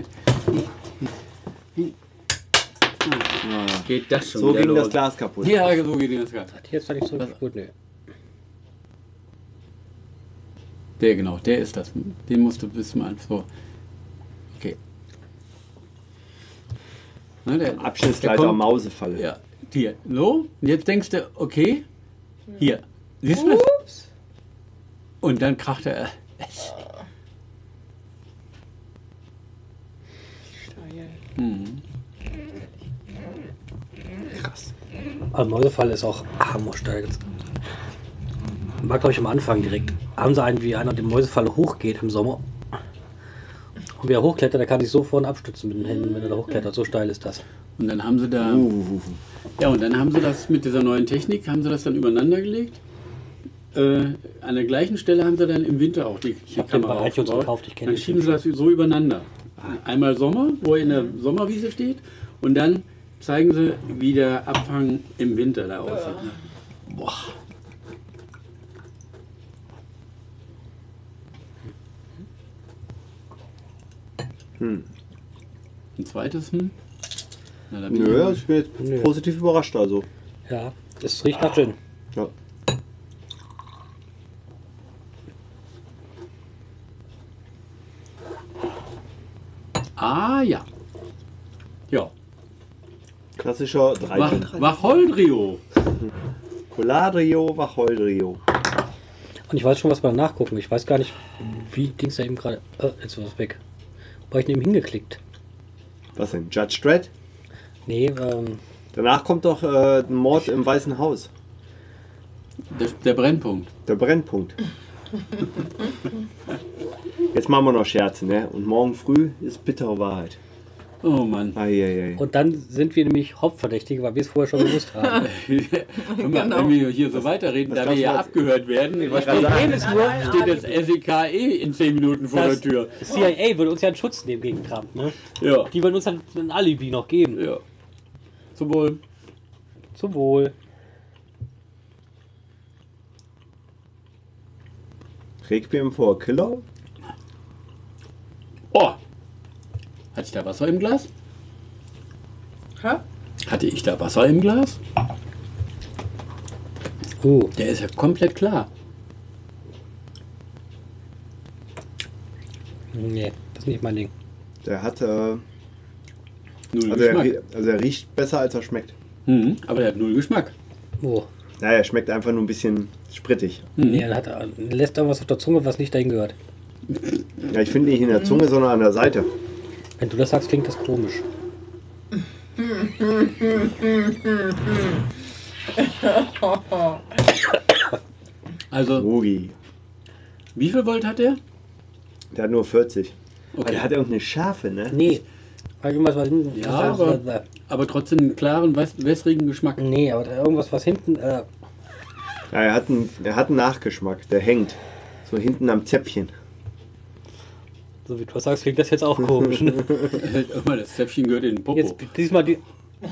D: Geht das schon
A: So
D: wieder
A: ging das
D: los?
A: Glas kaputt.
D: Ja, so geht das Glas.
B: Jetzt hatte ich so gut, ne.
D: Der genau, der ist das. Den musst du bis mal so. Okay. Na, der
A: Abschnittsleiter
D: der kommt-
A: Mausefalle.
D: Ja, hier. So, und jetzt denkst du, okay, hier. Siehst du das? Und dann kracht er.
A: Krass.
B: Aber Mäusefalle ist auch hammersteil. War, glaube ich, am Anfang direkt. Haben sie einen, wie einer die Mäusefalle hochgeht im Sommer. Und wer hochklettert, der kann sich so vorne abstützen mit den Händen, wenn er da hochklettert. So steil ist das.
D: Und dann haben sie da. Ja, und dann haben sie das mit dieser neuen Technik, haben sie das dann übereinander gelegt. An der gleichen Stelle haben sie dann im Winter auch die
B: hab den
D: Kamera
B: bei iTunes
D: aufgebaut.
B: gekauft, ich kenn
D: Dann
B: den
D: schieben sie das so übereinander. Einmal Sommer, wo er in der Sommerwiese steht, und dann zeigen sie, wie der Abhang im Winter da aussieht. Boah. Ein zweites Na, da bin
A: Nö,
D: ich
A: ich bin jetzt
B: Nö.
A: positiv überrascht. Also.
B: Ja, es riecht nach Gin.
A: Ja.
D: Ah ja. Ja.
A: Klassischer 3.
D: Wacholderio.
A: Coladrio, Wacholderio.
B: Und ich weiß schon, was wir nachgucken. Ich weiß gar nicht, wie ging es da eben gerade. Jetzt war es weg. Wo hab ich denn eben hingeklickt?
A: Was denn? Judge Dredd?
B: Nee,
A: Danach kommt doch ein Mord im Weißen Haus.
D: Der Brennpunkt.
A: Der Brennpunkt. Jetzt machen wir noch Scherze, ne? Und morgen früh ist bittere Wahrheit.
D: Oh Mann.
A: Eieiei.
B: und dann sind wir nämlich Hauptverdächtige, weil wir es vorher schon gewusst haben.
D: Hör mal, wenn wir hier so weiterreden, da wir
A: glaubst du,
D: ja
A: was-
D: abgehört werden,
A: wollte gerade sagen.
D: steht das SEK in 10 Minuten vor der Tür.
B: CIA würde uns ja einen Schutz nehmen gegen Trump, ne?
D: Ja.
B: Die würden uns dann ein Alibi noch geben.
D: Ja. Zum Wohl.
B: Zum Wohl.
A: Requiem for a Killer?
D: Oh! Hatte ich da Wasser im Glas?
C: Hä?
D: Hatte ich da Wasser im Glas? Der ist ja komplett klar.
B: Nee, das ist nicht mein Ding.
A: Der hat,
D: Null
A: also,
D: Geschmack.
A: er riecht besser als er schmeckt.
D: Aber der hat null Geschmack.
B: Oh.
A: Naja, er schmeckt einfach nur ein bisschen sprittig.
B: Nee, lässt irgendwas auf der Zunge, was nicht dahin gehört.
A: Ja, ich finde nicht in der Zunge, sondern an der Seite.
B: Wenn du das sagst, klingt das komisch.
D: Also,
A: Rugi.
D: wie viel Volt hat der?
A: Der hat nur 40. Aber
D: Okay.
A: der hat irgendeine Schärfe, ne?
B: Nee. Weil irgendwas, was hinten.
D: Ja, aber trotzdem einen klaren, wässrigen Geschmack.
B: Nee, aber irgendwas, was hinten.
A: Ja, er hat einen Nachgeschmack, der hängt. So hinten am Zäpfchen.
B: So wie du das sagst, klingt das jetzt auch komisch. Ne?
D: Immer das Zäpfchen gehört in den Popo.
B: Jetzt diesmal die.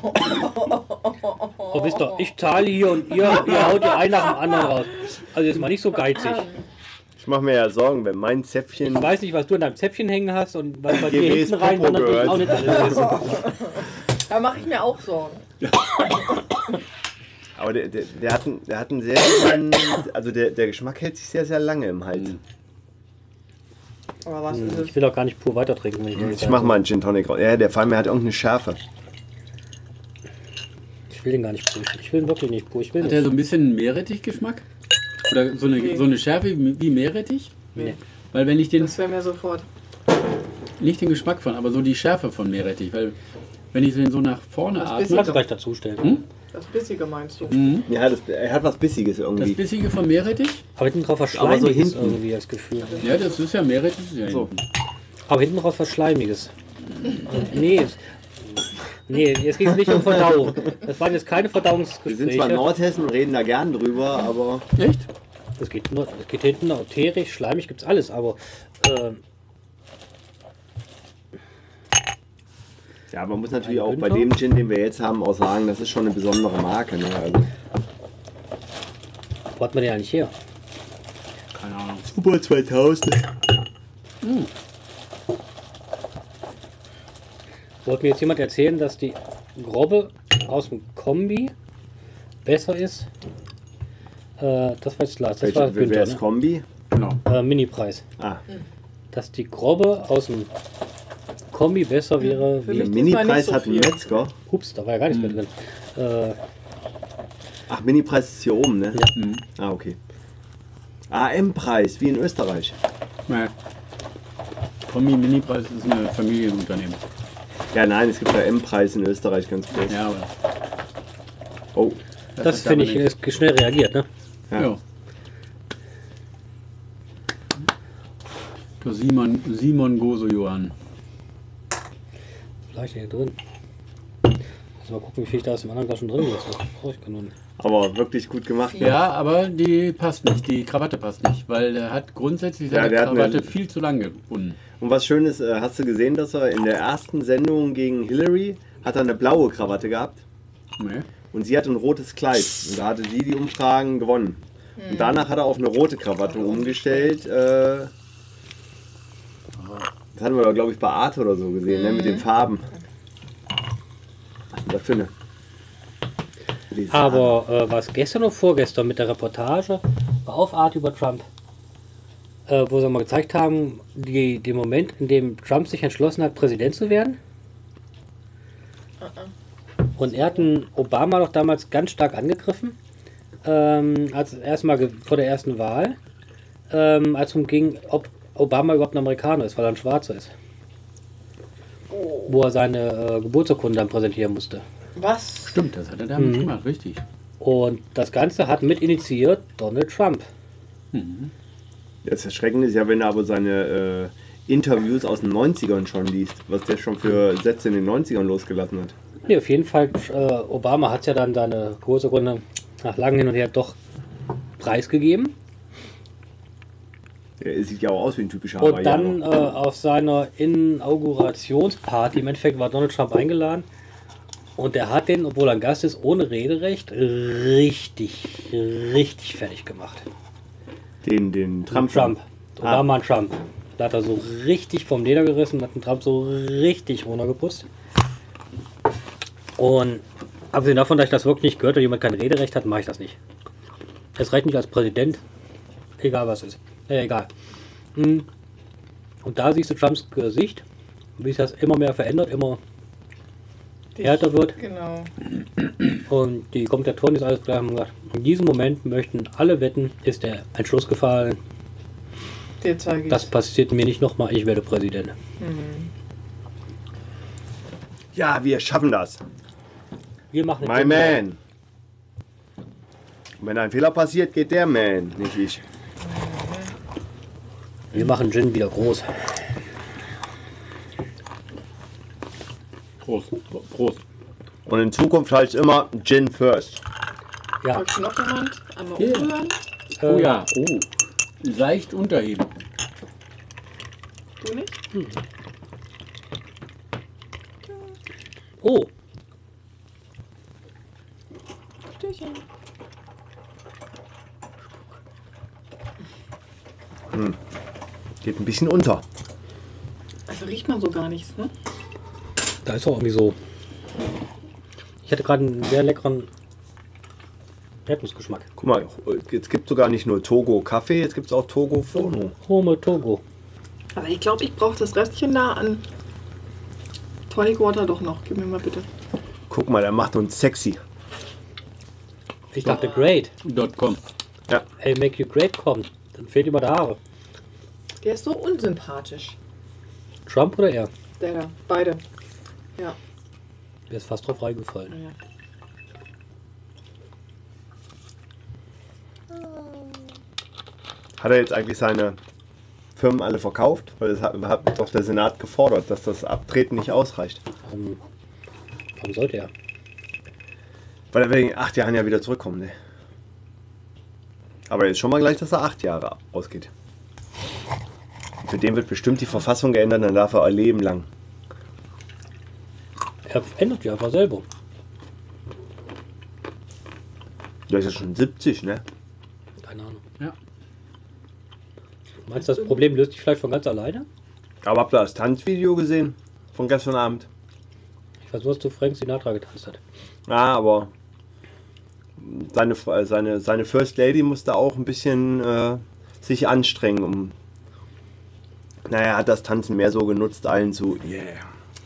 B: Oh, wisst ihr, ich zahle hier und ihr haut die einen nach dem anderen raus. Also jetzt mal nicht so geizig.
A: Ich mache mir ja Sorgen, wenn mein Zäpfchen.
B: Ich weiß nicht, was du in deinem Zäpfchen hängen hast und was bei dir
A: Hier
B: hinten
A: ist
B: rein
A: Popo
B: wandert, will ich auch
A: gehört.
B: nicht alles wissen.
C: Da mache ich mir auch Sorgen.
A: Aber der hat einen sehr kleinen. Also der Geschmack hält sich sehr, sehr lange im Hals.
C: Aber was ist es?
B: Ich will auch gar nicht pur weiter trinken, wenn ich ehrlich
A: Ich
B: sein
A: mach
B: soll.
A: mal einen Gin Tonic raus. Ja, der Fall mir hat irgendeine Schärfe.
B: Ich will den gar nicht pur. Ich will ihn wirklich nicht pur. Ich will
D: Hat er
B: nicht.
D: so ein bisschen Meerrettich-Geschmack? Oder so eine Schärfe wie Meerrettich?
B: Nee.
D: Weil wenn ich den,
C: Das wäre mir sofort.
D: nicht den Geschmack von, aber so die Schärfe von Meerrettich, weil wenn ich den so nach vorne
C: Das
D: atme,
B: Du kannst gleich dazu stellen.
C: Das Bissige meinst du?
A: Ja, er hat was Bissiges
D: das
A: irgendwie.
D: Bissige von Meerrettich,
B: Aber hinten drauf was
A: Aber so
B: Schleimiges
A: hinten.
B: irgendwie, das Gefühl.
D: ja, das ist ja Meerrettich. ist Ja
A: So.
D: hinten.
B: Aber hinten drauf was Schleimiges. Nee. Nee, jetzt ging es nicht um Verdauung. Das waren jetzt keine
A: Wir sind zwar
B: Verdauungsgespräche.
A: Nordhessen und reden da gern drüber, aber
D: Echt?
B: Das geht hinten auch teerig, schleimig, gibt's alles, aber
A: ja, man muss natürlich
B: Ein
A: auch bei
B: Günther?
A: dem Gin, den wir jetzt haben, auch sagen, das ist schon eine besondere Marke. Ne? Also,
B: wo hat man den eigentlich her?
D: Keine Ahnung.
A: Super 2000.
B: Wollte mir jetzt jemand erzählen, dass die Grobbe aus dem Kombi besser ist? Das war jetzt Lars, das war
A: Wer
B: Günther,
A: ist
B: ne?
A: Kombi?
D: Genau.
B: Mini-Preis.
A: Ah,
B: Dass die Grobbe aus dem Kombi besser wäre
C: Für
B: wie...
A: der
C: mich diesmal
A: Mini-Preis
C: nicht so
A: hat einen
C: viel.
A: Metzger.
B: Ups, da war ja gar nichts mehr drin.
A: Ach, Mini-Preis ist hier oben, ne?
B: Ja.
D: Mhm.
A: Ah, okay. AM-Preis, wie in Österreich.
D: Ja. Kombi Mini-Preis ist eine Familienunternehmen.
A: Ja, nein, es gibt ja M-Preis in Österreich ganz groß.
D: Ja, aber
A: Oh,
B: Das
D: hat
B: finde
D: aber
B: ich,
D: nichts.
B: ist schnell reagiert, ne?
A: ja.
D: Ja. Der Simon Goso-Johann.
B: Vielleicht hier drin. Muss mal gucken, wie viel ich da aus dem anderen Glas schon drin ist. Das brauche ich gar nicht.
A: Aber wirklich gut gemacht. Ne?
D: Ja, aber die passt nicht, die Krawatte passt nicht, weil der hat grundsätzlich
A: Ja,
D: seine
A: der hat
D: Krawatte
A: eine-
D: viel zu lang gebunden.
A: Und was schön ist, hast du gesehen, dass er in der ersten Sendung gegen Hillary hat er eine blaue Krawatte gehabt
D: Nee.
A: und sie hatte ein rotes Kleid. Und da hatte sie die Umfragen gewonnen. Und danach hat er auf eine rote Krawatte umgestellt. Das hatten wir, glaube ich, bei Arte oder so gesehen, ne? Mit den Farben. Was ist denn das für eine? Die Farben.
B: Aber was gestern oder vorgestern mit der Reportage war auf Art über Trump, wo sie mal gezeigt haben, den Moment, in dem Trump sich entschlossen hat, Präsident zu werden. Und er hat den Obama doch damals ganz stark angegriffen, als erstmal vor der ersten Wahl, als es darum ging, ob Obama überhaupt ein Amerikaner ist, weil er ein Schwarzer ist. Wo er seine Geburtsurkunde dann präsentieren musste.
C: Was?
D: Stimmt, das hat er damals gemacht, richtig.
B: Und das Ganze hat mit initiiert Donald Trump.
A: Das Erschreckende ist ja, wenn er aber seine Interviews aus den 90ern schon liest, was der schon für Sätze in den 90ern losgelassen hat.
B: Nee, auf jeden Fall, Obama hat ja dann seine Geburtsurkunde nach langem Hin und her doch preisgegeben.
A: Der sieht ja auch aus wie ein typischer
B: Und dann
A: Hawaiianer.
B: auf seiner Inaugurationsparty, im Endeffekt war Donald Trump eingeladen. Und er hat den, obwohl er ein Gast ist, ohne Rederecht, richtig fertig gemacht.
A: Den Trump.
B: Trump.
A: Ah.
B: Obama und Trump. Da hat er so richtig vom Leder gerissen und hat den Trump so richtig runtergeputzt. Und abgesehen davon, dass ich das wirklich nicht gehört und jemand kein Rederecht hat, mache ich das nicht. Es reicht nicht als Präsident, egal was ist. Egal. Und da siehst du Trumps Gesicht, wie sich das immer mehr verändert, immer härter wird.
C: Genau.
B: Und die Kommentatoren, die es alles gleich haben gesagt, in diesem Moment möchten alle wetten, ist der Entschluss gefallen,
C: Dir zeige ich.
B: das passiert mir nicht nochmal, ich werde Präsident.
A: Ja, wir schaffen das.
B: Wir machen
A: My man. Und wenn ein Fehler passiert, geht der Man, nicht ich.
B: Wir machen Gin wieder groß.
D: Prost. Prost.
A: Und in Zukunft heißt es immer Gin first.
B: Ja,
C: Möchte noch jemand einmal
D: Ja.
C: umrühren?
D: Oh ja, oh. Leicht unterheben.
C: Du nicht?
B: oh,
C: Störchen.
A: Geht ein bisschen unter.
C: Also riecht man so gar nichts, ne?
B: da ist auch irgendwie so. Ich hatte gerade einen sehr leckeren Erdnussgeschmack.
A: Guck mal, jetzt gibt es sogar nicht nur Togo Kaffee, jetzt gibt es auch Togo Fono.
B: Home Togo.
C: Aber ich glaube, ich brauche das Restchen da an Tonic Water doch noch. Gib mir mal bitte.
A: Guck mal, der macht uns sexy.
B: Ich dachte, great.
D: .com.
A: Ja,
B: Hey, make you great kommt. Dann fehlt immer der Haare.
C: Der ist so unsympathisch.
B: Trump oder er?
C: Der da. Beide. Ja.
B: Der ist fast drauf reingefallen.
C: ja.
A: hat er jetzt eigentlich seine Firmen alle verkauft? Weil es hat doch der Senat gefordert, dass das Abtreten nicht ausreicht.
B: Warum sollte er?
A: Weil er wegen 8 Jahren ja wieder zurückkommt, ne? Aber jetzt schon mal gleich, dass er 8 Jahre ausgeht. Und für den wird bestimmt die Verfassung geändert, dann darf er ein Leben lang.
B: Er ändert die einfach selber.
A: Der ist ja schon 70, ne?
B: Keine Ahnung.
D: Ja.
B: Meinst du, das Problem löst sich vielleicht von ganz alleine?
A: Aber habt ihr das Tanzvideo gesehen von gestern Abend?
B: Ich weiß, was du Frank Sinatra getanzt hat.
A: Ja, aber seine First Lady musste auch ein bisschen sich anstrengen, um. Naja, er hat das Tanzen mehr so genutzt, allen zu. Yeah.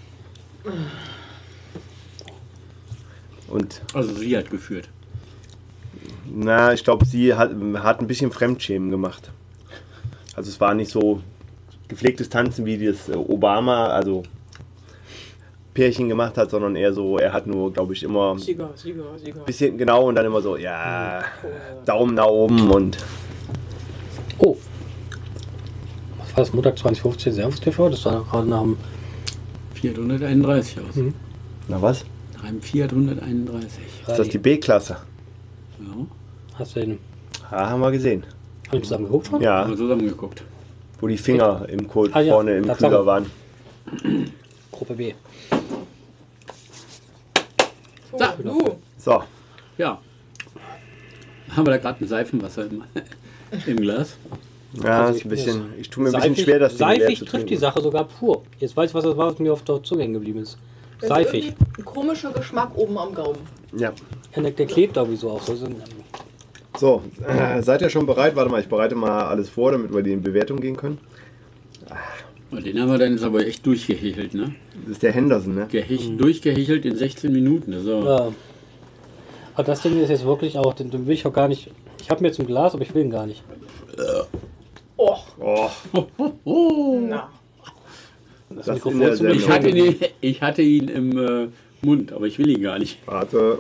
A: Und.
D: Also sie hat geführt.
A: Na, ich glaube, sie hat ein bisschen Fremdschämen gemacht. Also es war nicht so gepflegtes Tanzen, wie das Obama, also Pärchen gemacht hat, sondern eher so, er hat nur, glaube ich, immer
C: Sieger.
A: bisschen genau und dann immer so, ja, Daumen nach oben und
B: Oh. Was war das? Montag 2015 Servus TV? Das war doch gerade nach dem.
D: Fiat 131 aus.
A: na was?
D: Nach einem Fiat 131.
A: Ist das die B-Klasse?
D: Ja.
B: Hast du den.
A: Ja, haben wir gesehen.
B: Haben wir zusammen geguckt schon?
A: Ja,
D: Haben wir zusammengeguckt.
A: wo die Finger im Code
B: Ah, ja,
A: vorne im
B: Tatsache.
A: Kühler waren.
B: Gruppe B.
C: So, du.
A: So,
D: Ja. Haben wir da gerade ein Seifenwasser im Glas?
A: ja,
B: Also
A: ist
B: ich
A: ein
B: bin
A: bisschen, ich tue mir ein bisschen schwer, das Ding leer
B: seifig
A: zu
B: trifft die
A: trinken.
B: Sache sogar pur. Jetzt weiß ich, was das war, was mir auf der Zunge hängen geblieben ist.
C: Das ist
B: Seifig.
C: irgendwie ein komischer Geschmack oben am Gaumen.
A: Ja.
B: Der klebt irgendwie so auch.
A: So, seid ihr schon bereit? Warte mal, ich bereite mal alles vor, damit wir die in Bewertung gehen können.
D: Und den haben wir dann jetzt aber echt durchgehechelt, ne?
A: Das ist der Henderson, ne?
D: Durchgehechelt in 16 Minuten. Also,
B: Ja. Aber das Ding ist jetzt wirklich auch, den will ich auch gar nicht. Ich habe mir jetzt ein Glas, aber ich will ihn gar nicht.
C: Och,
A: Oh,
C: na.
B: Das,
A: Das
B: Mikrofon
A: in der
B: zu mir
A: Sendung.
D: ich hatte ihn im Mund, aber ich will ihn gar nicht.
A: warte.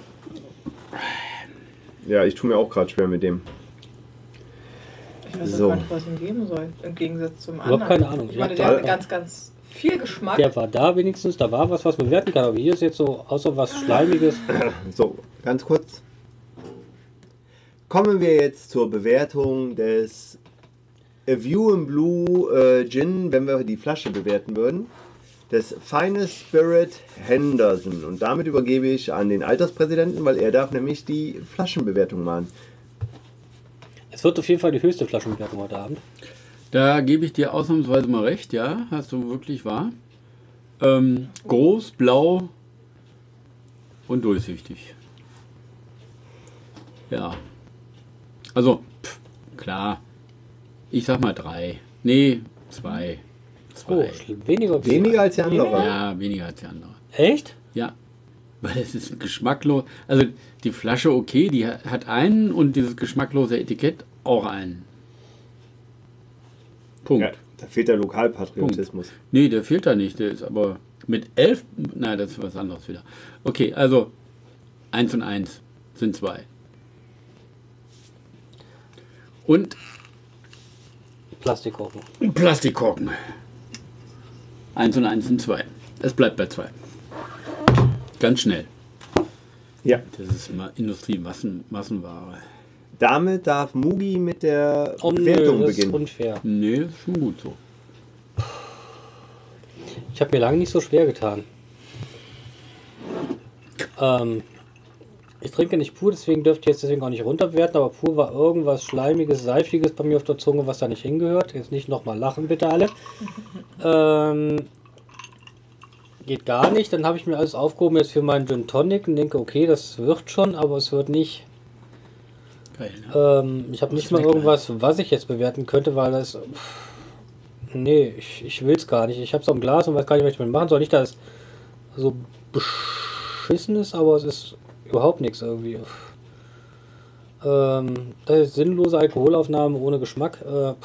A: Ja, ich tue mir auch gerade schwer mit dem.
C: Ich weiß
A: So.
C: gar nicht, was ich ihm geben soll. Im Gegensatz zum
B: Überhaupt
C: anderen.
B: keine Ahnung.
C: Ich meine,
B: Ich
C: der
B: hab-
C: hat ganz, ganz viel Geschmack.
B: Der war da wenigstens, da war was man bewerten kann. Aber hier ist jetzt so, außer was Schleimiges.
A: So, ganz kurz. Kommen wir jetzt zur Bewertung des A View in Blue Gin, wenn wir die Flasche bewerten würden. Des Finest Spirit Henderson. Und damit übergebe ich an den Alterspräsidenten, weil er darf nämlich die Flaschenbewertung machen.
B: Es wird auf jeden Fall die höchste Flaschenbewertung heute Abend.
D: Da gebe ich dir ausnahmsweise mal recht, ja, hast du wirklich wahr. Groß, blau und durchsichtig. Ja. Also, klar. Ich sag mal 3. Nee, 2.
B: Oh, weniger.
A: Weniger als die andere.
D: Ja, weniger als die andere.
B: Echt?
D: Ja. Weil es ist geschmacklos. Also die Flasche okay, die hat einen und dieses geschmacklose Etikett auch einen. Punkt.
A: Ja, da fehlt der Lokalpatriotismus.
D: Nee, der fehlt da nicht. Der ist aber mit 11. Nein, das ist was anderes wieder. Okay, also 1 und 1 sind 2. Und
B: Plastikkorken.
D: Plastikkorken. 1 und 1 sind 2. Es bleibt bei 2. Ganz schnell.
A: Ja.
D: Das ist Industrie-Massenware.
A: Damit darf Mugi mit der
B: Oh, nö,
A: Bewertung
B: das ist
A: beginnen.
B: unfair.
D: Nee, das ist schon gut so.
B: Ich habe mir lange nicht so schwer getan. Ich trinke nicht pur, deswegen dürfte ich jetzt deswegen auch nicht runterbewerten, aber pur war irgendwas Schleimiges, Seifiges bei mir auf der Zunge, was da nicht hingehört. Jetzt nicht nochmal lachen, bitte alle. Geht gar nicht. Dann habe ich mir alles aufgehoben jetzt für meinen Gin Tonic und denke, okay, das wird schon, aber es wird nicht.
D: Geil, ne?
B: Ich habe nicht mal irgendwas, was ich jetzt bewerten könnte, weil das. Nee, ich will es gar nicht. Ich habe es am Glas und weiß gar nicht, was ich damit machen soll. Nicht, dass es so beschissen ist, aber es ist überhaupt nichts irgendwie. Das ist sinnlose Alkoholaufnahme ohne Geschmack.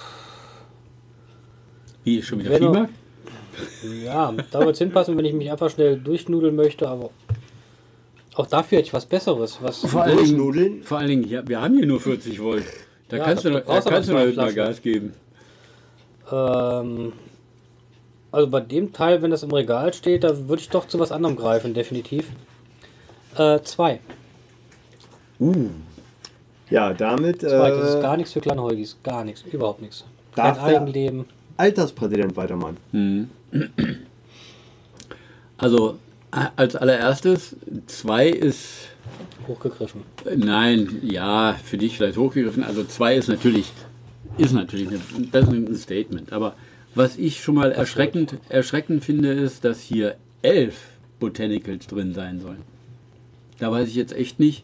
D: Wie, schon wieder
B: Wenn er-
D: Fieber?
B: Ja, da wird es hinpassen, wenn ich mich einfach schnell durchnudeln möchte, aber auch dafür hätte ich was Besseres. Was
D: Vor allen
A: Durchnudeln?
D: Dingen, vor allen Dingen ja, wir haben hier nur 40 Volt. Da
B: Ja,
D: kannst du
B: du
D: noch, da
B: brauchst aber
D: kannst du
B: zwei
D: noch mal
B: Flaschen.
D: Gas geben.
B: Also bei dem Teil, wenn das im Regal steht, da würde ich doch zu was anderem greifen, definitiv. 2.
A: Ja, damit
B: Das ist gar nichts für Kleinhäugis. Gar nichts. Überhaupt nichts. Kein
A: Darf der-
B: Eigenleben.
A: Alterspräsident weitermachen.
D: Also als allererstes, 2 ist,
B: Hochgegriffen.
D: nein, ja, für dich vielleicht hochgegriffen. Also 2 ist natürlich das ist ein Statement. Aber was ich schon mal erschreckend finde, ist, dass hier 11 Botanicals drin sein sollen. Da weiß ich jetzt echt nicht.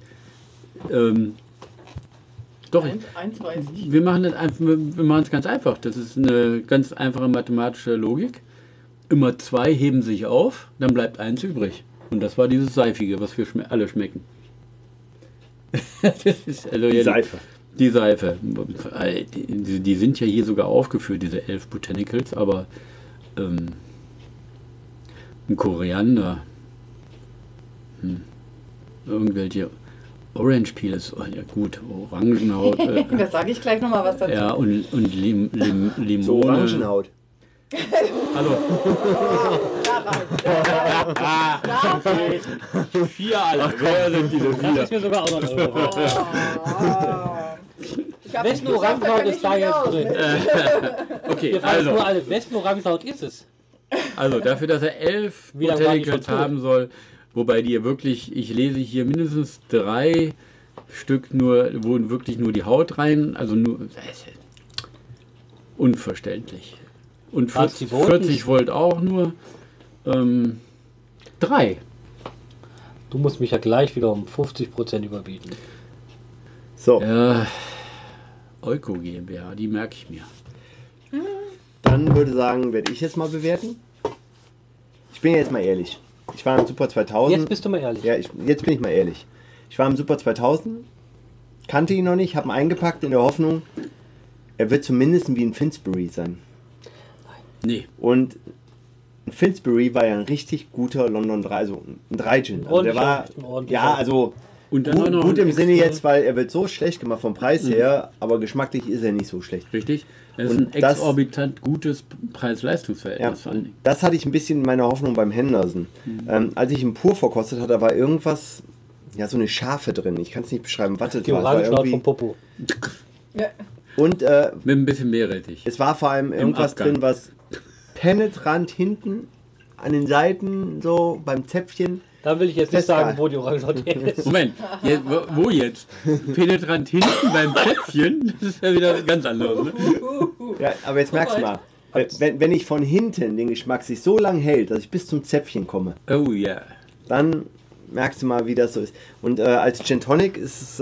D: Doch,
C: Eins weiß ich.
D: wir machen es ganz einfach. Das ist eine ganz einfache mathematische Logik. Immer 2 heben sich auf, dann bleibt 1 übrig. Und das war dieses Seifige, was wir alle schmecken. Das ist, also
A: Die
D: ja,
A: Seife.
D: Die Seife. Die sind ja hier sogar aufgeführt, diese 11 Botanicals, aber ein Koriander, irgendwelche Orange Peel ist ja gut, Orangenhaut.
C: Da sage ich gleich nochmal was dazu.
D: Ja, und Limone.
A: So Orangenhaut.
D: Also,
C: Da rein.
D: 4 alle. Wer sind diese
B: Das
D: 4?
B: ist mir sogar auch noch ein Euro.
C: Ich hab
B: Wessen
C: nicht gesagt, da
B: Orangenhaut
C: kenn ich
B: ist da
C: mich
B: jetzt
C: aus.
B: drin?
D: Okay,
B: Wir fragen
D: also.
B: nur alle, wessen Orangenhaut ist es?
D: Also dafür, dass er 11
B: Wie lange waren die
D: Botanicals
B: schon tot?
D: haben soll, wobei die wirklich, ich lese hier mindestens 3 Stück nur, wo wirklich nur die Haut rein, also nur, unverständlich. Und
B: Was, die
D: 40,
B: Boten?
D: 40 Volt auch nur. 3.
B: Du musst mich ja gleich wieder um 50% überbieten.
A: So,
D: Ja, Euko GmbH, die merke ich mir.
A: dann würde ich sagen, werde ich jetzt mal bewerten. Ich bin jetzt mal ehrlich. Ich war im Super 2000.
B: Jetzt bist du mal ehrlich.
A: Ja, jetzt bin ich mal ehrlich. Ich war im Super 2000, kannte ihn noch nicht, habe ihn eingepackt in der Hoffnung, er wird zumindest wie ein Finsbury sein.
D: Nee,
A: Und ein Finsbury war ja ein richtig guter London 3, also ein 3 Gin. Also der war,
B: Ordentlicher, ordentlicher.
A: ja, also
D: und dann auch noch
A: gut im
D: ein
A: Sinne
D: extra-
A: jetzt, weil er wird so schlecht gemacht vom Preis her, aber geschmacklich ist er nicht so schlecht.
D: Richtig. Das ist
A: Und
D: ein
A: das-
D: exorbitant gutes
A: Ja,
D: Preis-Leistungs-Verhältnis vor allen
A: und
D: Dingen.
A: das hatte ich ein bisschen in meiner Hoffnung beim Henderson. Als ich ihn pur verkostet hatte, da war irgendwas, ja, so eine Schafe drin. Ich kann es nicht beschreiben, was das
B: Die
A: war. Es war
B: Orangenhaut
A: irgendwie-
B: vom Popo.
C: Ja.
A: Und
D: Mit ein bisschen Meerrettich.
A: es war vor allem irgendwas
D: Abgang.
A: drin, was penetrant hinten an den Seiten, so beim Zäpfchen.
B: Da will ich jetzt nicht
A: Festgehalten.
B: sagen, wo die Orangenhaut ist.
D: Moment, wo jetzt? Penetrant hinten beim Zäpfchen? Das ist ja wieder ganz anderes. Ne?
A: Ja, aber jetzt merkst du mal, wenn ich von hinten den Geschmack sich so lang hält, dass ich bis zum Zäpfchen komme,
D: Oh ja.
A: dann merkst du mal, wie das so ist. Und als Gin Tonic ist es,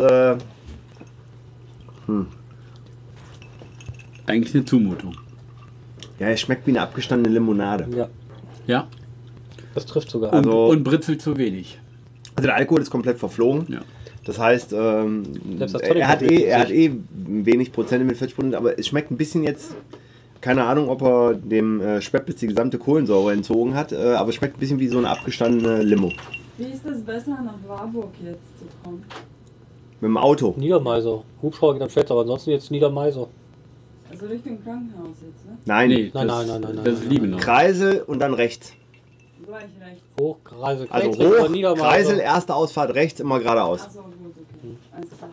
D: Eigentlich eine Zumutung.
A: ja, es schmeckt wie eine abgestandene Limonade.
B: Ja,
D: Ja.
B: das trifft sogar.
A: Also-
D: Und britzelt zu wenig.
A: Also der Alkohol ist komplett verflogen.
D: Ja.
A: Das heißt,
B: Selbst das Tonic
A: er hat
B: verwirklicht sich.
A: wenig Prozente mit 40%, aber es schmeckt ein bisschen jetzt, keine Ahnung, ob er dem Späppitz die gesamte Kohlensäure entzogen hat, aber es schmeckt ein bisschen wie so eine abgestandene Limo.
E: Wie ist es besser, nach Warburg jetzt zu kommen?
A: Mit dem Auto.
B: Niedermeiser. Hubschrauber geht am schnellsten, aber ansonsten jetzt Niedermeiser.
E: Also Richtung Krankenhaus jetzt, ne?
A: Nein,
D: Nee,
B: Nein,
D: das,
B: nein, nein, nein,
D: das ist
B: nein,
D: Liebenau.
A: Kreisel und dann rechts.
E: Gleich rechts.
B: Hoch, Kreisel,
A: Also
B: Kreisel oder
A: hoch,
B: Niedermeiser.
A: Kreisel, erste Ausfahrt rechts, immer geradeaus.
E: Achso, gut, okay. Alles klar.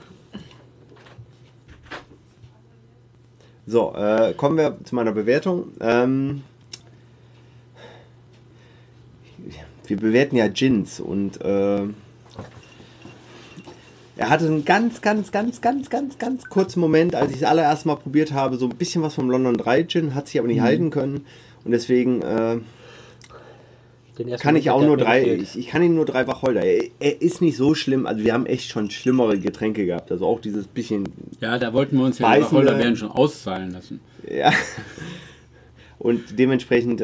A: So, kommen wir zu meiner Bewertung. Wir bewerten ja Gins und er hatte einen ganz kurzen Moment, als ich das allererste Mal probiert habe, so ein bisschen was vom London 3 Gin, hat sich aber nicht halten können und deswegen
B: Den ersten
A: kann ich auch
B: Moment,
A: nur
B: der hat mir
A: 3,
B: gefehlt.
A: ich kann ihm nur 3 Wacholder. Er ist nicht so schlimm, also wir haben echt schon schlimmere Getränke gehabt, also auch dieses bisschen,
D: Ja, da wollten wir uns ja die
A: Beißende-
D: Wacholderbeeren schon auszahlen lassen.
A: ja, und dementsprechend,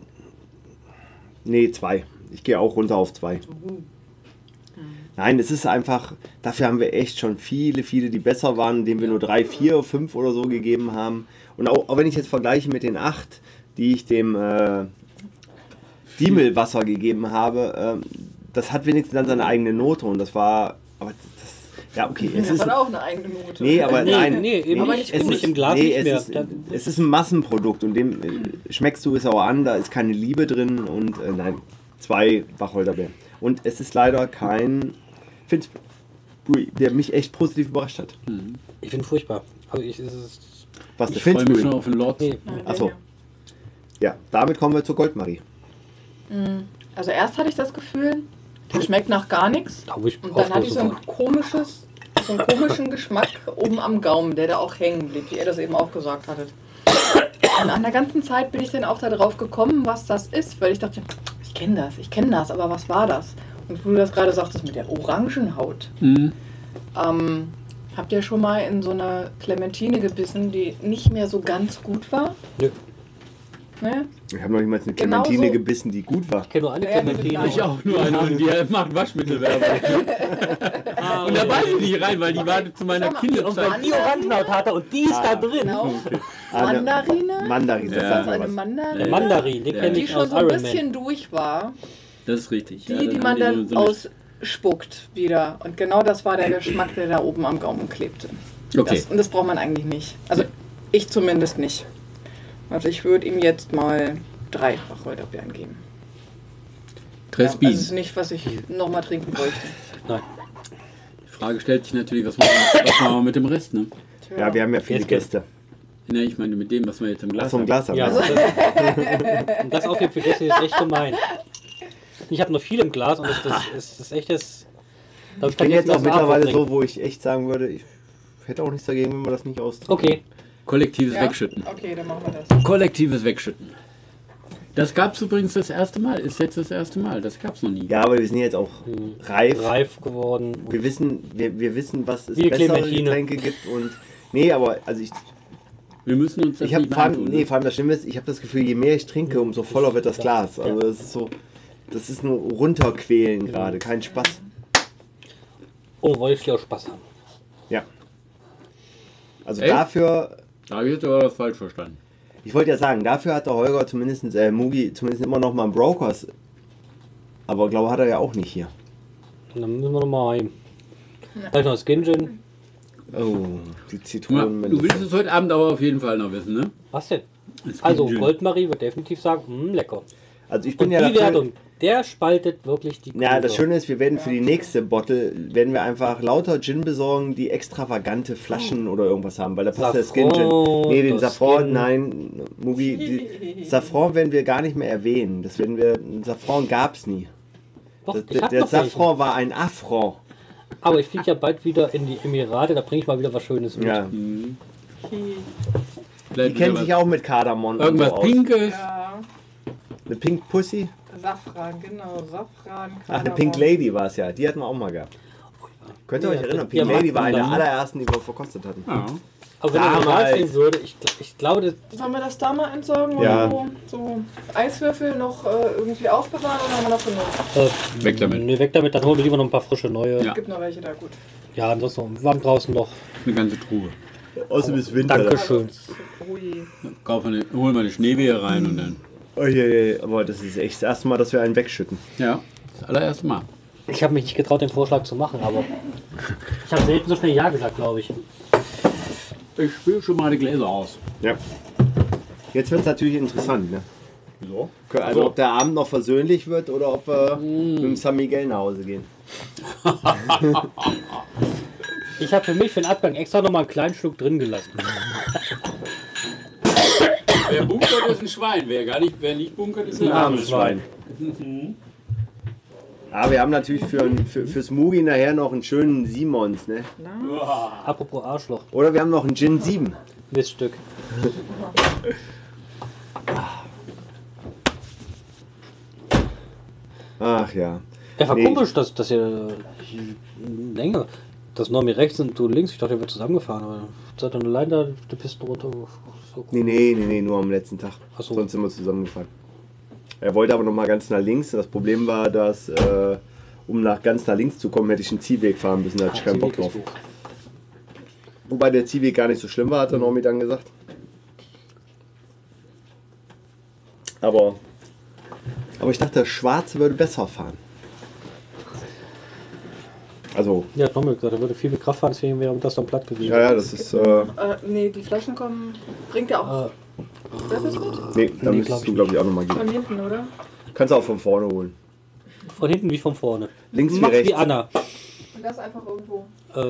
A: nee, 2. Ich gehe auch runter auf 2. Nein, es ist einfach, dafür haben wir echt schon viele, die besser waren, denen wir nur 3, 4, 5 oder so gegeben haben. Und auch wenn ich jetzt vergleiche mit den 8, die ich dem Diemelwasser gegeben habe, das hat wenigstens dann seine eigene Note und das war, aber das, ja okay, es
C: Das
A: ist,
C: hat auch eine eigene Note.
A: nee, aber
B: Nee,
A: nein,
B: nee, eben
C: Aber
B: nicht,
C: nicht
B: eben nicht im Glas nicht mehr.
A: es ist ein Massenprodukt und dem schmeckst du es auch an, da ist keine Liebe drin und nein, 2 Wacholderbeeren. Und es ist leider kein Finsbury, der mich echt positiv überrascht hat.
B: Ich finde furchtbar. Also es ist
A: Was, der
D: Ich freue mich
A: Finsbury?
D: schon auf den Lord.
B: nee,
C: Nein,
A: Ach so.
C: der
A: Ja, damit kommen wir zur Goldmarie.
C: hier. Also erst hatte ich das Gefühl, der schmeckt nach gar nichts.
B: glaube ich,
C: Und dann hatte ich so
B: sofort.
C: einen komischen Geschmack oben am Gaumen, der da auch hängen blieb, wie ihr das eben auch gesagt hattet. Und an der ganzen Zeit bin ich dann auch da drauf gekommen, was das ist, weil ich dachte, ich kenne das, aber was war das? Und wo du das gerade sagtest mit der Orangenhaut.
D: Mhm.
C: Habt ihr schon mal in so eine Clementine gebissen, die nicht mehr so ganz gut war?
B: Nö.
C: Ne?
A: Ich habe noch niemals eine
C: Genau
A: Clementine
C: so.
A: gebissen, die gut war.
B: Ich kenne nur eine
C: Ja,
B: Clementine.
C: ich
D: auch nur eine und die macht Waschmittelwerbung. Und da beiße ich nicht rein, weil die war zu meiner
C: Sag mal,
D: Kinderzeit.
B: Die Orangenhaut hat er und die ist da drin.
C: Genau.
A: Eine
C: Mandarine?
A: Mandarin, das
D: Ja.
A: sagt
C: Also
A: mir
C: eine
A: was.
C: Mandarine,
B: Mandarin, den
D: Ja.
B: kenne
C: die
B: ich
C: schon
B: aus
C: so ein
B: Iron Man.
C: bisschen durch war,
D: Das ist richtig.
C: die,
D: Ja,
C: die
D: haben
C: man dann
D: so eine-
C: ausspuckt wieder. Und genau das war der Geschmack, der da oben am Gaumen klebte.
D: Okay.
C: Und das braucht man eigentlich nicht. Also ich zumindest nicht. Also ich würde ihm jetzt mal 3 Wacholderbeeren geben.
D: Tres
C: Also das ist
D: Bies.
C: nicht, was ich nochmal trinken bräuchte.
B: Nein.
D: Die Frage stellt sich natürlich, was machen wir mit dem Rest, ne?
C: Tja.
A: Ja, wir haben ja viele
B: Jetzt
A: Gäste.
D: Ja, ich meine mit dem, was wir jetzt im Glas
A: Achso, ein
D: haben.
A: Glas haben
B: Ja,
A: wir.
B: und das aufheben für Gäste ist echt gemein. Ich habe noch viel im Glas und das ist echt das.
A: Ich bin jetzt auch mittlerweile so, wo ich echt sagen würde, ich hätte auch nichts dagegen, wenn wir das nicht austrinken.
B: Okay.
D: Kollektives
C: Ja?
D: Wegschütten.
C: Okay, dann machen wir das.
D: Kollektives Wegschütten. Das gab es übrigens das erste Mal. Ist jetzt das erste Mal. Das gab es noch nie.
A: Ja, aber wir sind jetzt auch reif.
B: Reif geworden.
A: Wir wissen, was es
B: Wie die
A: bessere
B: Clementine.
A: Getränke gibt und nee, aber also
D: Wir müssen uns das
A: ich habe
D: nicht
A: vor
D: mehr
A: allem,
D: antun.
A: nee,
D: Ne?
A: vor allem das Schlimme ist, ich habe das Gefühl, je mehr ich trinke, umso voller wird das Glas. Also das ist so, das ist nur runterquälen gerade, kein Spaß.
B: Oh, wollte ich auch Spaß haben.
A: Ja. Also
D: Echt?
A: dafür,
D: Da habe ich jetzt aber was falsch verstanden.
A: ich wollte ja sagen, dafür hat der Holger zumindest, Mugi zumindest immer noch mal einen Brokers. Aber glaube hat er ja auch nicht hier.
B: Und dann müssen wir nochmal heim. Vielleicht noch Skin Gin.
A: Oh, die
D: Guck
A: Zitronen.
D: mal, du willst es heute Abend aber auf jeden Fall noch wissen, ne?
B: Was denn?
D: Es
B: Also
D: gibt Gin.
B: Goldmarie wird definitiv sagen, lecker.
A: Also ich bin
B: Und
A: ja
B: die
A: dafür,
B: Wertung, der spaltet wirklich die
A: ja, das
B: Kurve.
A: Schöne ist, wir werden für die nächste Bottle, werden wir einfach lauter Gin besorgen, die extravagante Flaschen oder irgendwas haben, weil da passt der Skin Gin. Nee, den
B: das
A: Safran,
B: Skin.
A: nein, Mugi, Safran werden wir gar nicht mehr erwähnen. Das werden wir, Safran gab es nie.
B: Doch,
A: Das,
B: ich hab
A: der
B: noch welche.
A: Safran war ein Affront.
B: Aber ich fliege ja bald wieder in die Emirate, da bringe ich mal wieder was Schönes mit.
A: Ja.
D: Vielleicht
A: Die
D: wieder
A: kennen
D: was-
A: sich auch mit Kardamom und
D: Irgendwas
A: so aus.
D: Pinkes.
C: Ja,
A: Eine Pink Pussy?
C: Safran, genau, Safran.
A: Ach, eine
C: Kardamom.
A: Pink Lady war es ja. Die hatten wir auch mal gehabt. Könnt ihr euch
B: Ja,
A: erinnern?
B: ja,
A: Pink Lady war eine der
B: dann-
A: allerersten, die wir verkostet hatten.
D: Ja.
B: Aber wenn
A: Damals.
B: ich Emirate stehen würde, ich glaube, das,
C: Sollen wir das da mal entsorgen
A: Ja.
C: oder so Eiswürfel noch irgendwie aufbewahren oder haben wir noch genug?
D: Weg damit.
B: Nee, weg damit, dann holen wir lieber noch ein paar frische neue.
D: Ja.
C: Es gibt noch welche da, gut.
B: Ja, ansonsten, wir haben draußen noch.
D: Eine ganze Truhe.
A: Außerdem ist Winter.
B: Dankeschön.
C: Ui.
D: Holen wir eine Schneewehe rein und dann.
A: Oh, je, aber das ist echt das erste Mal, dass wir einen wegschütten.
D: Ja, das allererste Mal.
B: Ich habe mich nicht getraut, den Vorschlag zu machen, aber ich habe selten so schnell Ja gesagt, glaube ich.
D: Ich spüre schon mal die Gläser aus.
A: Ja. Jetzt wird es natürlich interessant, ne?
D: Wieso?
A: Also ob der Abend noch versöhnlich wird oder ob wir mit dem San Miguel nach Hause gehen.
B: Ich habe für mich für den Abgang extra noch mal einen kleinen Schluck drin gelassen.
D: Wer bunkert, ist ein Schwein. Wer nicht bunkert, ist ein
A: Ein
D: armes
A: armes Schwein. Aber wir haben natürlich fürs Mugi nachher noch einen schönen Simons, ne?
B: Apropos Arschloch,
A: Oder wir haben noch einen Gin 7.
B: Miststück.
A: Ach ja.
B: Er war
A: Nee.
B: komisch, dass ihr länger. Das Normi rechts und du links. Ich dachte, ihr wird zusammengefahren, aber seid dann allein da die Pisten runter. So.
A: Nee, nur am letzten Tag.
B: Ach so.
A: Sonst sind wir zusammengefahren. Er wollte aber noch mal ganz nach links. Das Problem war, dass um ganz nach links zu kommen, hätte ich einen Ziehweg fahren müssen. Da hatte ich keinen Bock drauf. Wobei der Ziehweg gar nicht so schlimm war, hat der Normi dann gesagt. Aber ich dachte, der Schwarze würde besser fahren. Also,
B: Ja, hat Normi gesagt, er würde viel mit Kraft fahren, deswegen wäre das dann platt gewesen.
A: ja, das ist.
C: Nee, die Flaschen kommen. Bringt ja auch. Wer ist mit?
A: Nee, da
B: Nee,
A: müsstest
B: glaub
A: du,
B: ich
A: glaube ich, auch nochmal gehen.
C: Von hinten, oder?
A: Kannst du auch von vorne holen.
B: Von hinten wie von vorne.
A: Links wie
B: Mach
A: rechts.
B: wie Anna.
C: Und das einfach irgendwo.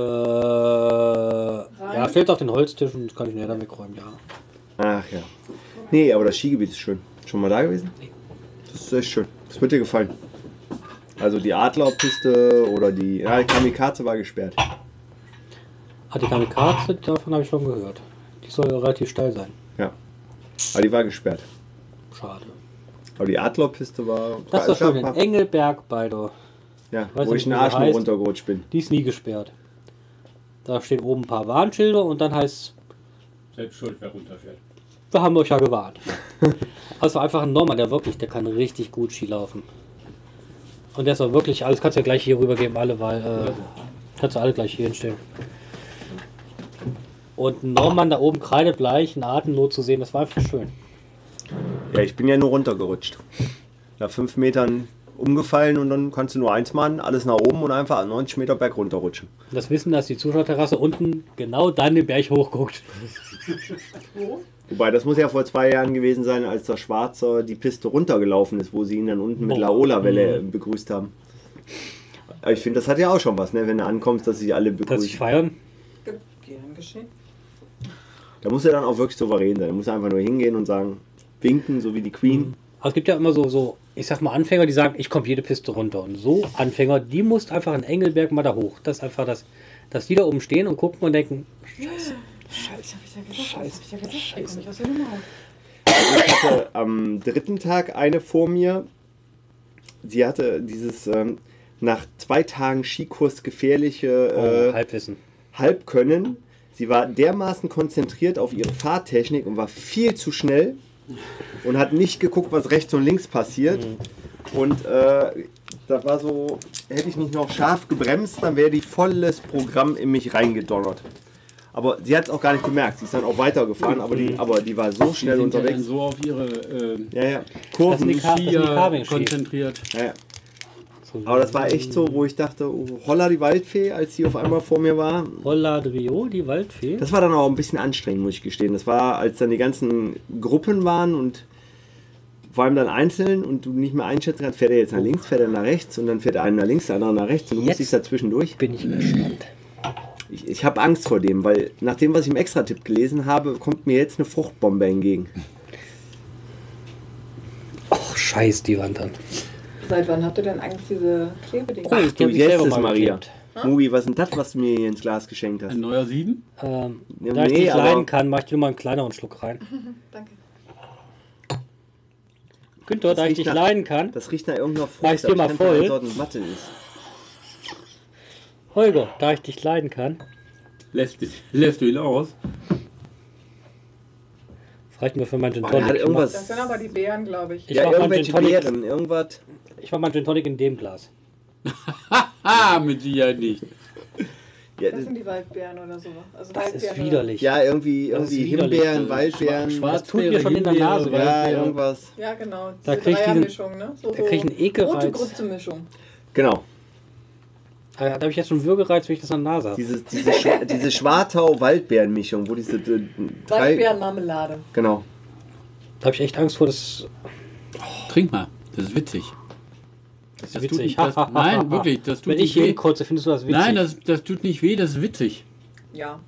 B: Ja, stellt auf den Holztisch und das kann ich näher dann wegräumen, ja.
A: Ach ja. Nee, aber das Skigebiet ist schön. Schon mal da gewesen?
B: Nee.
A: Das ist echt schön. Das wird dir gefallen. Also die Adlerpiste oder die. Ja, die Kamikaze war gesperrt.
B: Die Kamikaze, davon habe ich schon gehört. Die soll ja relativ steil sein.
A: Ja. Aber die war gesperrt.
B: Schade.
A: Aber die Adlerpiste war...
B: Das war schön in
A: war-
B: Engelberg bei der.
A: Ja,
B: Weiß
A: wo
B: nicht,
A: ich den
B: wie die
A: Arsch nur
B: heißt.
A: runtergerutscht bin.
B: Die ist nie gesperrt. Da stehen oben ein paar Warnschilder und dann heißt
D: Selbst schuld, wer runterfährt.
B: wir haben euch ja gewarnt. Also einfach ein Norman, der kann richtig gut Ski laufen. Und der ist auch wirklich, alles kannst du ja gleich hier rübergeben, alle, weil kannst du alle gleich hier hinstellen. Und ein Norman da oben kreidebleich, eine Atemnot zu sehen, das war einfach schön.
A: Ja, ich bin ja nur runtergerutscht. Nach 5 Metern umgefallen und dann kannst du nur eins machen, alles nach oben und einfach 90 Meter berg runterrutschen.
B: Das Wissen, dass die Zuschauerterrasse unten genau dann den Berg hochguckt.
A: Wobei, das muss ja vor 2 Jahren gewesen sein, als der Schwarzer die Piste runtergelaufen ist, wo sie ihn dann unten mit Laola-Welle begrüßt haben. Aber ich finde, das hat ja auch schon was, ne? Wenn du ankommst, dass sich alle
B: Dass sich
A: begrüßen.
B: feiern.
C: Gern geschehen.
A: Da muss er dann auch wirklich souverän sein. Da muss er einfach nur hingehen und sagen, winken, so wie die Queen.
B: Aber es gibt ja immer so, ich sag mal, Anfänger, die sagen, ich komme jede Piste runter. Und so Anfänger, die musst einfach in Engelberg mal da hoch. Das ist einfach das, dass die da oben stehen und gucken und denken,
C: Scheiße, hab ich ja gesagt. Scheiße, hab ich ja gesagt. Ich komm nicht aus der Nummer raus.
A: Ich hatte am 3. Tag eine vor mir, sie hatte dieses nach 2 Tagen Skikurs gefährliche
B: Halbwissen.
A: Halbkönnen. Sie war dermaßen konzentriert auf ihre Fahrtechnik und war viel zu schnell und hat nicht geguckt, was rechts und links passiert. Und das war so, hätte ich nicht noch scharf gebremst, dann wäre die volles Programm in mich reingedonnert. Aber sie hat es auch gar nicht gemerkt. Sie ist dann auch weitergefahren, aber die war so schnell
D: Die sind ja dann
A: unterwegs.
D: so auf ihre
A: Ja. Kurven.
B: Das sind die Carving-Ski.
D: konzentriert.
A: Ja. Aber das war echt so, wo ich dachte, oh, holla die Waldfee, als sie auf einmal vor mir war.
B: Holladrio, die Waldfee.
A: Das war dann auch ein bisschen anstrengend, muss ich gestehen. Das war, als dann die ganzen Gruppen waren und vor allem dann einzeln und du nicht mehr einschätzen kannst, fährt er jetzt nach links, fährt er nach rechts und dann fährt der eine nach links, der andere nach rechts und du musst
B: Jetzt
A: dich dazwischen durch.
B: Bin ich gespannt.
A: Ich habe Angst vor dem, weil nach dem, was ich im Extra-Tipp gelesen habe, kommt mir jetzt eine Fruchtbombe entgegen.
B: Och, scheiß die Wand an.
C: Seit wann habt ihr denn eigentlich diese Klebedinger?
B: Cool.
A: Du
B: hab ich selber
A: jetzt es,
B: mal
A: Maria.
B: geklebt.
A: Mugi, was ist denn das, was du mir hier ins Glas geschenkt hast?
D: Ein neuer 7?
A: Ja,
B: Da ich
A: nee,
B: nicht
A: aber-
B: leiden kann, mache ich dir mal einen kleineren Schluck rein.
C: Danke.
B: Günther, da ich
A: riecht
B: dich
A: nach-
B: leiden kann.
A: Das riecht nach irgendeiner Frucht,
B: Reiß dir
A: aber ich
B: mal
A: kann keine
B: voll.
A: Sorten Watte ist.
B: Holger, da ich dich leiden kann.
D: Lässt du ihn aus?
B: Das reicht mir für meinen Gin
A: Oh, der hat
B: Tonic.
A: irgendwas.
C: Das sind aber die Beeren, glaube ich.
B: Ich
A: Ja,
B: mach mal einen
A: irgendwelche
B: Gin Tonic.
A: Beeren, irgendwas.
B: Ich mach mal einen Gin Tonic in dem Glas.
D: Mit Sicherheit nicht.
A: Ja,
C: Das sind die Waldbeeren oder so. Also
B: Das ist
C: Waldbeeren
B: widerlich.
A: ja irgendwie
B: Das ist
A: Himbeeren,
B: widerlich.
A: Waldbeeren.
B: Das tut mir schon in der Nase,
A: Ja,
D: Waldbeere.
A: irgendwas.
C: Oder? Ja, genau.
B: Da
C: Diese
B: krieg ich diesen-
C: Dreiermischung, ne? So,
B: da krieg ich einen Ekelreiz.
C: Rote Grütze-Mischung.
A: Genau.
B: Da habe ich jetzt schon Würgereiz, wenn ich das an der Nase habe.
A: Diese Schwartau-Waldbeeren-Mischung, wo diese 3...
C: Waldbeeren-Marmelade.
A: Genau.
B: Da habe ich echt Angst vor, das
D: Trink mal, das ist witzig.
B: ist
D: Das
B: witzig.
D: tut nicht- das- nein, wirklich, das tut
B: Wenn
D: nicht
B: ich
D: weh.
B: hinkotze, findest du das witzig?
D: Nein, das tut nicht weh, das ist witzig.
C: Ja.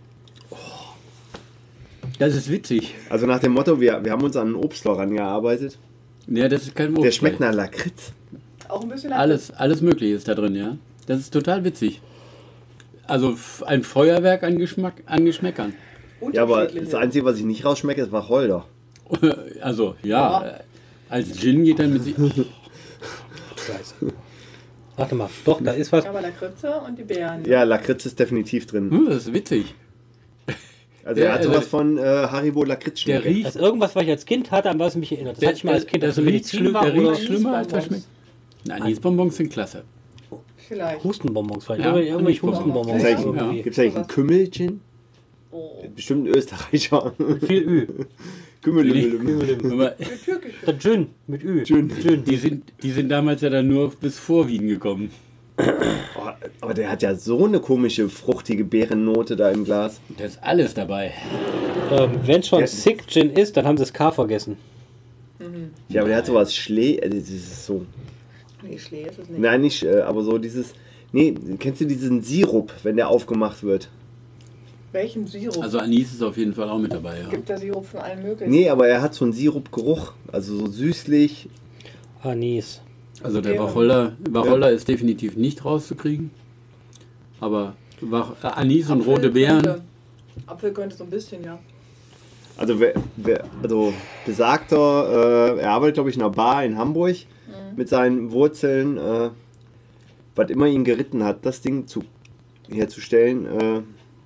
D: Das ist witzig.
A: Also nach dem Motto, wir haben uns an einen Obstler rangearbeitet.
D: Ja, das ist kein Obst.
A: Der schmeckt nach Lakritz.
C: Auch ein bisschen
D: Alles Mögliche ist da drin, ja. Das ist total witzig. Also ein Feuerwerk an Geschmäckern.
A: Ja, aber
C: unterschiedliche.
A: das Einzige, was ich nicht rausschmecke, ist Wacholder.
D: Also, ja, als Gin geht dann mit sich.
B: Scheiße. Warte mal, doch, da ist was.
C: Aber Lakritze und die Beeren.
A: Ja, Lakritz ist definitiv drin.
D: Das ist witzig.
A: Also
D: Ja,
A: er hat
D: also
A: sowas von Haribo Lakritz
D: Der
A: schmecke.
D: riecht,
B: Das ist irgendwas, was ich als Kind hatte, an was es mich erinnert. Das hatte ich mal als Kind.
D: das
B: als es
D: riecht,
B: Medizin war
D: der
B: oder
D: riecht schlimmer als er
C: Anisbonbons.
D: schmeckt. Anisbonbons sind klasse.
C: Vielleicht.
B: Hustenbonbons vielleicht.
D: Ja,
B: Irgendwelche
C: Hustenbonbons.
B: Hustenbonbons.
C: Ja.
B: irgendwie.
A: Gibt es eigentlich einen Kümmel-Gin?
C: Oh.
A: Bestimmt ein Österreicher.
B: Viel Ü.
A: Kümmel.
D: Aber
C: Türkisch.
B: Der Gin mit Ü.
D: die sind damals ja dann nur bis vor Wien gekommen.
A: Oh, aber der hat ja so eine komische, fruchtige Beerennote da im Glas.
D: Da ist alles dabei.
B: Wenn schon
A: Ja.
B: Sick Gin ist, dann haben sie das K vergessen.
A: Ja, aber der hat sowas das ist so.
C: Nee, Schlee ist es nicht.
A: Nein, nicht, aber so dieses. Nee, kennst du diesen Sirup, wenn der aufgemacht wird?
C: Welchen Sirup?
D: Also Anis ist auf jeden Fall auch mit dabei, ja.
C: Gibt da Sirup von allen möglichen?
A: Nee, aber er hat so einen Sirupgeruch. Also so süßlich.
B: Anis.
D: Also der
C: Beeren.
D: Wacholder ist definitiv nicht rauszukriegen. Aber Anis und rote Beeren.
C: Apfel könnte so ein bisschen, ja.
A: Also, also besagter, er arbeitet, glaube ich, in einer Bar in Hamburg mit seinen Wurzeln, was immer ihn geritten hat, das Ding herzustellen.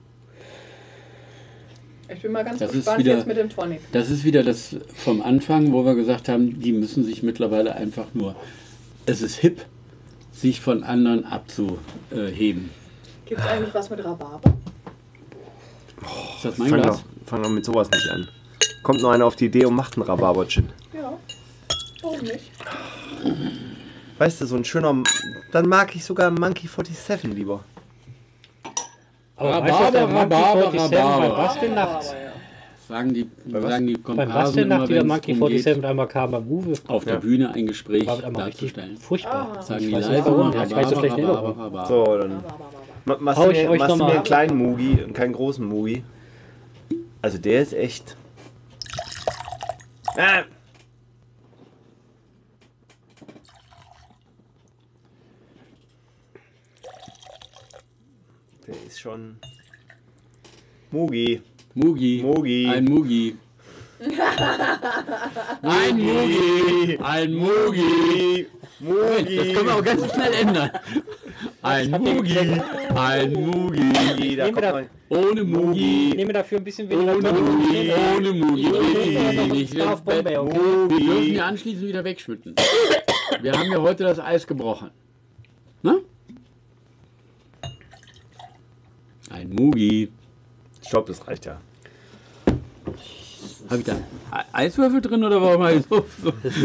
C: Ich bin mal ganz
D: Das ist
C: gespannt
D: wieder-
C: jetzt mit dem Tonic.
D: Das ist wieder das vom Anfang, wo wir gesagt haben, die müssen sich mittlerweile einfach nur, es ist hip, sich von anderen abzuheben.
C: Gibt es eigentlich was mit Rhabarber?
D: Ist das mein Glas?
A: Fang doch mit sowas nicht an. Kommt noch einer auf die Idee und macht einen Rhabarber-Gin.
C: Ja. Warum nicht?
A: Weißt du, so ein schöner. Dann mag ich sogar Monkey 47 lieber.
B: Aber
D: Rhabarber,
B: weißt du, der Monkey
D: Rhabarber,
B: 47
D: Rhabarber.
B: beim Basteln nachts?
C: Aber ja.
D: Sagen die
B: Beim
D: Komparsen
B: Basteln
D: immer,
B: nachts, wie der
D: wenn es
B: Monkey
D: darum
B: 47
D: geht,
B: mit einmal kam beim Uwe.
D: auf der
A: Ja.
D: Bühne ein Gespräch
B: War mit einmal richtig
D: darzustellen.
B: furchtbar.
D: Sagen
B: Ich
D: die
B: weiß
D: leise
B: nicht warum,
D: mal,
B: ja, ich weiß so schlecht in Erinnerung.
D: Rhabarber.
A: So, dann. Machst
B: Hau
A: du
B: ich
A: mir,
B: euch
A: machst du
B: noch
A: mir
B: mal
A: einen kleinen Mugi und keinen großen Mugi. Also der ist echt. Der ist schon. Mugi.
D: Mugi.
A: Mugi.
D: Ein Mugi. Ein Mugi. Ein Mugi.
A: Mugi.
D: Das können wir auch ganz schnell ändern. Ein Mugi. Ein Mugi.
A: Da
B: Nehmen wir
A: kommt
B: da-
A: mal-
D: Ohne
B: Ich
D: Mugi.
B: nehme dafür ein bisschen weniger
D: Ohne
B: Tonic.
D: Mugi. Ohne Mugi.
B: Ich auf Bombay, okay?
D: Wir dürfen ja anschließend wieder wegschmücken. Wir haben ja heute das Eis gebrochen. Ne? Ein Mugi.
A: Stopp, das reicht ja.
D: Habe ich da Eiswürfel drin oder warum habe ich so?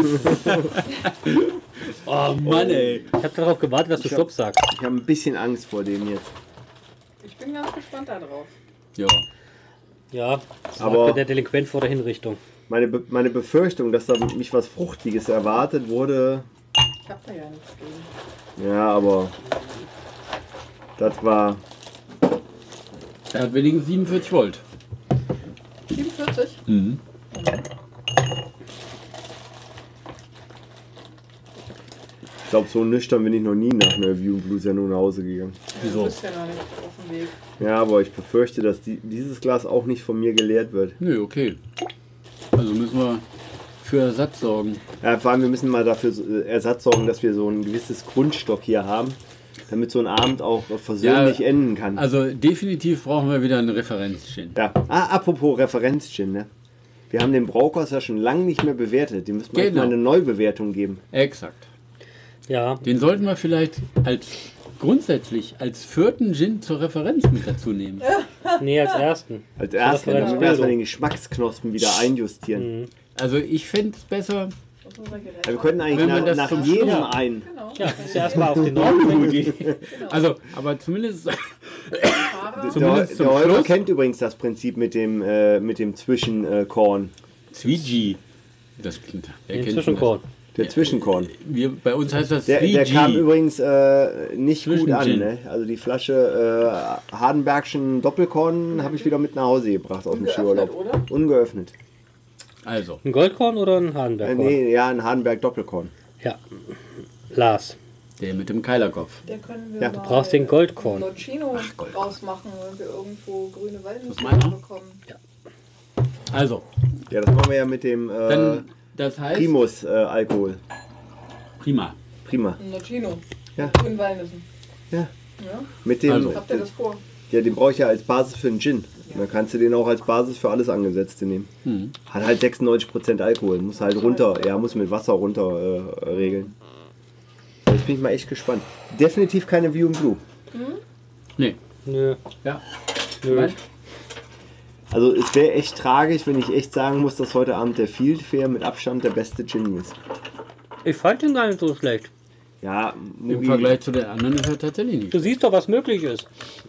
D: Oh Mann, ey.
B: Ich habe darauf gewartet, dass du Stopp sagst.
A: Ich habe ein bisschen Angst vor dem jetzt.
C: Ich bin ganz gespannt darauf.
D: Ja.
B: Ja,
A: Aber-
B: sagte der Delinquent vor der Hinrichtung.
A: Meine Befürchtung, dass da mich was Fruchtiges erwartet, wurde.
C: Ich hab da ja nichts gegen.
A: Ja, aber. Das war.
D: Er hat wenigstens 47 Volt.
C: 47?
D: Mhm.
A: Ich glaube, so nüchtern bin ich noch nie nach einer View Blue Sendung nach Hause gegangen.
C: Du
D: Wieso?
C: bist ja noch nicht auf dem Weg.
A: Ja, aber ich befürchte, dass dieses Glas auch nicht von mir geleert wird.
D: Nö, okay. Also müssen wir für Ersatz sorgen.
A: Ja, vor allem, wir müssen mal dafür Ersatz sorgen, dass wir so ein gewisses Grundstock hier haben, damit so ein Abend auch versöhnlich
D: Ja,
A: enden kann.
D: Also definitiv brauchen wir wieder eine Referenz-Gin.
A: Ja. Apropos Referenz-Gin, ne? Wir haben den Braukos ja schon lange nicht mehr bewertet. Dem müssen wir
D: Genau.
A: mal eine Neubewertung geben.
D: Exakt.
B: Ja,
D: Den sollten wir vielleicht grundsätzlich als vierten Gin zur Referenz mit dazu nehmen.
B: nee, als ersten.
A: Als erstes müssen wir
B: Referenzbildung.
A: erstmal den Geschmacksknospen wieder einjustieren.
D: Also ich fände es besser,
C: Was muss man
A: Ja, wir könnten eigentlich
D: Wenn man das
A: nach
D: zum
A: jedem
D: Schluss-
A: ein.
C: Genau.
B: Ja, ist ja erstmal auf den Norden.
D: also aber zumindest
C: Fahrer.
D: Zumindest zum
A: der Holger
D: Schluss.
A: kennt übrigens das Prinzip mit dem Zwischenkorn.
D: Zwiji. Das klingt. Wer
B: Den
D: kennt
B: Zwischenkorn.
A: Der Zwischenkorn.
D: Wir, bei uns heißt das
A: Der kam
D: Zwiji.
A: übrigens nicht gut an.
D: Zwischengin.
A: Ne? Also die Flasche Hardenbergschen Doppelkorn habe ich wieder mit nach Hause gebracht aus dem
C: Ungeöffnet,
A: Skiurlaub.
C: oder?
A: Ungeöffnet.
D: Also,
B: Ein Goldkorn oder ein Hahnbergkorn?
A: Nee, ja, ein Hardenberg Doppelkorn.
B: Ja. Lars.
D: der mit dem Keilerkopf.
C: Der können wir
A: Ja.
C: mal
A: Du
B: brauchst den Goldkorn.
C: Nocino rausmachen, wenn wir irgendwo grüne
D: Was meint
C: Walnüsse
D: ihr?
C: bekommen.
D: Also,
A: Ja, das machen wir ja mit dem
D: dann, das heißt,
A: Primus Alkohol.
D: prima.
A: Prima.
C: Nocino.
A: Ja.
C: Mit grünen Walnüssen.
A: Ja.
C: Ja?
A: Mit dem,
D: Also.
C: Habt ihr das vor?
A: ja, den brauche ich ja als Basis für einen Gin. Dann kannst du den auch als Basis für alles Angesetzte nehmen. Hat halt 96% Alkohol. Muss halt runter, ja, muss mit Wasser runter regeln. Jetzt bin ich mal echt gespannt. Definitiv keine View Blue.
D: Nee.
B: Nö.
D: Ja.
B: Nö.
A: Also es wäre echt tragisch, wenn ich echt sagen muss, dass heute Abend der Field Fair mit Abstand der beste Gin ist.
B: Ich fand den gar nicht so schlecht.
A: Ja,
D: Im
A: Mugi,
D: Vergleich zu den anderen ist er tatsächlich nicht.
B: Du siehst doch, was möglich ist.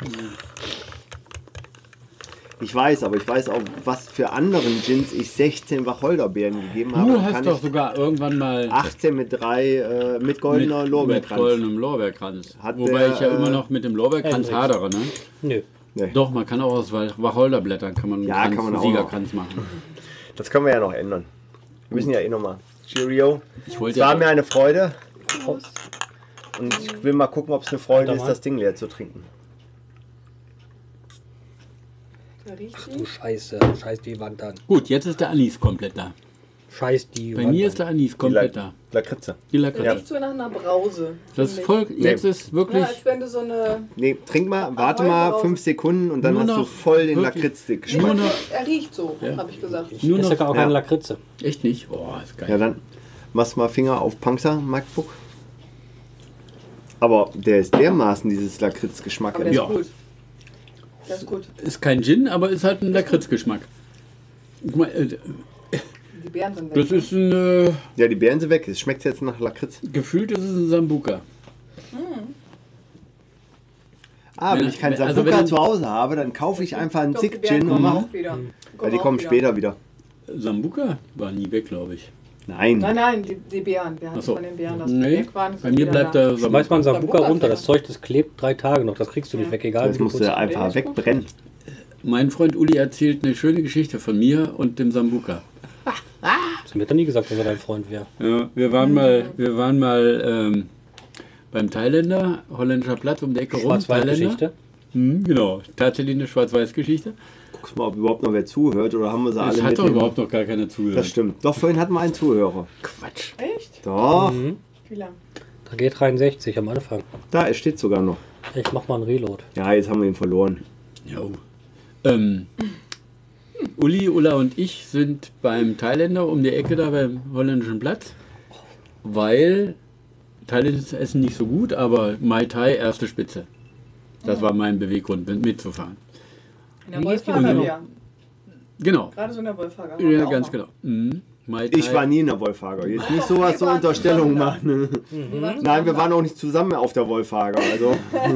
A: ich weiß, aber ich weiß auch, was für anderen Gins ich 16 Wacholderbeeren gegeben habe.
D: Du
A: Dann
D: hast
A: kann
D: doch
A: ich
D: sogar irgendwann mal
A: 18 mit 3 mit goldener
D: mit
A: Lorbeerkranz.
D: goldenem Lorbeerkranz.
A: Hat
D: Wobei
A: der,
D: ich ja immer noch mit dem Lorbeerkranz
B: Hendrix.
D: hadere, ne?
B: Nö.
A: Nee.
D: Doch, man kann auch aus Wacholderblättern kann man einen
A: Ja,
D: Kranz,
A: kann man
D: einen
A: auch noch.
D: Siegerkranz machen.
A: Das können wir ja noch ändern. Wir müssen ja eh nochmal. Cheerio.
D: Ich
A: Es
D: wollte
A: war
D: ja,
A: mir eine Freude. Und ich will mal gucken, ob es eine Freude
B: Warte
A: ist,
B: mal.
A: das Ding leer zu trinken.
C: Der riecht
B: Du
C: die.
B: Scheiße, scheiß die Wand an.
D: Gut, jetzt ist der Anis komplett da.
B: Scheiß die
D: Bei
B: Wand
D: mir
B: an.
D: ist der Anis komplett da.
A: Lakritze.
D: Die
C: Der
D: Lakritze.
C: riecht so nach einer Brause.
D: Das ist
C: finde
D: voll, jetzt
A: Nee.
D: ist
C: ich.
D: wirklich
C: Ja, als wenn du so eine.
A: Nee, trink mal, warte mal
C: Ahoi,
A: 5 Sekunden und dann
D: Nur
A: hast du
D: noch
A: voll den
D: wirklich-
A: Lakritz-Geschmack.
D: Nur noch-
C: Er riecht so,
D: Ja.
C: habe ich gesagt.
B: Ich
D: nur
B: esse
D: noch-
B: gar keine
A: ja.
B: Lakritze.
D: echt nicht. Oh, ist geil.
A: Ja, dann machst mal Finger auf Panzer, MacBook. Aber der ist dermaßen dieses Lakritz-Geschmack.
C: Aber der
D: Ja.
C: ist gut. Der ist gut.
D: Ist kein Gin, aber ist halt ein Lakritzgeschmack. Guck mal,
C: Die Beeren sind weg.
D: das ist ein,
A: Ja, die Beeren sind weg. Es schmeckt jetzt nach Lakritz.
D: gefühlt ist es ein Sambuka.
A: Ah, wenn
D: Wenn-
A: ich keinen
D: also
A: Sambuka
D: wenn-
A: zu Hause habe, dann kaufe ich einfach einen
C: Doch, die
A: Zick
C: Beeren
A: Gin und
C: kommen
A: mache.
C: auch wieder.
A: Ja, die kommen
C: auch
A: später wieder.
D: Sambuka war nie weg, glaube ich.
A: Nein.
C: Nein, nein, die Beeren. Wir hatten
D: Ach so.
C: von den Beeren das
D: Nee,
C: weg waren. ist
D: bei
C: es
D: mir
C: wieder
D: bleibt
C: da.
D: der
B: Schmeiß mal einen
D: Sambuka.
B: Sambuka
C: Sambuka
B: runter, das
C: drin.
B: Zeug, das klebt 3 Tage noch, das kriegst du nicht
C: Ja.
B: weg, egal
A: Das
B: wie du
A: musst
B: putzt.
A: du einfach
C: ist gut.
A: wegbrennen.
D: Mein Freund Uli erzählt eine schöne Geschichte von mir und dem Sambuka.
B: Das mir hat er nie gesagt, dass er dein Freund wäre.
D: Ja, wir waren mal beim Thailänder, holländischer Platz um die Ecke rum.
B: Schwarz-Weiß-Geschichte.
D: Genau, tatsächlich eine Schwarz-Weiß-Geschichte.
A: Guckst mal, ob überhaupt noch wer zuhört oder haben wir sie
D: Es
A: alle
D: hat doch
A: mitgenommen?
D: überhaupt noch gar keiner zugehört.
A: Das stimmt. Doch, vorhin hatten wir einen Zuhörer.
D: Quatsch.
C: Echt?
A: Doch,
C: Wie lang?
B: Da geht 63 am Anfang.
A: da, er steht sogar noch.
B: Ich mach mal einen Reload.
A: Ja, jetzt haben wir ihn verloren.
D: Jo. Uli, Ulla und ich sind beim Thailänder um die Ecke da beim holländischen Platz, weil thailändisches Essen nicht so gut, aber Mai Tai erste Spitze. Das war mein Beweggrund, mitzufahren.
C: In der
B: Wie geht's dir
C: Wolfhager,
B: denn?
C: ja.
D: Genau.
C: Gerade so in der Wolfhager.
D: Ja, ganz genau. Mhm. Mai Tai.
A: Ich war nie in der Wolfhager. Jetzt nicht sowas so Unterstellungen machen. Nein, wir waren auch nicht zusammen auf der Wolfhager. Also,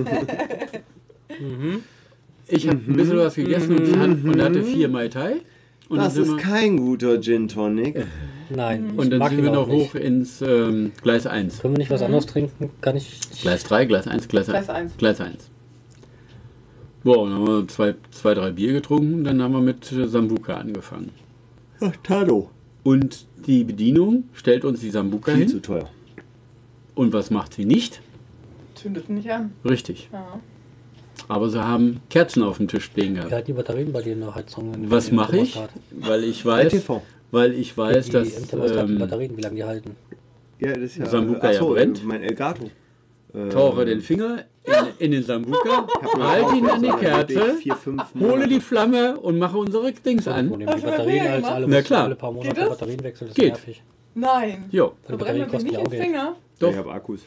D: Ich habe ein bisschen was gegessen und hatte 4 Mai Tai. Und
A: das
D: dann
A: ist
D: sind wir,
A: kein guter Gin Tonic.
B: Nein,
D: und dann
B: mag
D: sind
B: ihn
D: wir noch
B: auch nicht.
D: hoch ins Gleis 1.
B: Können wir nicht was anderes trinken? Kann ich.
D: Gleis 3, Gleis 1, Gleis 1.
C: Gleis 1.
D: Gleis 1. Boah, dann haben wir zwei, drei Bier getrunken, dann haben wir mit Sambuka angefangen.
A: Ach, Tado.
D: Und die Bedienung stellt uns die Sambuka
A: Viel
D: hin.
A: zu teuer.
D: Und was macht sie nicht?
C: Zündet nicht an.
D: Richtig.
C: Ja.
D: Aber sie haben Kerzen auf dem Tisch stehen
B: Wir
D: gehabt.
B: halten die Batterien bei dir in der Heizung.
D: Was mache ich? Weil ich weiß,
A: TV.
D: dass
B: Im Thermostat die Batterien, wie lange die halten.
A: Ja, das ist ja.
D: Sambuka ja brennt.
A: Mein Elgato.
D: tauche den Finger in den Sambuka, halte ihn an die Kerze,
A: 4, 5
D: hole die Flamme und mache unsere Dings
B: Und
D: an.
B: nehmen die
C: Hast du das
B: Batterien
C: früher
B: als
C: gemacht?
B: alle,
D: Na klar.
B: alle paar Monate
C: Geht das?
B: Batterien wechseln, das ist
D: Geht.
B: nervig.
C: Nein.
D: Jo,
B: Die
C: Verbrennt
B: Batterien
C: man sich
B: kosten
C: nicht
B: ja auch
C: den
B: Geld.
C: Finger?
D: doch.
A: Ich habe Akkus.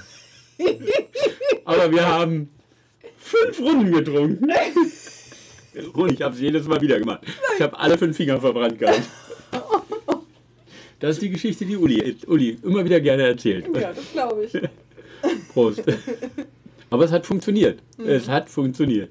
D: Aber wir haben 5 Runden getrunken. Und ich habe es jedes Mal wieder gemacht. Ich habe alle 5 Finger verbrannt gehabt. Das ist die Geschichte, die Uli immer wieder gerne erzählt.
C: Ja, das glaube ich.
D: Prost. Aber es hat funktioniert. Es hat funktioniert.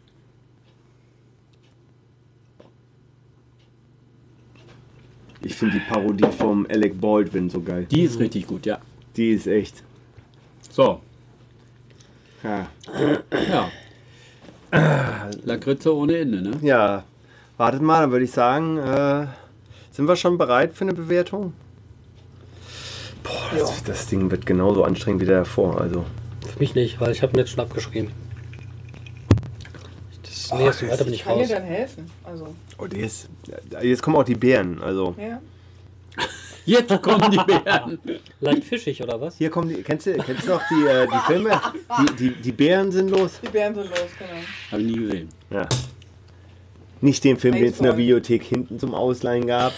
A: Ich finde die Parodie vom Alec Baldwin so geil.
D: Die ist richtig gut, ja.
A: Die ist echt.
D: So,
A: Ja.
D: ja. Lakritze ohne Ende, ne?
A: Ja, wartet mal, dann würde ich sagen, sind wir schon bereit für eine Bewertung? Boah, das Ding wird genauso anstrengend wie der davor. Also,
B: Für mich nicht, weil ich habe ihn jetzt schon abgeschrieben. Das nächste weiter bin ich
C: Ich kann dir
B: raus.
C: dann helfen. Also,
A: oh, jetzt kommen auch die Beeren. Also,
C: ja.
D: Jetzt kommen die Bären.
B: Leicht fischig oder was?
A: hier kommen die. Kennst du noch die Filme? Die Beeren sind los.
C: Die Bären sind los, genau.
D: Habe ich nie gesehen.
A: Ja. Nicht den Film, den es in der
C: Eins von-
A: Videothek hinten zum Ausleihen gab.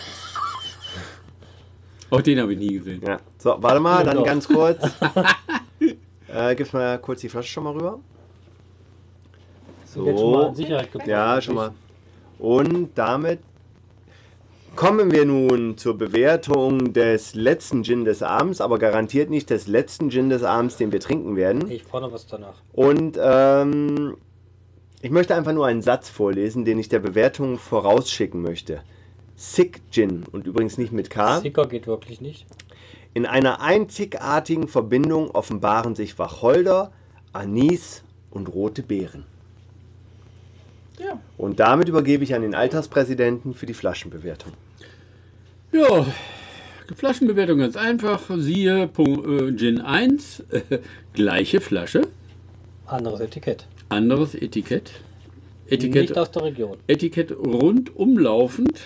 D: Auch den habe ich nie gesehen.
A: Ja. So, warte mal,
D: Ja,
A: dann
D: doch.
A: ganz kurz. Gib mal kurz die Flasche schon mal rüber.
B: Jetzt schon mal in
A: So.
B: Sicherheit gebracht.
A: Ja, schon mal. Und damit kommen wir nun zur Bewertung des letzten Gin des Abends, aber garantiert nicht des letzten Gin des Abends, den wir trinken werden.
B: Ich fordere was danach.
A: Und ich möchte einfach nur einen Satz vorlesen, den ich der Bewertung vorausschicken möchte. Sick Gin, und übrigens nicht mit K.
B: Sicker geht wirklich nicht.
A: In einer einzigartigen Verbindung offenbaren sich Wacholder, Anis und rote Beeren.
C: Ja.
A: Und damit übergebe ich an den Alterspräsidenten für die Flaschenbewertung.
D: Ja, Flaschenbewertung ganz einfach. Siehe Gin 1, gleiche Flasche,
B: Anderes Etikett.
D: anderes Etikett. Etikett,
B: Nicht aus der Region.
D: Etikett rundum laufend.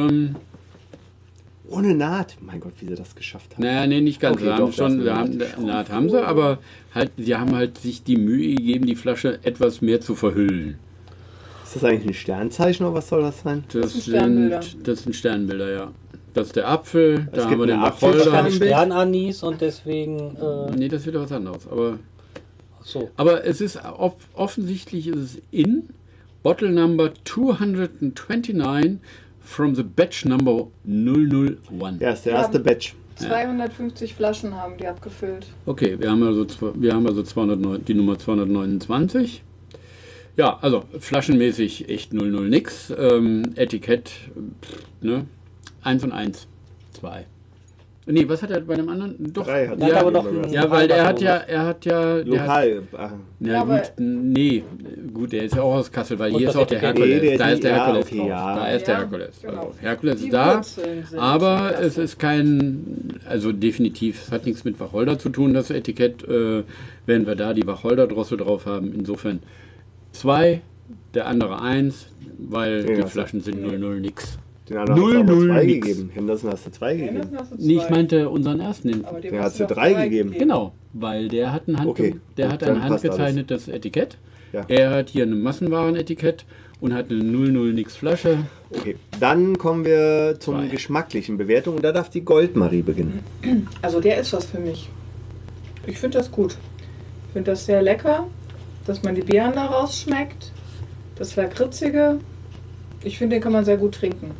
A: Ohne Naht. Mein Gott, wie sie das geschafft haben.
D: Naja, nee, nicht ganz.
A: Okay,
D: Sie haben
A: doch,
D: schon,
A: das ist
D: sie haben, Naht haben sie, aber halt, sie haben halt sich die Mühe gegeben, die Flasche etwas mehr zu verhüllen.
A: Ist das eigentlich ein Sternzeichen oder was soll das sein?
C: sind Sternbilder.
D: Das sind Sternbilder, ja. Das ist der Apfel,
A: Es
D: da haben
A: gibt
D: wir den
A: einen Apfel,
D: Wacholder.
A: Sternbild.
B: Sternanis und deswegen.
D: Nee, das ist wieder was anderes. Aber,
B: So.
D: aber es ist offensichtlich ist es in Bottle Number 229 from the Batch Number 001.
A: Ja, ist der erste Batch.
C: 250 Flaschen haben die abgefüllt.
D: Okay, wir haben also, die Nummer 229. Ja, also flaschenmäßig echt 00 nix. Etikett, ne? 1 von 1. 2. Nee, was hat er bei dem anderen? Doch.
A: 3 hat
B: Ja,
A: er
B: aber doch
A: gegeben.
B: ein-
D: Ja, weil er hat ja.
A: Lokal.
D: Ja,
C: Ja, aber-
D: gut, nee, gut, der ist ja auch aus Kassel, weil
B: Und
D: hier
B: das
D: ist auch der
B: Etikett.
D: Herkules.
A: Nee, der ist
D: Da
A: nicht-
D: ist der
A: ja,
D: Herkules
A: okay,
D: drauf.
A: ja.
D: Da ist der
C: Ja,
D: Herkules.
C: genau.
D: Also, Herkules
C: Die
D: ist da,
C: Wurzeln sind
D: aber
C: klasse.
D: es ist kein, also definitiv, es hat nichts mit Wacholder zu tun, das Etikett, wenn wir da die Wacholder-Drossel drauf haben. Insofern 2, der andere 1, weil
A: Ja,
D: die
A: das-
D: Flaschen sind 00 nix.
A: Den anderen hast du aber
D: 0-0
A: 2
D: nix.
A: gegeben. Henderson hast du 2 gegeben.
C: Henderson hast du
D: Nee, ich
C: zwei.
D: meinte unseren ersten. Den,
C: Aber dem
A: Der
C: hast
A: hat
C: du
A: sie
C: doch
A: 3 gegeben.
D: genau, weil der hat ein,
A: Okay,
D: der
A: gut,
D: hat
A: dann
D: ein
A: passt
D: handgezeichnetes Etikett.
A: Ja.
D: Er hat hier ein Massenwarenetikett und hat eine 00 nix Flasche.
A: Okay, dann kommen wir zum
D: Zwei.
A: geschmacklichen Bewertung und da darf die Goldmarie beginnen.
C: Also der ist was für mich. Ich finde das gut. Ich finde das sehr lecker, dass man die Beeren daraus schmeckt. Das Lakritzige. Ich finde, den kann man sehr gut trinken.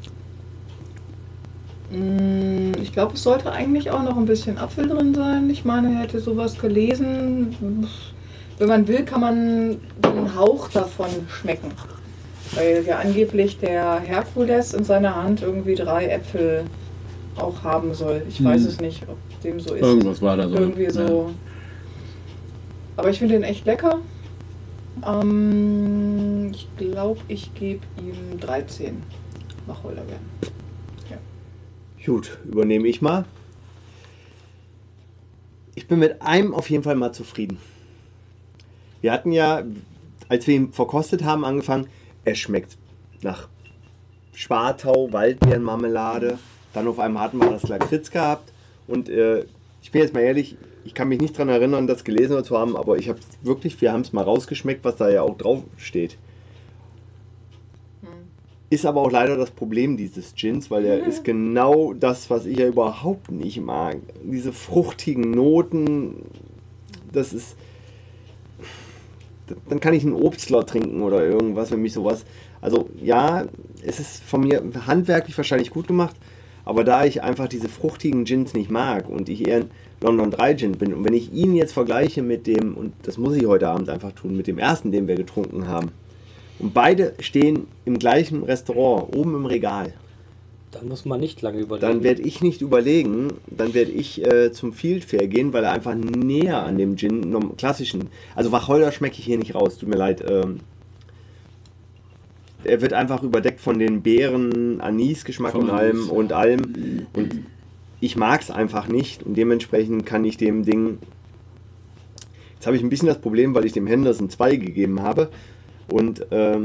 C: Ich glaube, es sollte eigentlich auch noch ein bisschen Apfel drin sein. Ich meine, ich hätte sowas gelesen. Wenn man will, kann man einen Hauch davon schmecken. Weil ja angeblich der Herkules in seiner Hand irgendwie 3 Äpfel auch haben soll. Ich weiß es nicht, ob dem so ist.
D: Irgendwas war da so.
C: Irgendwie so.
D: Ja.
C: Aber ich finde den echt lecker. Ich glaube, ich gebe ihm 13 Wacholderbeeren.
A: Gut, übernehme ich mal. Ich bin mit einem auf jeden Fall mal zufrieden. Wir hatten ja, als wir ihn verkostet haben, angefangen, es schmeckt nach Spartau, Waldbeerenmarmelade. Dann auf einmal hatten wir das Lakritz gehabt. Und ich bin jetzt mal ehrlich, ich kann mich nicht daran erinnern, das gelesen zu haben, aber ich habe wirklich, wir haben es mal rausgeschmeckt, was da ja auch drauf steht. Ist aber auch leider das Problem dieses Gins, weil er ist genau das, was ich ja überhaupt nicht mag. Diese fruchtigen Noten, das ist... Dann kann ich einen Obstler trinken oder irgendwas, wenn mich sowas... Also ja, es ist von mir handwerklich wahrscheinlich gut gemacht, aber da ich einfach diese fruchtigen Gins nicht mag und ich eher ein London Dry Gin bin und wenn ich ihn jetzt vergleiche mit dem, und das muss ich heute Abend einfach tun, mit dem ersten, den wir getrunken haben, und beide stehen im gleichen Restaurant, oben im Regal.
B: Da muss man nicht lange überlegen.
A: Dann werde ich nicht überlegen, dann werde ich zum Field Fair gehen, weil er einfach näher an dem Gin, klassischen, also Wacholder schmecke ich hier nicht raus, tut mir leid. Er wird einfach überdeckt von den Beeren, Anis-Geschmack
D: Von
A: und
D: Anis,
A: allem
D: ja.
A: und allem. Und ich mag es einfach nicht und dementsprechend kann ich dem Ding... Jetzt habe ich ein bisschen das Problem, weil ich dem Henderson 2 gegeben habe. Und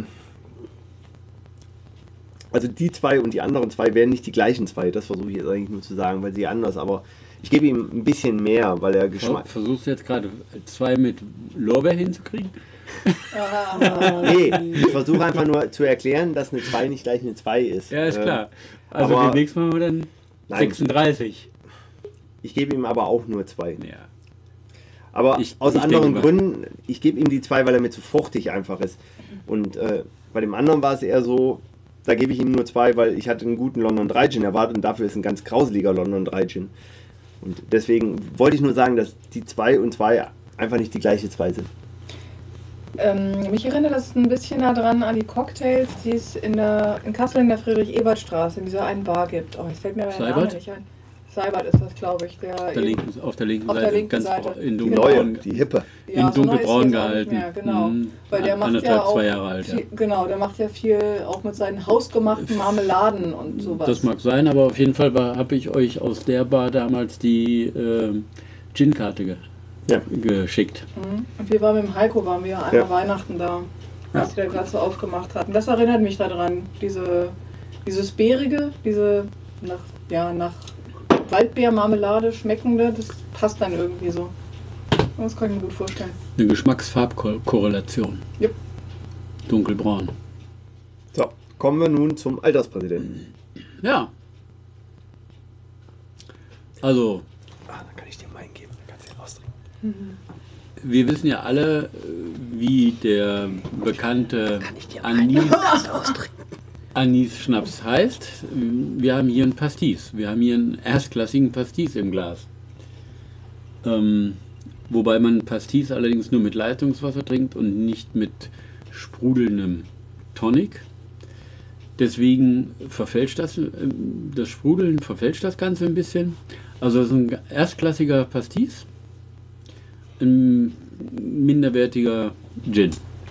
A: also die 2 und die anderen 2 werden nicht die gleichen 2. Das versuche ich jetzt eigentlich nur zu sagen, weil sie anders. Aber ich gebe ihm ein bisschen mehr, weil er Geschmack...
D: Versuchst du jetzt gerade 2 mit Lorbeer hinzukriegen?
A: Nee, ich versuche einfach nur zu erklären, dass eine 2 nicht gleich eine 2 ist.
D: Ja, ist klar. Also
A: aber-
D: demnächst machen wir dann
A: Nein.
D: 36.
A: Ich gebe ihm aber auch nur 2.
D: Ja.
A: Aber
D: Ich
A: aus
D: denke
A: anderen
D: mal.
A: Gründen, ich gebe ihm die 2, weil er mir zu fruchtig einfach ist. Und bei dem anderen war es eher so, da gebe ich ihm nur 2, weil ich hatte einen guten London Dry Gin erwartet und dafür ist ein ganz grauseliger London Dry Gin. Und deswegen wollte ich nur sagen, dass die 2 und 2 einfach nicht die gleiche 2 sind.
C: Mich erinnert das ein bisschen nah dran an die Cocktails, die es in Kassel in der Friedrich-Ebert-Straße in dieser einen Bar gibt. Oh, jetzt fällt mir aber der Name
D: Seibert?
C: nicht ein. Seibert ist das, glaube ich.
D: Auf der linken
C: Auf der
D: Seite,
C: linken
D: ganz
C: Seite.
D: in
A: Die
C: Genau.
A: neue, die hippe.
C: Ja,
D: in
C: so neu ist
D: dunkelbraun
C: die jetzt auch nicht
D: gehalten.
C: mehr, genau.
D: Mhm.
C: Weil der macht
D: Anderthalb,
C: ja auch
D: 2 Jahre alt, ja.
C: viel, genau, der macht ja viel auch mit seinen hausgemachten Marmeladen und sowas.
D: Das mag sein, aber auf jeden Fall habe ich euch aus der Bar damals die Gin-Karte
A: Ja.
D: geschickt.
C: Mhm. Und wir waren mit dem Heiko, waren wir einmal
A: Ja.
C: Weihnachten da. was die da gerade so aufgemacht hatten. Das erinnert mich daran. Dieses Beerige, nach Waldbeermarmelade schmeckende, das passt dann irgendwie so. Das kann ich mir gut vorstellen.
D: Eine Geschmacksfarbkorrelation.
C: Yep.
D: Dunkelbraun.
A: So, kommen wir nun zum Alterspräsidenten.
D: Ja. Also,
A: Dann kann ich dir meinen geben, dann kannst du ihn austrinken.
D: wir wissen ja alle, wie der bekannte Anis-Schnaps heißt. Wir haben hier einen Pastis. Wir haben hier einen erstklassigen Pastis im Glas. Wobei man Pastis allerdings nur mit Leitungswasser trinkt und nicht mit sprudelndem Tonic. Deswegen verfälscht das Sprudeln verfälscht das Ganze ein bisschen. Also es ist ein erstklassiger Pastis, ein minderwertiger Gin.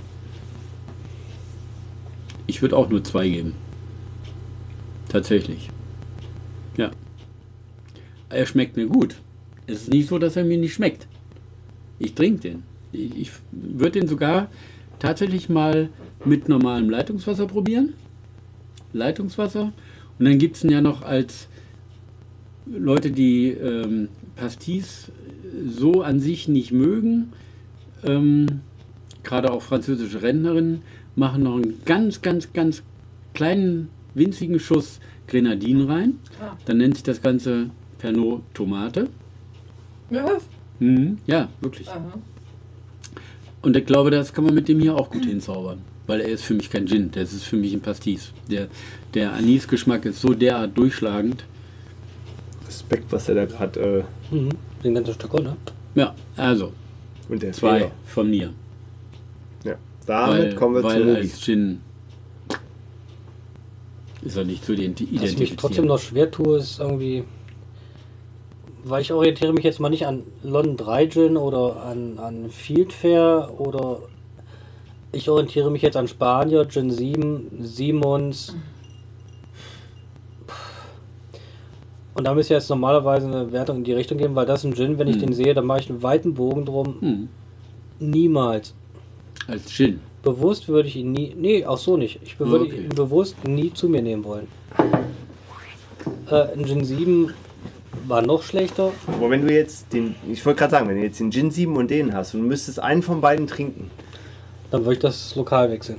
D: Ich würde auch nur 2 geben. Tatsächlich. Ja. Er schmeckt mir gut. Es ist nicht so, dass er mir nicht schmeckt. Ich trinke den. Ich würde den sogar tatsächlich mal mit normalem Leitungswasser probieren. Leitungswasser. Und dann gibt es ihn ja noch als Leute, die Pastis so an sich nicht mögen. Gerade auch französische Rentnerinnen machen noch einen ganz, ganz, ganz kleinen, winzigen Schuss Grenadine rein. Dann nennt sich das Ganze Pernod Tomate.
C: Ja,
D: Ja, wirklich.
C: aha.
D: Und ich glaube, das kann man mit dem hier auch gut hinzaubern. Weil er ist für mich kein Gin, das ist für mich ein Pastis. Der Anisgeschmack ist so derart durchschlagend.
A: Respekt, was er da gerade.
B: Den ganzen Stück, ne?
D: Ja, also
A: Und der
D: 2
A: Fehler.
D: von mir.
A: Ja. Damit kommen wir zu
D: weil
A: Mugi.
D: als Gin ist er nicht zu
B: Was ich mich trotzdem
D: identifizieren.
B: noch schwer tue, ist irgendwie, weil ich orientiere mich jetzt mal nicht an London Dry Gin oder an Fieldfare oder ich orientiere mich jetzt an Spanier, Gin 7, Simons. Und da müsste jetzt normalerweise eine Wertung in die Richtung geben, weil das ist ein Gin, wenn ich den sehe, dann mache ich einen weiten Bogen drum. Niemals.
D: Als Gin.
B: Bewusst würde ich ihn nie, nee, auch so nicht. Ich würde
D: Okay.
B: ihn bewusst nie zu mir nehmen wollen. Ein Gin 7 war noch schlechter.
A: Aber wenn du jetzt ich wollte gerade sagen, wenn du jetzt den Gin 7 und den hast und du müsstest einen von beiden trinken.
B: Dann würde ich das Lokal wechseln.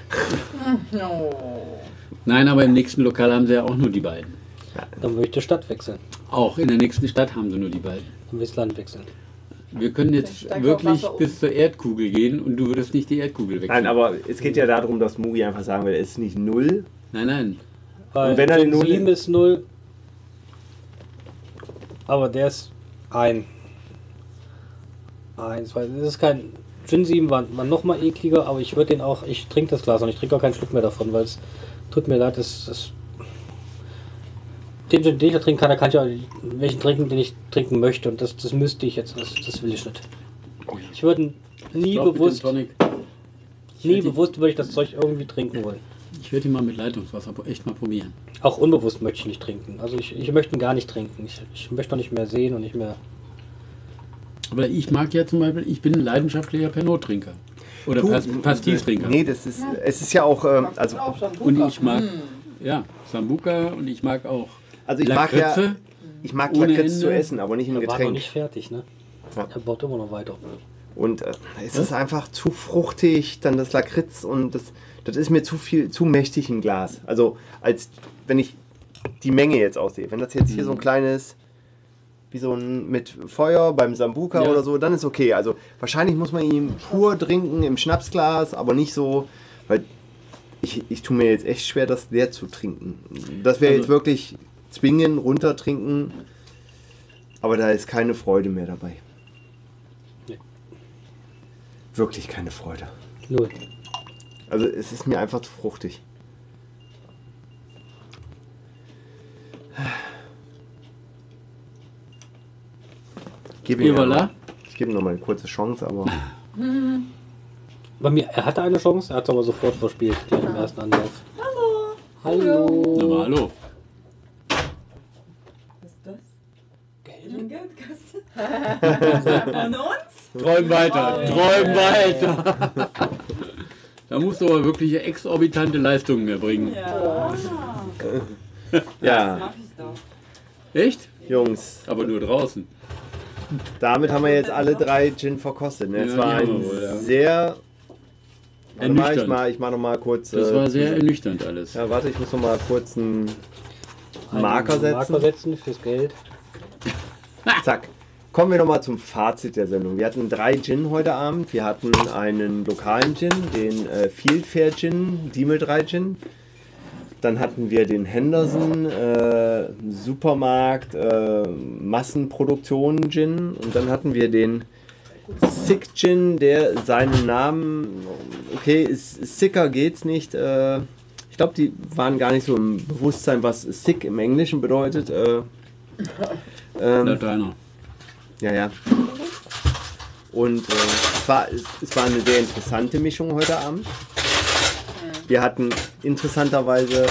D: Nein, aber im nächsten Lokal haben sie ja auch nur die beiden.
B: Dann würde ich die Stadt wechseln.
D: Auch in der nächsten Stadt haben sie nur die beiden.
B: Dann würde ich das Land wechseln.
D: Wir können jetzt
C: steig auf
D: wirklich
C: Wasser um.
D: bis zur Erdkugel gehen und du würdest nicht die Erdkugel wechseln.
A: Nein, aber es geht ja darum, dass Mugi einfach sagen will, es ist nicht 0.
D: Nein.
B: Weil
A: Und wenn er
B: Gin
A: den
B: 7 ist 0. Aber der ist 1. Weil das ist kein. Gin 7 war noch mal ekliger, aber ich würde den auch. Ich trinke das Glas und ich trinke auch keinen Schluck mehr davon, weil es tut mir leid, den Gin, den ich trinken kann, da kann ich auch welchen trinken, den ich trinken möchte. Und das müsste ich jetzt. Das will ich nicht. Ich würde nie
D: Ich glaub, mit dem
B: bewusst.
D: Tonic,
B: Nie bewusst würde ich das Zeug irgendwie trinken wollen.
D: ich würde ihn mal mit Leitungswasser echt mal probieren.
B: Auch unbewusst möchte ich nicht trinken. Also ich möchte ihn gar nicht trinken. Ich möchte noch nicht mehr sehen und nicht mehr.
D: Aber ich mag ja zum Beispiel, ich bin ein leidenschaftlicher Pernod-Trinker. Oder Pastis-Trinker.
A: Nee, es ist ja auch, also
C: Auch schon
D: Und ich mag, ja, Sambuca und ich mag auch
A: ich mag ja,
D: Lakritze.
A: ich mag
D: ohne
A: Lakritz zu
D: Ende.
A: essen, aber nicht im
B: Er war noch
A: Getränk.
B: nicht fertig, ne?
A: Ja.
B: Er baut immer noch weiter.
A: Und es ist einfach zu fruchtig, dann das Lakritz und das ist mir zu mächtig im Glas. Also als wenn ich die Menge jetzt aussehe, wenn das jetzt hier so ein kleines, wie so ein mit Feuer beim Sambuca
D: Ja.
A: oder so, dann ist okay. Also wahrscheinlich muss man ihn pur trinken im Schnapsglas, aber nicht so, weil ich tue mir jetzt echt schwer, das leer zu trinken. Das wäre
D: Also-
A: jetzt wirklich zwingen, runtertrinken, aber da ist keine Freude mehr dabei.
B: Nee.
A: Wirklich keine Freude.
B: 0.
A: Also es ist mir einfach zu fruchtig. Ich gebe ihm noch mal eine kurze Chance, aber
B: Bei mir, er hatte eine Chance, er hat es aber sofort verspielt, gleich im ersten Anlauf. Hallo!
D: Na, aber hallo.
E: Was ist das?
B: Geld?
E: Eine Geldkasse? Von uns?
D: Träum weiter, träum weiter. Da musst du aber wirklich exorbitante Leistungen erbringen.
E: Ja.
A: Ja,
E: Mach ich doch.
D: Echt?
A: Jungs,
D: Aber nur draußen.
A: damit haben wir jetzt alle 3 Gin verkostet. Ne? Es
D: Ja,
A: war
D: die haben
A: ein
D: wir wohl, ja.
A: sehr... Warte mal,
D: Ernüchternd.
A: ich mach noch mal kurz...
D: Das war sehr ernüchternd alles.
A: Ja, warte, ich muss noch mal kurz einen
B: Einen
A: Marker
B: Marker
A: setzen.
B: setzen fürs Geld.
A: Zack. Kommen wir noch mal zum Fazit der Sendung. Wir hatten 3 Gin heute Abend. Wir hatten einen lokalen Gin, den Fieldfair Gin, Diemel 3 Gin. Dann hatten wir den Henderson Supermarkt Massenproduktion Gin. Und dann hatten wir den Sick Gin, der seinen Namen, okay, sicker geht's nicht. Ich glaube, die waren gar nicht so im Bewusstsein, was sick im Englischen bedeutet.
D: Lateiner.
A: Ja. Und es war eine sehr interessante Mischung heute Abend. Wir hatten interessanterweise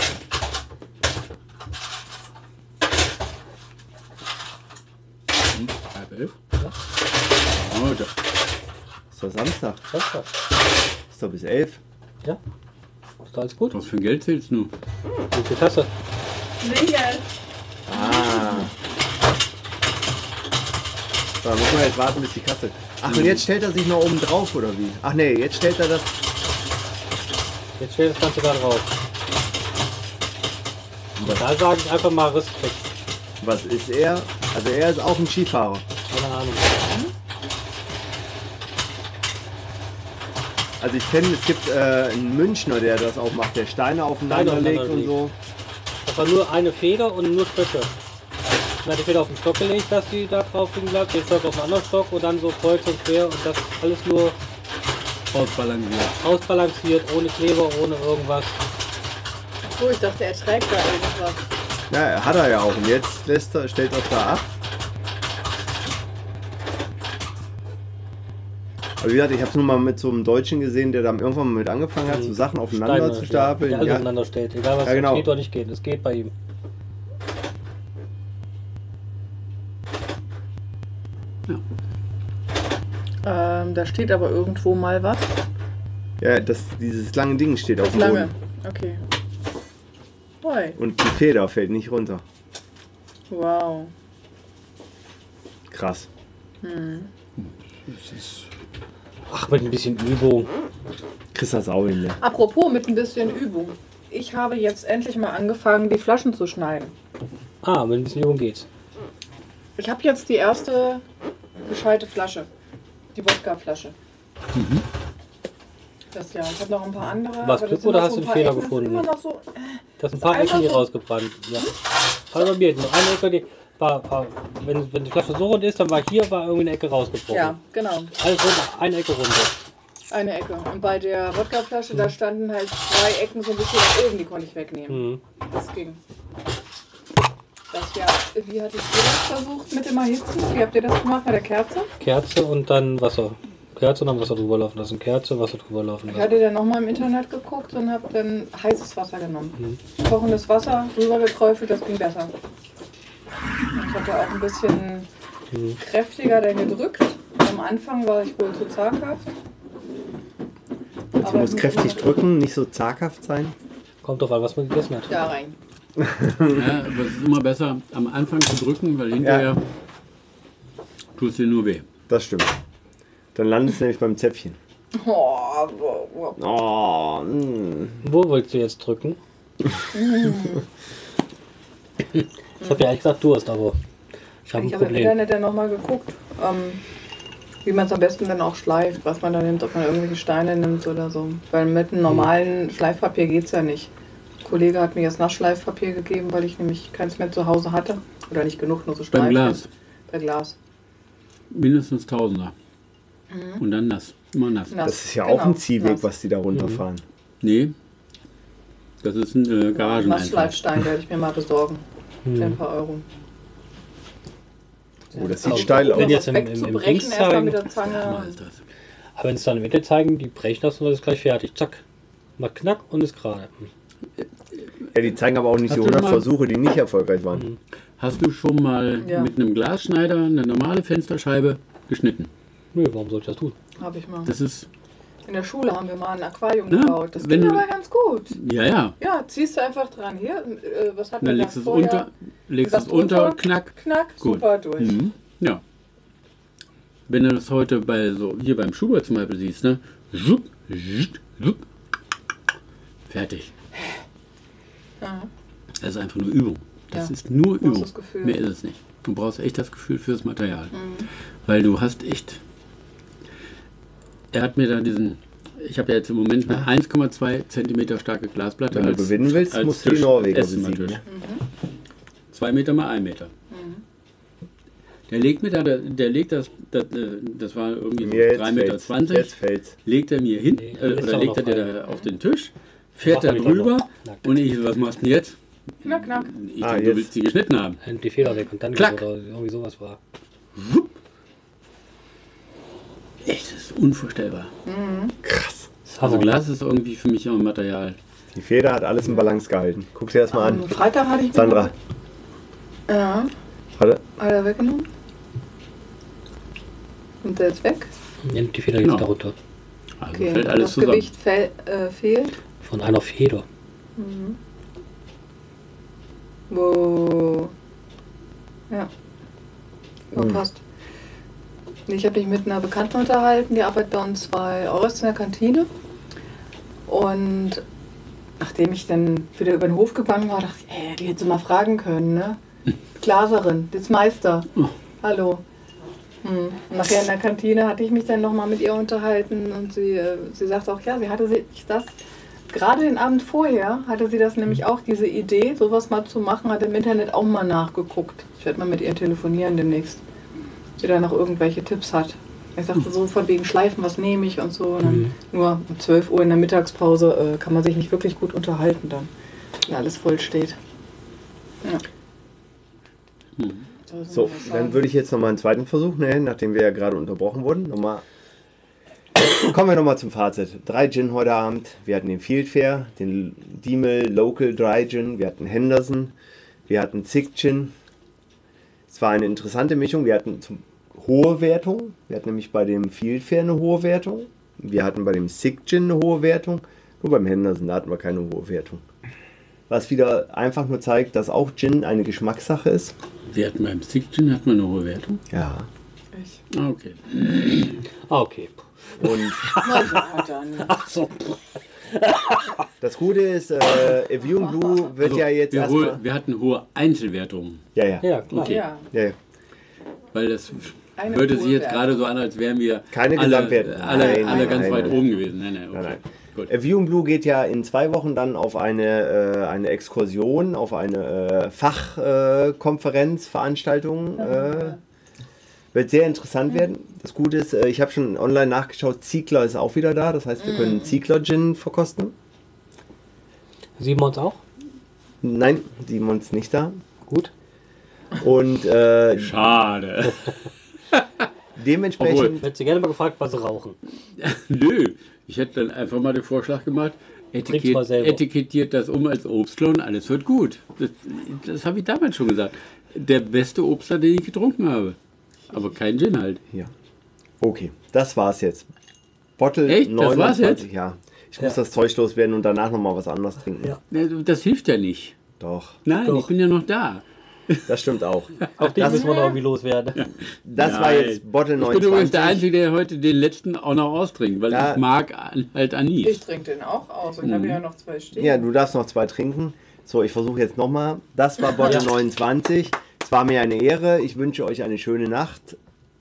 D: Halb 11? Oh, da.
A: ist doch Samstag,
B: Samstag.
A: ist doch bis 11.
B: Ja. Ist alles gut?
D: Was für ein Geld zählst du?
B: Wie viel Tasse?
C: Singen.
A: Ah. So, dann muss man jetzt warten, bis die Kasse. Ach, und jetzt stellt er sich noch oben drauf, oder wie? Ach nee, jetzt stellt er das.
B: Jetzt steht das Ganze da drauf. Und da sage ich einfach mal Respekt.
A: Was ist er? Also er ist auch ein Skifahrer.
B: Keine Ahnung.
A: Also ich kenne, es gibt einen Münchner, der das auch macht, der Steine aufeinander
B: Steine
A: legt
B: aufeinander
A: und so.
B: Das war nur eine Feder und nur Stöcke. Dann hat die Feder auf den Stock gelegt, dass die da drauf liegen bleibt, den Stock auf den anderen Stock und dann so kreuz und quer und das alles nur
D: Ausbalanciert.
B: ausbalanciert, ohne Kleber, ohne irgendwas.
C: So, ich dachte, er trägt da irgendwas.
A: Ja, hat er ja auch. Und jetzt stellt er es da ab. Aber wie gesagt, ich habe es nur mal mit so einem Deutschen gesehen, der dann irgendwann mal mit angefangen hat, so Sachen aufeinander
B: Steine,
A: zu stapeln.
B: Ja, alles
A: Ja.
B: aufeinander stellt, egal was
A: Ja, genau.
B: geht oder nicht geht. Es geht bei ihm.
C: Da steht aber irgendwo mal was.
A: Ja, dieses lange Ding steht auf dem
C: Lange.
A: Boden.
C: Okay. Oi.
A: Und die Feder fällt nicht runter.
C: Wow.
A: Krass.
B: Ach, mit ein bisschen Übung.
A: Kriegst das auch hin, ne?
C: Apropos mit ein bisschen Übung. Ich habe jetzt endlich mal angefangen, die Flaschen zu schneiden.
B: Ah, mit ein bisschen Übung geht's.
C: Ich habe jetzt die erste gescheite Flasche. Die Wodka-Flasche. Das ja. Ich habe noch ein paar andere.
B: Was,
C: aber das
B: Glück
C: sind
B: oder
C: noch
B: hast
C: so
B: du
C: ein
B: einen
C: paar
B: Fehler
C: Ecken, das sind
B: gefunden?
C: immer noch so,
B: Das sind ein paar
C: einfach
B: Ecken, die
C: so-
B: rausgebrannt. Ja. Aber bei mir, nur eine Ecke, die war wenn die Flasche so rund ist, dann war irgendwie eine Ecke rausgebrochen.
C: ja, genau.
B: Alles runter, eine Ecke runter.
C: Eine Ecke. Und bei der Wodkaflasche, da standen halt 2 Ecken so ein bisschen nach oben, die konnte ich wegnehmen.
B: Mhm.
C: Das ging. Das ja, wie hattet ihr das versucht mit dem Erhitzen? Wie habt ihr das gemacht bei der Kerze?
B: Kerze und dann Wasser. Kerze und dann Wasser drüber laufen lassen. Kerze, Wasser drüber laufen
C: Ich
B: lassen.
C: hatte dann nochmal im Internet geguckt und habe dann heißes Wasser genommen. Kochendes Wasser drüber geträufelt, das ging besser. Ich hatte auch ein bisschen kräftiger dann gedrückt. Am Anfang war ich wohl zu zaghaft.
A: Du
C: Aber
A: musst
C: es
A: kräftig
C: immer-
A: drücken, nicht so zaghaft sein.
B: Kommt drauf an, was man gegessen hat.
C: Da rein.
D: Ja, aber es ist immer besser, am Anfang zu drücken, weil hinterher tut es dir nur weh.
A: Das stimmt. Dann landest du nämlich beim Zäpfchen.
C: Oh,
A: Oh,
B: Wo willst du jetzt drücken? Ich habe ja eigentlich gesagt Durst, aber ich habe ein
C: Ich habe im
B: Problem.
C: Internet dann nochmal geguckt, wie man es am besten dann auch schleift, was man da nimmt, ob man irgendwelche Steine nimmt oder so. Weil mit einem normalen Schleifpapier geht es ja nicht. Ein Kollege hat mir jetzt Nassschleifpapier gegeben, weil ich nämlich keins mehr zu Hause hatte. Oder nicht genug, nur so Streifen.
D: Beim Glas.
C: Bei Glas.
D: Mindestens Tausender. Und dann nass. Immer nass.
C: Nass.
A: das ist ja
C: Genau,
A: auch ein Ziehweg,
C: nass.
A: was die da runterfahren.
D: Nee. Das ist ein Garageneinfall.
C: Nassschleifstein werde ich mir mal besorgen. Für ein paar Euro.
A: Oh, das sieht steil
B: Wenn
A: aus.
B: jetzt
C: Was
B: im
C: wegzubrechen,
B: Dings
C: erstmal
B: zeigen,
C: mit der
D: Hammer
C: Zange.
D: ist das.
B: aber wenn es dann im Mitte zeigen, die brechen das und das ist gleich fertig. Zack. Macht Knack und ist gerade.
A: Ja, die zeigen aber auch nicht die
D: Hast du
A: 100
D: mal-
A: Versuche, die nicht erfolgreich waren.
D: Hast du schon mal
C: Ja.
D: mit einem Glasschneider eine normale Fensterscheibe geschnitten?
B: Nö, warum soll ich das tun?
C: Habe ich mal.
D: Das ist
C: In der Schule haben wir mal ein Aquarium
D: Ja,
C: gebaut. Das
D: wenn
C: ging
D: du-
C: aber ganz gut.
D: Ja.
C: Ja, ziehst du einfach dran. Hier, was hat
D: Dann
C: man
D: legst du es
C: vorher?
D: unter, legst
C: Sagst
D: es unter,
C: runter,
D: knack.
C: Knack,
D: Gut.
C: super durch.
D: Mhm. Ja. Wenn du das heute hier beim Schubert zum Beispiel siehst, ne? Schupp, schupp, schupp. Fertig.
C: Ja.
D: Das ist einfach nur Übung. Das
C: Ja.
D: ist nur
C: brauchst
D: Übung.
C: das Gefühl.
D: Mehr ist es nicht. Du brauchst echt das Gefühl fürs Material. Weil du hast echt. Er hat mir da ich habe ja jetzt im Moment eine 1,2 cm starke Glasplatte.
A: Wenn du gewinnen willst,
D: als
A: musst du die
D: Tisch,
A: Norweger
D: Esszimmertisch.
A: besiegen. Ne?
D: 2 Meter mal 1 Meter. Der legt mir da, der legt das war irgendwie so
A: Jetzt
D: 3,20 Meter.
A: fällt's. Jetzt fällt's.
D: Legt er mir hin,
B: Nee,
D: oder
B: ist auch
D: legt er
B: noch
D: dir
B: frei.
D: da auf den Tisch, fährt
B: Macht
D: da
B: er nicht
D: drüber
B: noch. Nackt.
D: und ich, was machst du denn jetzt?
C: Knack, knack.
D: Ich
A: Ah,
D: denke,
A: jetzt.
D: du willst sie geschnitten haben.
B: Die Feder weg und dann
D: Klack.
B: oder irgendwie sowas war.
D: Echt, das ist unvorstellbar.
A: Krass.
D: Also Glas ist irgendwie für mich auch ein Material.
A: Die Feder hat alles in Balance gehalten. Guck dir das mal
C: Am
A: an.
C: Freitag hatte ich mir
A: Sandra,
C: Ja,
A: warte.
C: hat er weggenommen? Nimmt er jetzt weg?
B: Nimmt die Feder
D: Genau.
B: jetzt darunter.
D: Also
C: Okay,
D: fällt alles
C: das
D: zusammen.
C: Gewicht fehlt.
B: Von einer Feder.
C: Wo. Ja.
A: Hm.
C: Passt. Ich habe mich mit einer Bekannten unterhalten, die arbeitet bei uns bei Ost in der Kantine. Und nachdem ich dann wieder über den Hof gegangen war, dachte ich, die hätte sie mal fragen können, ne? Glaserin, das Meister. Hallo. Und nachher in der Kantine hatte ich mich dann nochmal mit ihr unterhalten und sie sagt auch, ja, sie hatte sich das, gerade den Abend vorher, hatte sie das nämlich auch, diese Idee, sowas mal zu machen, hat im Internet auch mal nachgeguckt. Ich werde mal mit ihr telefonieren demnächst, ob sie da noch irgendwelche Tipps hat. Ich sagte so von wegen Schleifen, was nehme ich und so. Und dann nur um 12 Uhr in der Mittagspause kann man sich nicht wirklich gut unterhalten dann, wenn alles voll steht. Ja.
A: So, dann würde ich jetzt nochmal einen zweiten Versuch nehmen, nachdem wir ja gerade unterbrochen wurden. Kommen wir nochmal zum Fazit. 3 Gin heute Abend. Wir hatten den Fieldfare, den Diemel Local Dry Gin, wir hatten Henderson, wir hatten Zick Gin. Es war eine interessante Mischung. Wir hatten hohe Wertung. Wir hatten nämlich bei dem Fieldfare eine hohe Wertung. Wir hatten bei dem Zick Gin eine hohe Wertung. Nur beim Henderson, da hatten wir keine hohe Wertung. Was wieder einfach nur zeigt, dass auch Gin eine Geschmackssache ist.
D: Wir hatten beim Stick Gin eine hohe Wertung.
A: Ja.
D: Ah, okay.
B: Ah, okay.
A: Und
B: Ach so.
A: das Gute ist, Evian Blue wird ja jetzt erstmal.
D: Wir hatten hohe Einzelwertungen,
A: Ja, ja.
B: Ja, klar.
D: Okay.
C: Ja.
A: Ja, ja.
D: weil das
C: Eine
D: hörte sich
C: hohe
D: jetzt
C: Wertung.
D: gerade so an, als wären wir
A: Keine Gesamtwertung.
D: alle
A: Nein,
D: ganz
A: nein,
D: weit
A: nein.
D: oben gewesen. Nein, okay.
A: Nein, nein.
D: Gut.
A: Evian Blue geht ja in 2 Wochen dann auf eine Exkursion, auf eine Fachkonferenzveranstaltung. Wird sehr interessant werden. Das Gute ist, ich habe schon online nachgeschaut, Ziegler ist auch wieder da. Das heißt, wir können Ziegler Gin verkosten.
B: Simons auch?
A: Nein, Simon ist nicht da.
B: Gut.
A: Und
D: Schade.
A: dementsprechend.
B: Ich hätte sie gerne mal gefragt, was sie rauchen.
D: Nö, ich hätte dann einfach mal den Vorschlag gemacht,
B: Bring's mal selber.
D: etikettiert das um als Obstler und alles wird gut. Das habe ich damals schon gesagt. Der beste Obstler, den ich getrunken habe. Aber kein Gin halt.
A: Ja. Okay, das war's jetzt. Bottle
D: Echt? Das
A: 29,
D: war's jetzt?
A: ja. Ich muss das Zeug loswerden und danach nochmal was anderes trinken.
B: Ja.
D: Das hilft ja nicht.
A: Doch,
D: Nein,
B: Doch.
D: ich bin ja noch da.
A: das stimmt auch.
B: Auch dich
A: Das-
B: müssen wir noch irgendwie loswerden.
A: Das war
D: Nein.
A: jetzt Bottle
D: Ich bin übrigens
A: 29.
D: der Einzige, der heute den letzten auch noch austrinkt, weil
A: Ja.
D: ich mag halt
C: Ich
D: Anis.
C: trinke den auch aus. Ich habe ja noch 2 stehen.
A: Ja, du darfst noch 2 trinken. So, ich versuche jetzt nochmal. Das war Bottle 29. Es war mir eine Ehre. Ich wünsche euch eine schöne Nacht.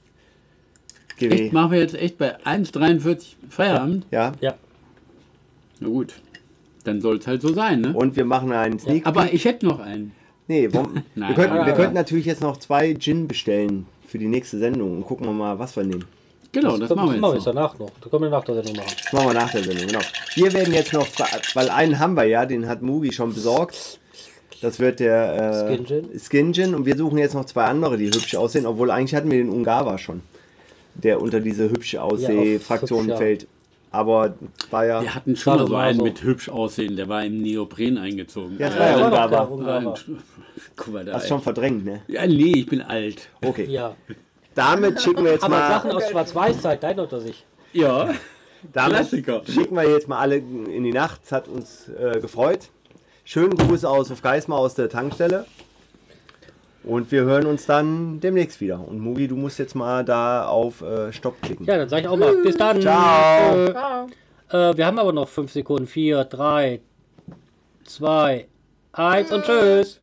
D: Echt, machen wir jetzt echt bei 1,43 Feierabend?
A: Ja,
B: Ja.
D: Na gut, dann soll es halt so sein, ne?
A: und wir machen einen Sneak.
D: Aber ich hätte noch einen.
A: Nee, wir
D: Nein,
A: könnten,
D: nein,
A: wir
D: nein.
A: könnten natürlich jetzt noch 2 Gin bestellen für die nächste Sendung und gucken wir mal, was wir nehmen.
D: Genau, das machen wir jetzt noch.
B: danach noch. Da können wir nach der Sendung machen.
A: Das machen wir nach der Sendung, genau. Wir werden jetzt noch, weil einen haben wir ja, den hat Mugi schon besorgt. Das wird der
B: Skin Gin.
A: Skin Gin und wir suchen jetzt noch 2 andere, die hübsch aussehen, obwohl eigentlich hatten wir den Ungawa schon, der unter diese hübsch Ausseh-Fraktion
B: hübsch, ja.
A: fällt. Aber war ja,
D: Wir hatten schon
B: Schade,
D: mal so
B: war
D: einen
B: so.
D: mit hübsch aussehen, der war im Neopren eingezogen.
A: Ja, das war ja
B: war doch
A: Ungawa.
B: klar, Ungawa.
D: Guck mal da.
A: Hast schon verdrängt, ne?
D: Ja, nee, ich bin alt.
A: Okay.
B: Ja.
A: Damit schicken wir jetzt
B: Aber
A: mal.
B: Sachen aus Schwarz-Weiß-Zeit, deine unter sich.
D: Ja.
A: Damit
D: Klassiker.
A: schicken wir jetzt mal alle in die Nacht. Es hat uns gefreut. Schönen Gruß aus auf Geismar aus der Tankstelle. Und wir hören uns dann demnächst wieder. Und Mugi, du musst jetzt mal da auf Stopp klicken.
B: Ja, dann sage ich auch mal, bis dann.
A: Ciao.
C: Ciao.
B: Wir haben aber noch 5 Sekunden. 4, 3, 2, 1 und tschüss.